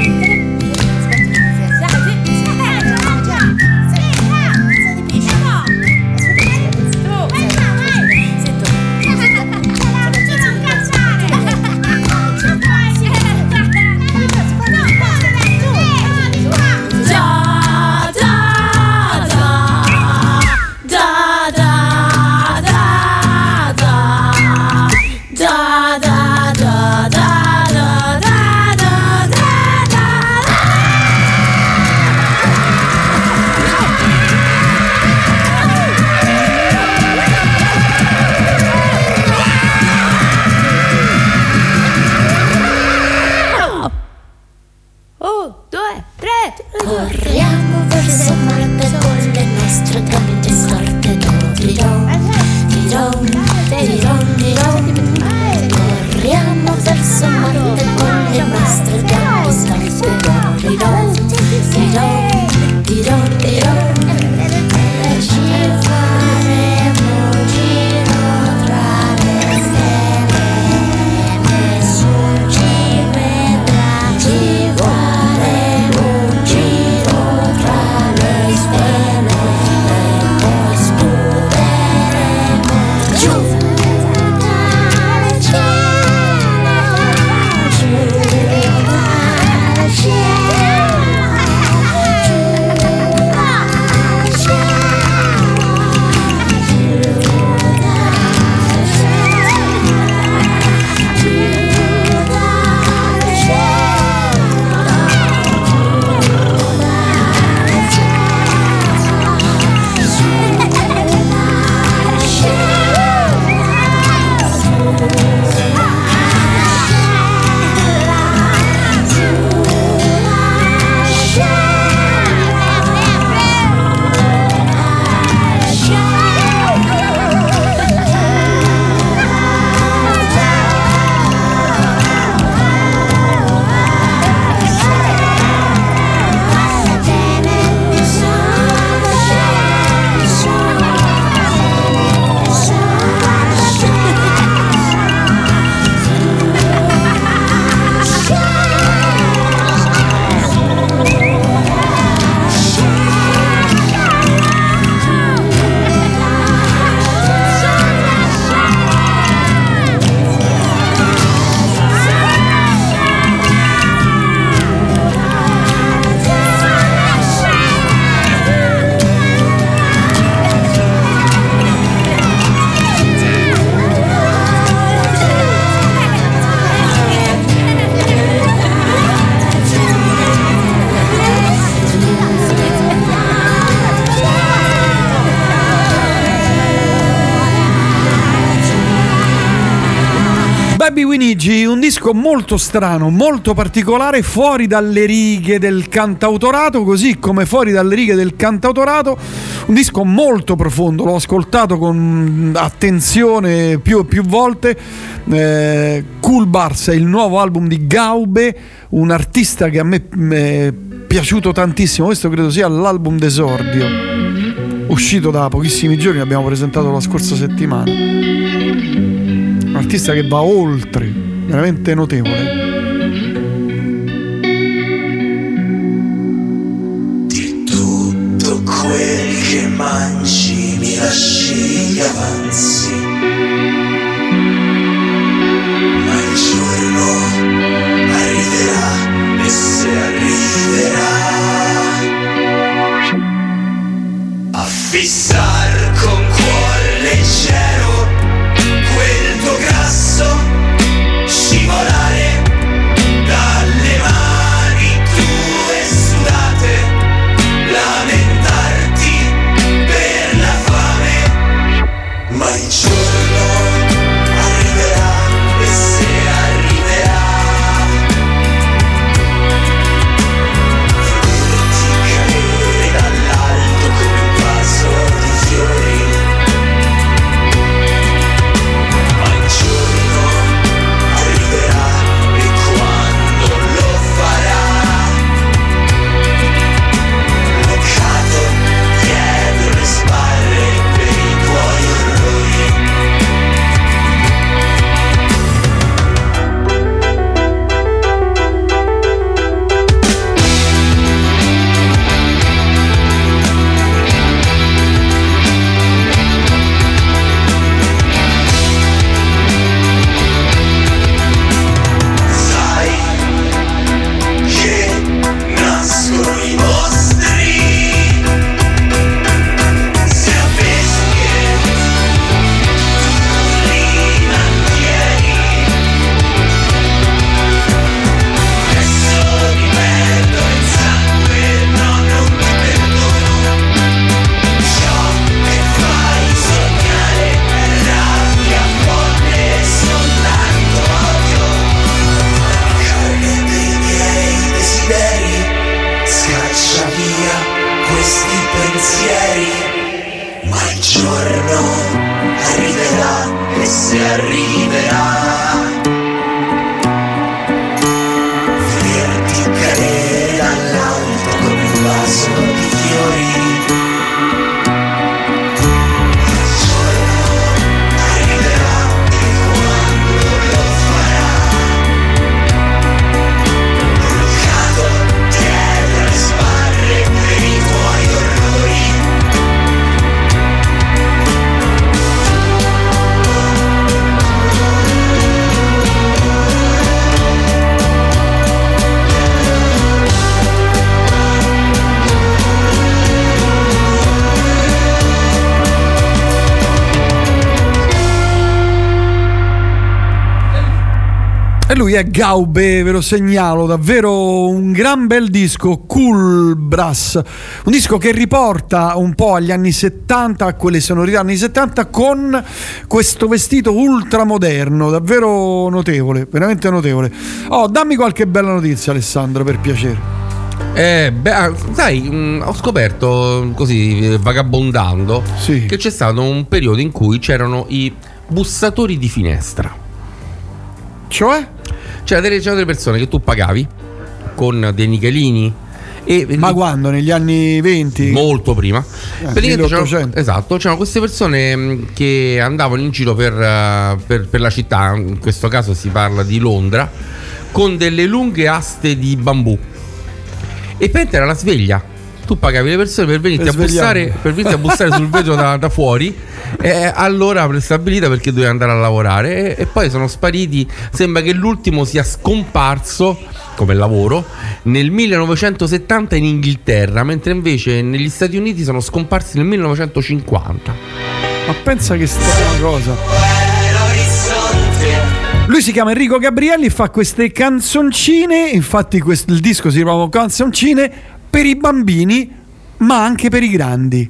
Speaker 10: Corriamo verso Marte con le nostre gambe storte. Di-don, di-don, di-don, di-don. Corriamo verso Marte con le nostre gambe storte. Di-don, di-don, di-don, di-don. E ci faremo un giro tra le stelle. Nessuno ci vedrà. Ci faremo un giro tra le stelle e poi sputeremo giù.
Speaker 12: Baby Winigi, un disco molto strano, molto particolare, fuori dalle righe del cantautorato, così come fuori dalle righe del cantautorato, un disco molto profondo, l'ho ascoltato con attenzione più e più volte. eh, Cool Bars è il nuovo album di Gaube, un artista che a me è piaciuto tantissimo. Questo credo sia l'album d'esordio, uscito da pochissimi giorni, l'abbiamo presentato la scorsa settimana. artista che va oltre, veramente notevole.
Speaker 9: Tutto quel che mangi mi lasci gli avanzi, ma il giorno arriverà, e se arriverà a fissar con cuore leggero quel tuo grasso, scivolare dalle mani tue sudate, lamentarti per la fame, ma il giorno arriverà, e se arriverà vederti cadere dall'alto come un vaso di fiori, ma il giorno arriverà, e quando lo farà, bloccato dietro le spalle per i tuoi orrori. Sai che nascono i mostri, se a bestie li mantieni, adesso mi perdo il sangue, no, non ti perdono, ciò che fai sognare rabbia, folle, soltanto odio, carne dei miei desideri, scaccia via questi pensieri, ma il giorno arriverà, e se arriverà vederti cadere dall'alto come un vaso di fiori, ma il giorno arriverà, e quando lo farà, bloccato dietro le spalle per i tuoi orrori.
Speaker 12: E lui è Gaube, ve lo segnalo, davvero un gran bel disco, Cool Brass, un disco che riporta un po' agli anni settanta, a quelle sonorità anni settanta, con questo vestito ultramoderno, davvero notevole, veramente notevole. Oh, dammi qualche bella notizia, Alessandro, per piacere.
Speaker 13: Eh, beh, sai, mh, ho scoperto così, eh, vagabondando, che c'è stato un periodo in cui c'erano i bussatori di finestra.
Speaker 12: Cioè?
Speaker 13: Cioè delle, c'erano delle persone che tu pagavi con dei nichelini. E
Speaker 12: Ma quando? Negli anni venti?
Speaker 13: Molto prima.
Speaker 12: Eh,
Speaker 13: Praticamente c'erano,
Speaker 12: milleottocento.
Speaker 13: esatto, c'erano queste persone mh, che andavano in giro per, uh, per, per la città, in questo caso si parla di Londra, con delle lunghe aste di bambù. E poi era la sveglia. Tu pagavi le persone per venirti,
Speaker 12: Per
Speaker 13: a bussare,
Speaker 12: svegliarmi.
Speaker 13: per venirti a bussare sul vetro da, da fuori, eh, all'ora prestabilita perché dovevi andare a lavorare. E, e poi sono spariti. Sembra che l'ultimo sia scomparso come lavoro nel millenovecentosettanta in Inghilterra, mentre invece negli Stati Uniti sono scomparsi nel millenovecentocinquanta.
Speaker 12: Ma pensa che strana cosa. Lui si chiama Enrico Gabrielli, fa queste canzoncine, infatti questo, il disco si chiama Canzoncine per i bambini, ma anche per i grandi.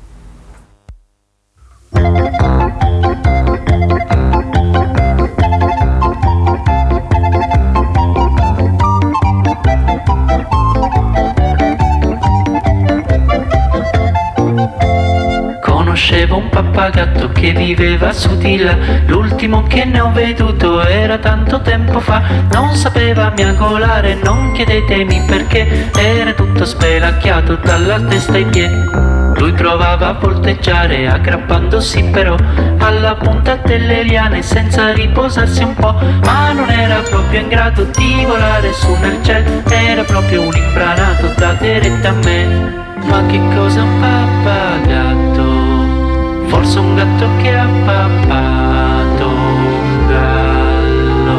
Speaker 11: Conoscevo un pappagatto che viveva su di là, l'ultimo che ne ho veduto era tanto tempo fa. Non sapeva miagolare, non chiedetemi perché, era tutto spelacchiato dalla testa ai piedi. Lui provava a volteggiare aggrappandosi però alla punta delle liane senza riposarsi un po', ma non era proprio in grado di volare su nel cielo, era proprio un imbranato da diretta a me. Ma che cosa un pappagatto? Forse un gatto che ha pappato un gallo.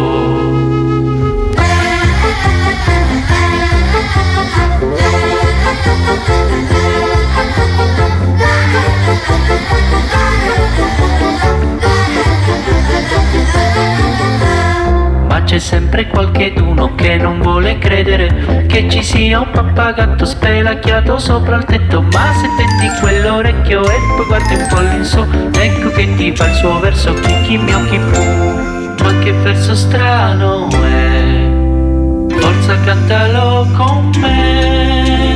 Speaker 11: Ma c'è sempre qualcheduno che non vuole credere che ci sia un pappagatto spelacchiato sopra il tetto. Ma se tendi quell'orecchio e poi guardi un po' in su, ecco che ti fa il suo verso chicchi miocchi pu. Ma che verso strano è, forza cantalo con me.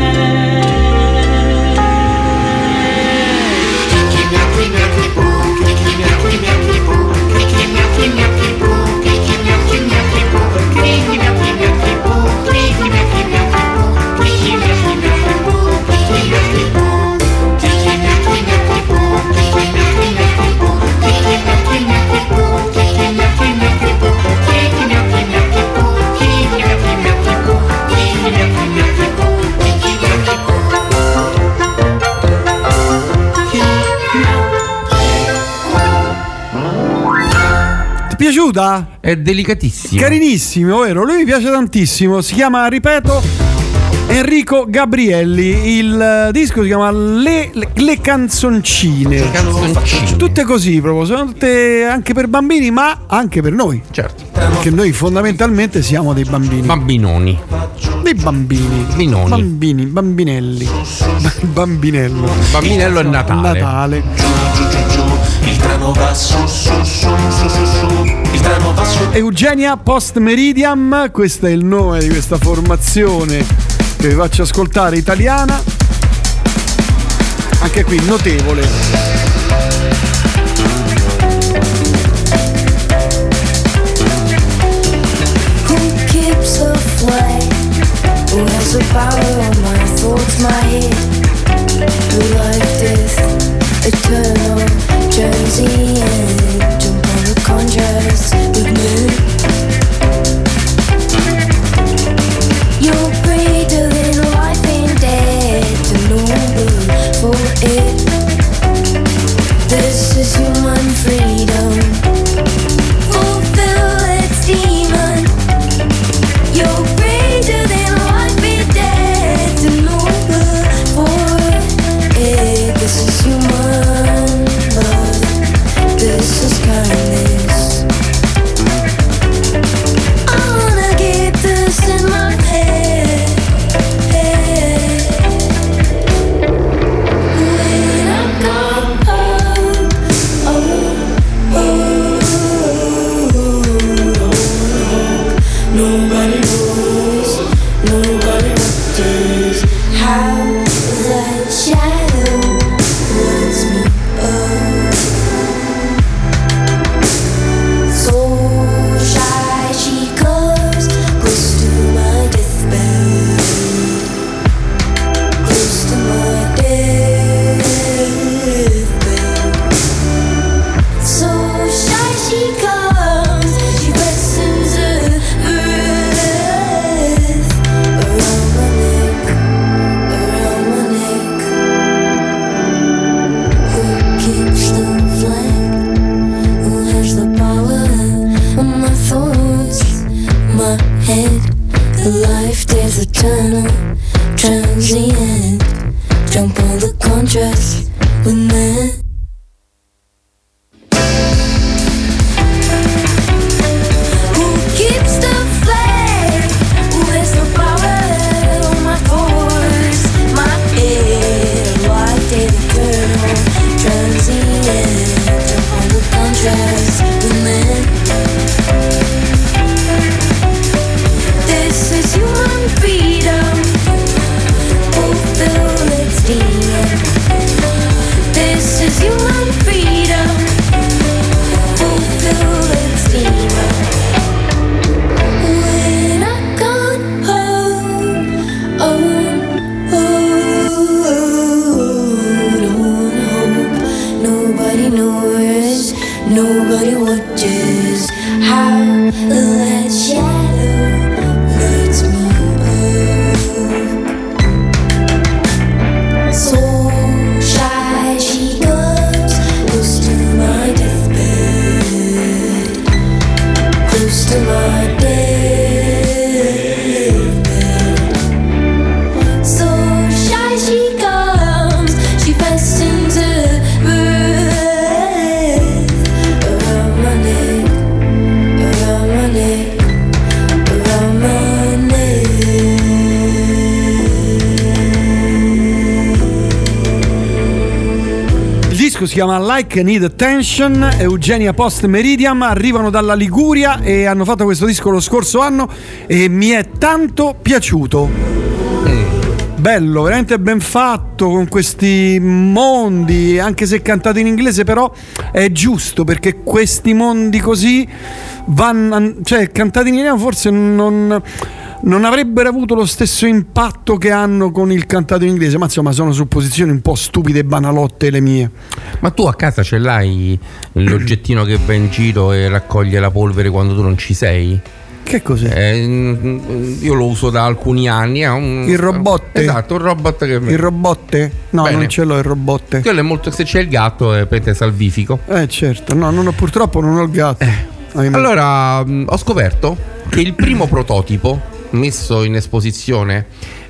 Speaker 12: Piaciuta?
Speaker 13: È delicatissimo.
Speaker 12: Carinissimo, vero? Lui mi piace tantissimo. Si chiama, ripeto, Enrico Gabrielli. Il disco si chiama Le, le, le canzoncine.
Speaker 13: Le canzoncine.
Speaker 12: Tutte così proprio. Sono tutte anche per bambini, ma anche per noi.
Speaker 13: Certo.
Speaker 12: Perché noi fondamentalmente siamo dei bambini.
Speaker 13: Bambinoni.
Speaker 12: Dei bambini.
Speaker 13: Binoni.
Speaker 12: Bambini, bambinelli. Bambinello.
Speaker 13: Bambinello è Natale.
Speaker 12: Natale.
Speaker 9: Il treno va su, su, su, su, su, su. Il treno va su.
Speaker 12: Eugenia Post Meridian, questo è il nome di questa formazione che vi faccio ascoltare, italiana. Anche qui notevole.
Speaker 10: Who keeps a flame? Who has the power on my thoughts, my head? Who life, death, eternal, transient? Jump on the contrast with me. You're greater than life and death, and no good for it. This is human freedom. Fulfill its demon. You're greater than life and death, and no good for it.
Speaker 12: disco si chiama Like Need Attention, Eugenia Post Meridian, arrivano dalla Liguria e hanno fatto questo disco lo scorso anno e mi è tanto piaciuto. Bello, veramente ben fatto, con questi mondi, anche se cantato in inglese, però è giusto perché questi mondi così vanno, cioè cantati in italiano forse non non avrebbero avuto lo stesso impatto che hanno con il cantato in inglese, ma insomma sono supposizioni un po' stupide e banalotte le mie.
Speaker 13: Ma tu a casa ce l'hai l'oggettino che va in giro e raccoglie la polvere quando tu non ci sei?
Speaker 12: Che cos'è?
Speaker 13: Eh, io lo uso da alcuni anni. È un,
Speaker 12: il robotte?
Speaker 13: Esatto, un robot che...
Speaker 12: Il robotte? No, Bene. Non ce l'ho il robotte.
Speaker 13: Quello è molto... Se c'è il gatto è per salvifico.
Speaker 12: Eh certo, no, non ho, purtroppo non ho il gatto.
Speaker 13: Eh. Allora, mh, ho scoperto che il primo prototipo messo in esposizione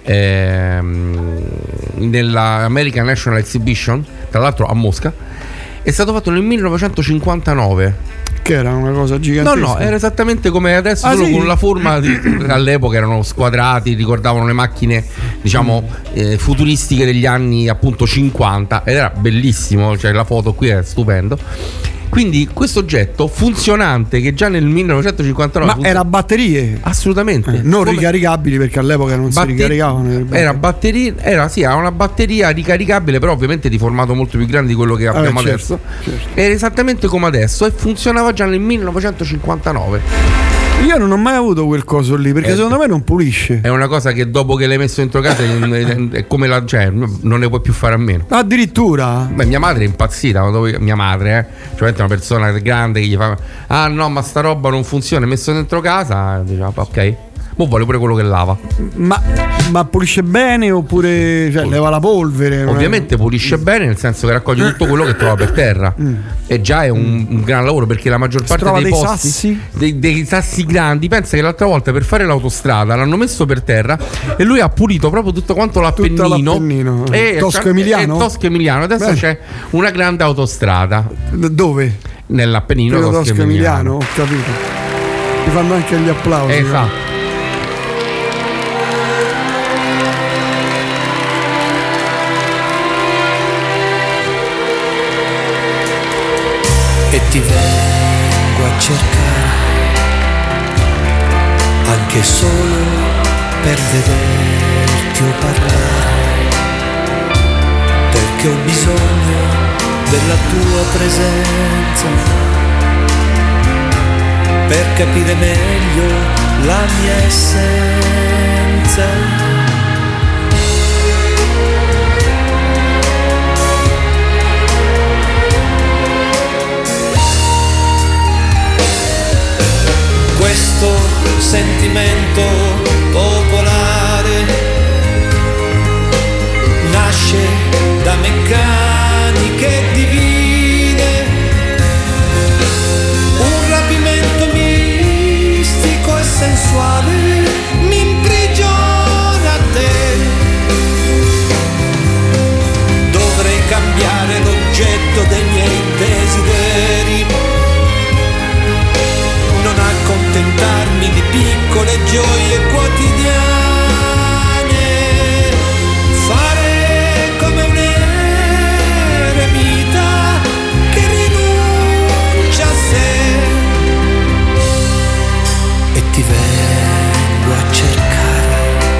Speaker 13: ehm, nella American National Exhibition, tra l'altro a Mosca, è stato fatto nel millenovecentocinquantanove.
Speaker 12: Che era una cosa gigantesca.
Speaker 13: No, no, era esattamente come adesso,
Speaker 12: ah,
Speaker 13: solo
Speaker 12: sì?
Speaker 13: con la forma di, all'epoca erano squadrati, ricordavano le macchine, diciamo, eh, futuristiche degli anni appunto cinquanta, ed era bellissimo, cioè la foto qui è stupendo. Quindi questo oggetto funzionante che già nel millenovecentocinquantanove
Speaker 12: ma funziona... era a batterie?
Speaker 13: Assolutamente.
Speaker 12: Eh, non come... ricaricabili, perché all'epoca non Batter... si ricaricavano.
Speaker 13: Era batteria, era sì, era una batteria ricaricabile, però ovviamente di formato molto più grande di quello che abbiamo
Speaker 12: eh, certo,
Speaker 13: adesso.
Speaker 12: Certo.
Speaker 13: Era esattamente come adesso e funzionava già nel millenovecentocinquantanove.
Speaker 12: Io non ho mai avuto quel coso lì, perché eh, secondo me non pulisce.
Speaker 13: È una cosa che dopo che l'hai messo dentro casa è, è come la, cioè, non ne puoi più fare a meno.
Speaker 12: Addirittura?
Speaker 13: Beh, mia madre è impazzita. Quando, mia madre, eh, cioè una persona grande che gli fa: ah no, ma sta roba non funziona, è messo dentro casa. Diciamo, ok. Ma vuole pure quello che lava.
Speaker 12: Ma, ma pulisce bene oppure cioè, leva la polvere?
Speaker 13: Ovviamente pulisce bene, nel senso che raccoglie tutto quello che trova per terra. Mm. E già è un, un gran lavoro, perché la maggior parte dei, dei posti
Speaker 12: sassi?
Speaker 13: Dei, dei sassi grandi. Pensa che l'altra volta per fare l'autostrada l'hanno messo per terra e lui ha pulito proprio tutto quanto l'Appennino,
Speaker 12: l'Appennino.
Speaker 13: E
Speaker 12: Tosco Emiliano?
Speaker 13: Tosco Emiliano. Adesso Beh. c'è una grande autostrada.
Speaker 12: Dove?
Speaker 13: Nell'Appennino
Speaker 12: Tosco,
Speaker 13: Tosco
Speaker 12: Emiliano. Ho capito. Ti fanno anche gli applausi.
Speaker 13: Esatto.
Speaker 16: E ti vengo a cercare, anche solo per vederti o parlare, perché ho bisogno della tua presenza, per capire meglio la mia essenza. Questo sentimento popolare nasce da meccaniche divine, un rapimento mistico e sensuale mi imprigiona a te. Dovrei cambiare l'oggetto dei miei desideri, non accontentarmi di piccole gioie quotidiane, fare come un eremita che rinuncia a sé. E ti vengo a cercare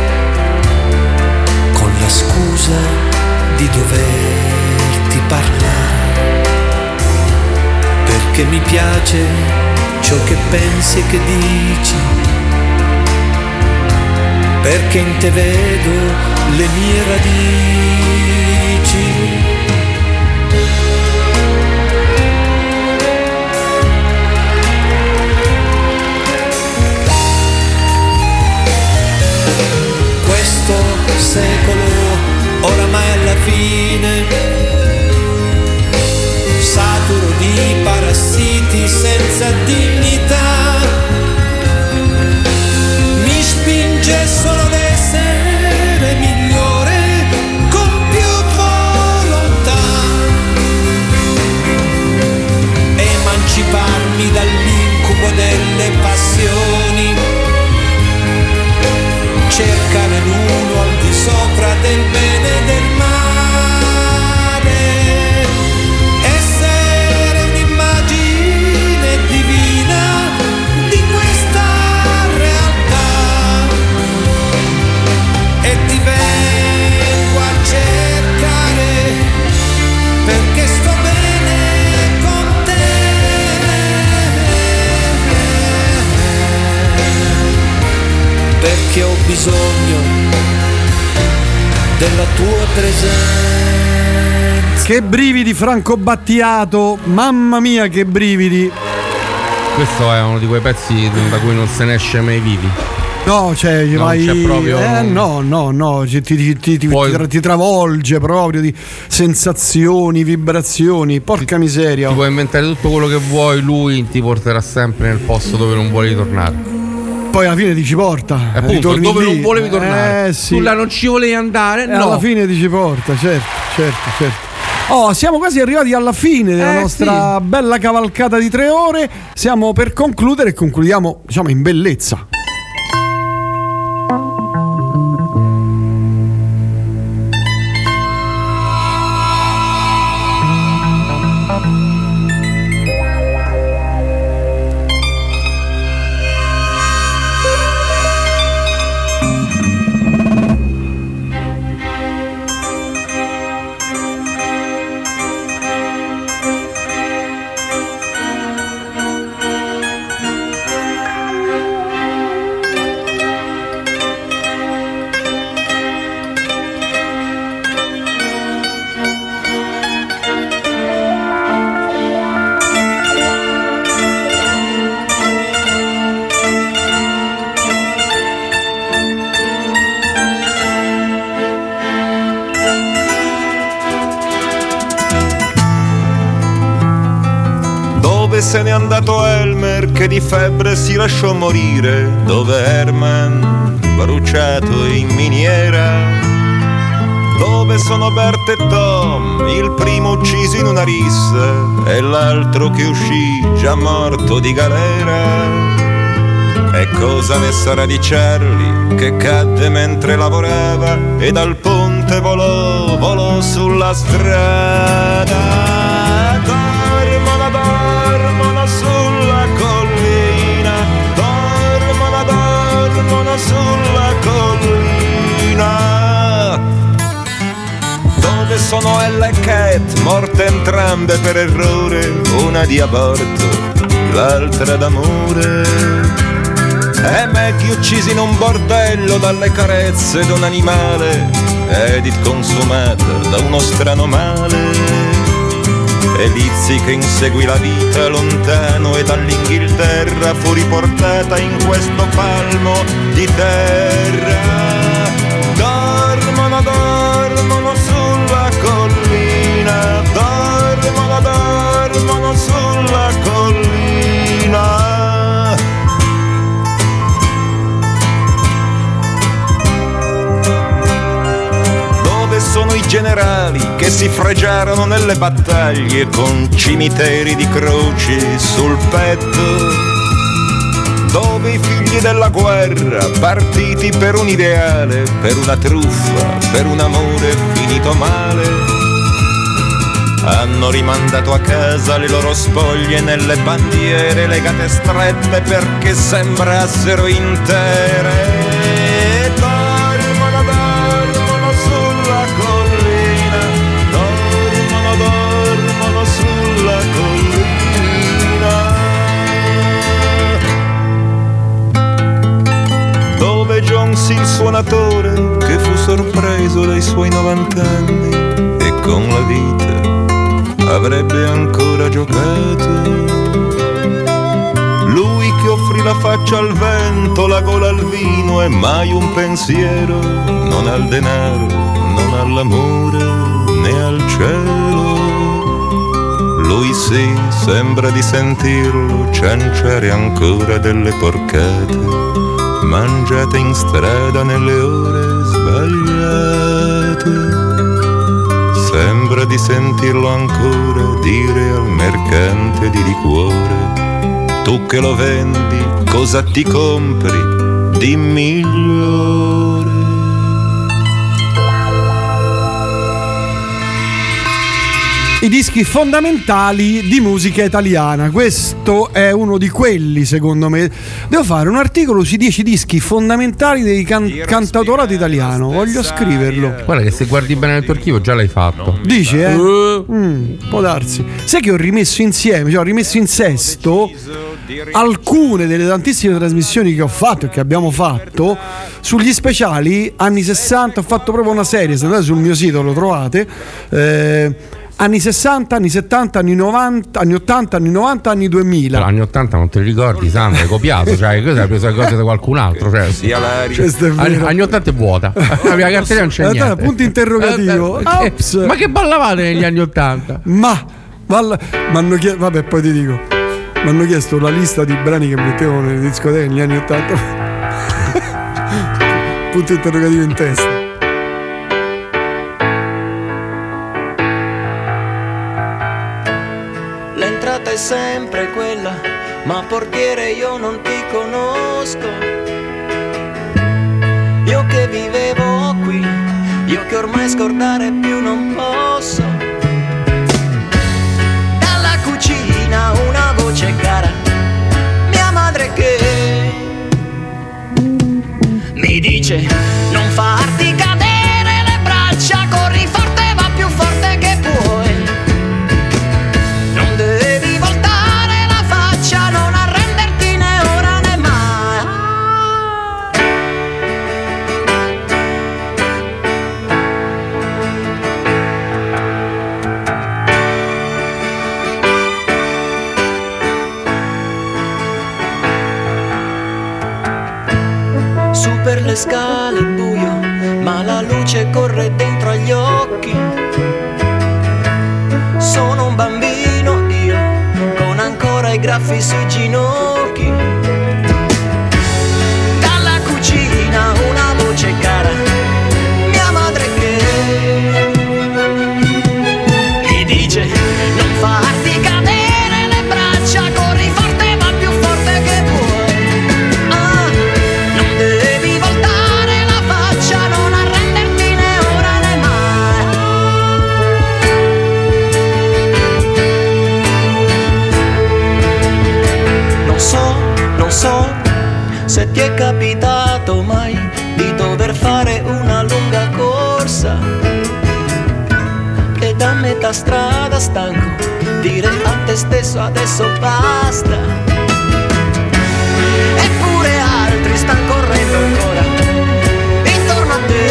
Speaker 16: con la scusa di doverti parlare, perché mi piace ciò che pensi e che dici, perché in te vedo le mie radici. Questo secolo oramai alla fine, saturo di parassiti senza dignità, mi spinge solo ad essere migliore con più volontà, emanciparmi dall'incubo delle passioni, cercare l'uno al di sopra del bene e del male, della tua presenza.
Speaker 12: Che brividi, Franco Battiato, mamma mia che brividi.
Speaker 13: Questo è uno di quei pezzi da cui non se ne esce mai vivi.
Speaker 12: No, cioè,
Speaker 13: Non
Speaker 12: vai,
Speaker 13: c'è proprio-
Speaker 12: eh, no, no, no, ti, ti, ti, ti,
Speaker 13: Poi-
Speaker 12: ti- ti travolge proprio di sensazioni, vibrazioni, porca miseria.
Speaker 13: Ti puoi inventare tutto quello che vuoi, lui ti porterà sempre nel posto dove non vuoi ritornare.
Speaker 12: Poi alla fine ti ci porta.
Speaker 13: Appunto,
Speaker 12: ritorni
Speaker 13: dove
Speaker 12: lì.
Speaker 13: non volevi tornare.
Speaker 12: Eh, sì.
Speaker 13: Tu là non ci volevi andare,
Speaker 12: E
Speaker 13: no.
Speaker 12: alla fine ti ci porta, certo, certo, certo. Oh, siamo quasi arrivati alla fine della
Speaker 13: Eh,
Speaker 12: nostra bella cavalcata di tre ore. Siamo per concludere e concludiamo, diciamo, in bellezza.
Speaker 14: Dove se n'è andato Elmer che di febbre si lasciò morire? Dove Herman, bruciato in miniera? Dove sono Bert e Tom, il primo ucciso in una rissa e l'altro che uscì già morto di galera? E cosa ne sarà di Charlie che cadde mentre lavorava e dal ponte volò, volò sulla strada? Dormono, dormono sulla collina, dormono, dormono sulla collina. Dove sono Ella e Cat, morte entrambe per errore, una di aborto, l'altra d'amore? E Maggie uccisi in un bordello dalle carezze d'un animale, Edith consumata da uno strano male. E Lizzie che inseguì la vita lontano e dall'Inghilterra fu riportata in questo palmo di terra. Dormono, dormono sulla collina, dormono, dormono sulla collina. Sono i generali che si fregiarono nelle battaglie con cimiteri di croci sul petto, dove i figli della guerra, partiti per un ideale, per una truffa, per un amore finito male, hanno rimandato a casa le loro spoglie nelle bandiere legate strette perché sembrassero intere. Jones il suonatore che fu sorpreso dai suoi novant'anni e con la vita avrebbe ancora giocato. Lui che offrì la faccia al vento, la gola al vino e mai un pensiero, non al denaro, non all'amore né al cielo. Lui sì, sembra di sentirlo cianciare ancora delle porcate mangiate in strada nelle ore sbagliate. Sembra di sentirlo ancora dire al mercante di liquore: tu che lo vendi, cosa ti compri di migliore?
Speaker 12: I dischi fondamentali di musica italiana. Questo è uno di quelli, secondo me. Devo fare un articolo sui dieci dischi fondamentali dei can- cantautorato italiano. Voglio scriverlo.
Speaker 13: Guarda che se guardi bene nel tuo archivio già l'hai fatto.
Speaker 12: Dici, eh? Mm, può darsi. Sai che ho rimesso insieme, cioè ho rimesso in sesto alcune delle tantissime trasmissioni che ho fatto e che abbiamo fatto sugli speciali anni sessanta. Ho fatto proprio una serie, se andate sul mio sito lo trovate, eh, anni sessanta, anni settanta, anni novanta, anni ottanta, anni novanta, anni duemila.
Speaker 13: Però anni ottanta non te li ricordi, Sandro, hai copiato, cioè questo hai preso le cose da qualcun altro, cioè.
Speaker 14: Sia l'aria.
Speaker 12: Questo è
Speaker 13: Anni,
Speaker 12: vero.
Speaker 13: anni ottanta è vuota, la mia cartella non c'è niente.
Speaker 12: Punto interrogativo.
Speaker 13: Eh,
Speaker 12: Ops.
Speaker 13: Ma che ballavate negli anni ottanta?
Speaker 12: Ma valla, m'hanno chiesto, vabbè, poi ti dico, mi hanno chiesto la lista di brani che mettevano nelle discoteche negli anni ottanta. Punto interrogativo in testa.
Speaker 16: L'entrata è sempre quella, ma portiere io non ti conosco. Io che vivevo qui, io che ormai scordare più non posso. Dalla cucina una voce cara, mia madre che mi dice non farti cadere le braccia, corri forte, va più forte che puoi. Non devi voltare la faccia, non arrenderti né ora né mai. Su per le scale è buio, ma la luce corre dentro agli occhi. Sono un bambino io, con ancora i graffi sui ginocchi. Dalla cucina una voce cara, mia madre che mi dice non farti cadere le braccia, corri forte, va più forte che puoi. Ah, non devi voltare la faccia, non arrenderti né ora né mai. Non so, non so se ti è capitato mai di dover fare una lunga corsa e da metà strada stanco dire a te stesso adesso basta. Eppure altri stanno correndo ancora intorno a te.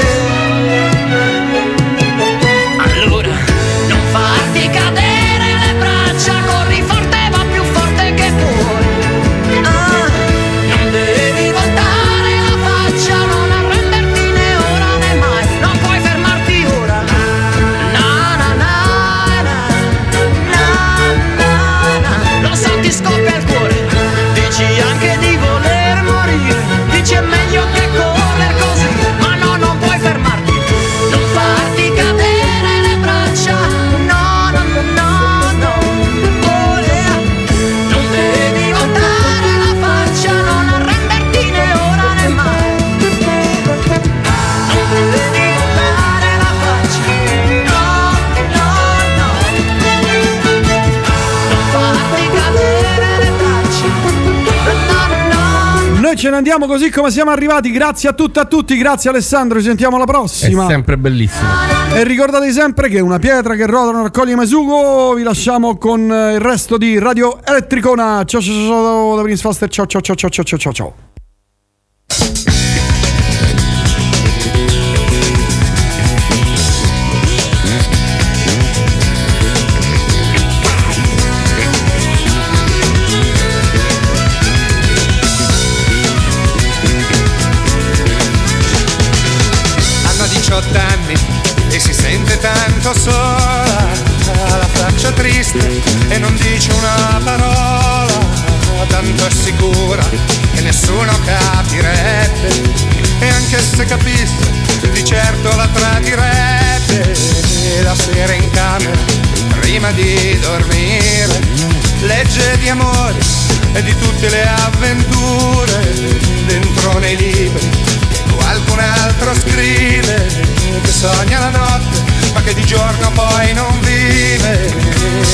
Speaker 16: Allora non farti cadere le braccia, corri forte, va più forte che puoi. Ah, non devi voltare la faccia, non arrenderti né ora né mai. Non puoi fermarti ora. Na na na na na na na. Lo so, ti scoppia il cuore, dici anche di voler morire, dici è meglio che correre così, ma no, non puoi fermarti, non farti cadere le braccia, no, no, no, no, no, oh yeah. Non devi voltare la faccia, non arrenderti né ora né mai. Non devi voltare la faccia, no, no, no. Non farti cadere le braccia, no, no.
Speaker 12: Noi ce ne andiamo così come siamo arrivati. Grazie a tutte e a tutti, grazie Alessandro, ci sentiamo alla prossima.
Speaker 13: È sempre bellissimo.
Speaker 12: E ricordatevi sempre che una pietra che rotola non raccoglie mai sugo. Vi lasciamo con il resto di Radio Elettricona. Ciao ciao ciao da Prince Faster. Ciao ciao ciao ciao ciao ciao ciao.
Speaker 18: Hanno diciotto anni e si sente tanto sola, ha la faccia triste e non dice una parola, tanto è sicura che nessuno capirebbe, e anche se capisse di certo la tradirebbe. La sera in camera prima di dormire legge di amore e di tutte le avventure dentro nei libri che qualcun altro scrive, che sogna la notte ma che di giorno poi non vive.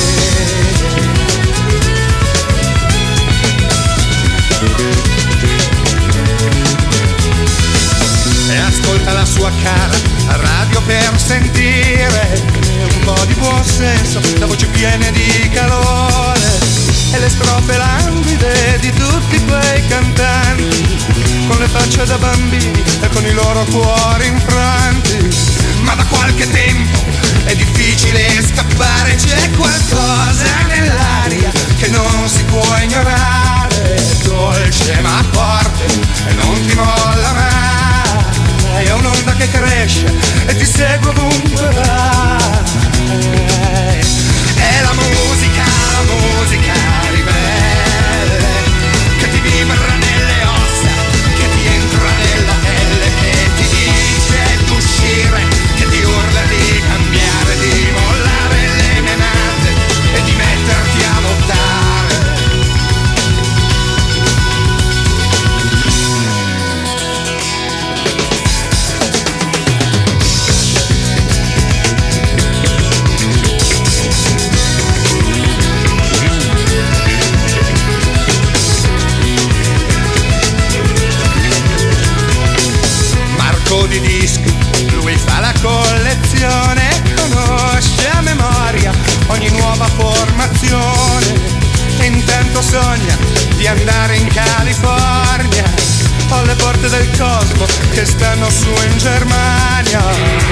Speaker 18: E ascolta la sua cara radio per sentire un po' di buon senso, la voce piena di calore e le strofe languide liste di tutti quei cantanti, con le facce da bambini e con i loro cuori infranti. Ma da qualche tempo è difficile scappare, c'è qualcosa nell'aria che non si può ignorare, dolce ma forte e non ti molla mai, è un'onda che cresce e ti segue ovunque vai. È la musica, la musica ribelle che ti vibra nelle ossa, che ti entra nella pelle, che ti dice d'uscire, che ti urla di cambiare, di mollare le menate e di metterti a lottare. Di dischi, lui fa la collezione, conosce a memoria ogni nuova formazione e intanto sogna di andare in California o alle porte del cosmo che stanno su in Germania.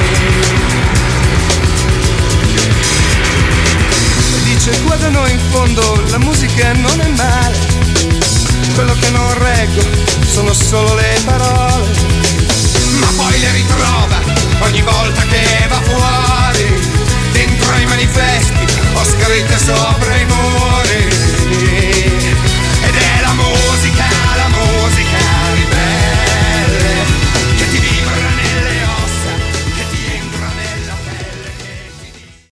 Speaker 18: Dice qua da noi in fondo la musica non è male, quello che non reggo sono solo le parole, ma poi le ritrova ogni volta che va fuori, dentro i manifesti ho scritte sopra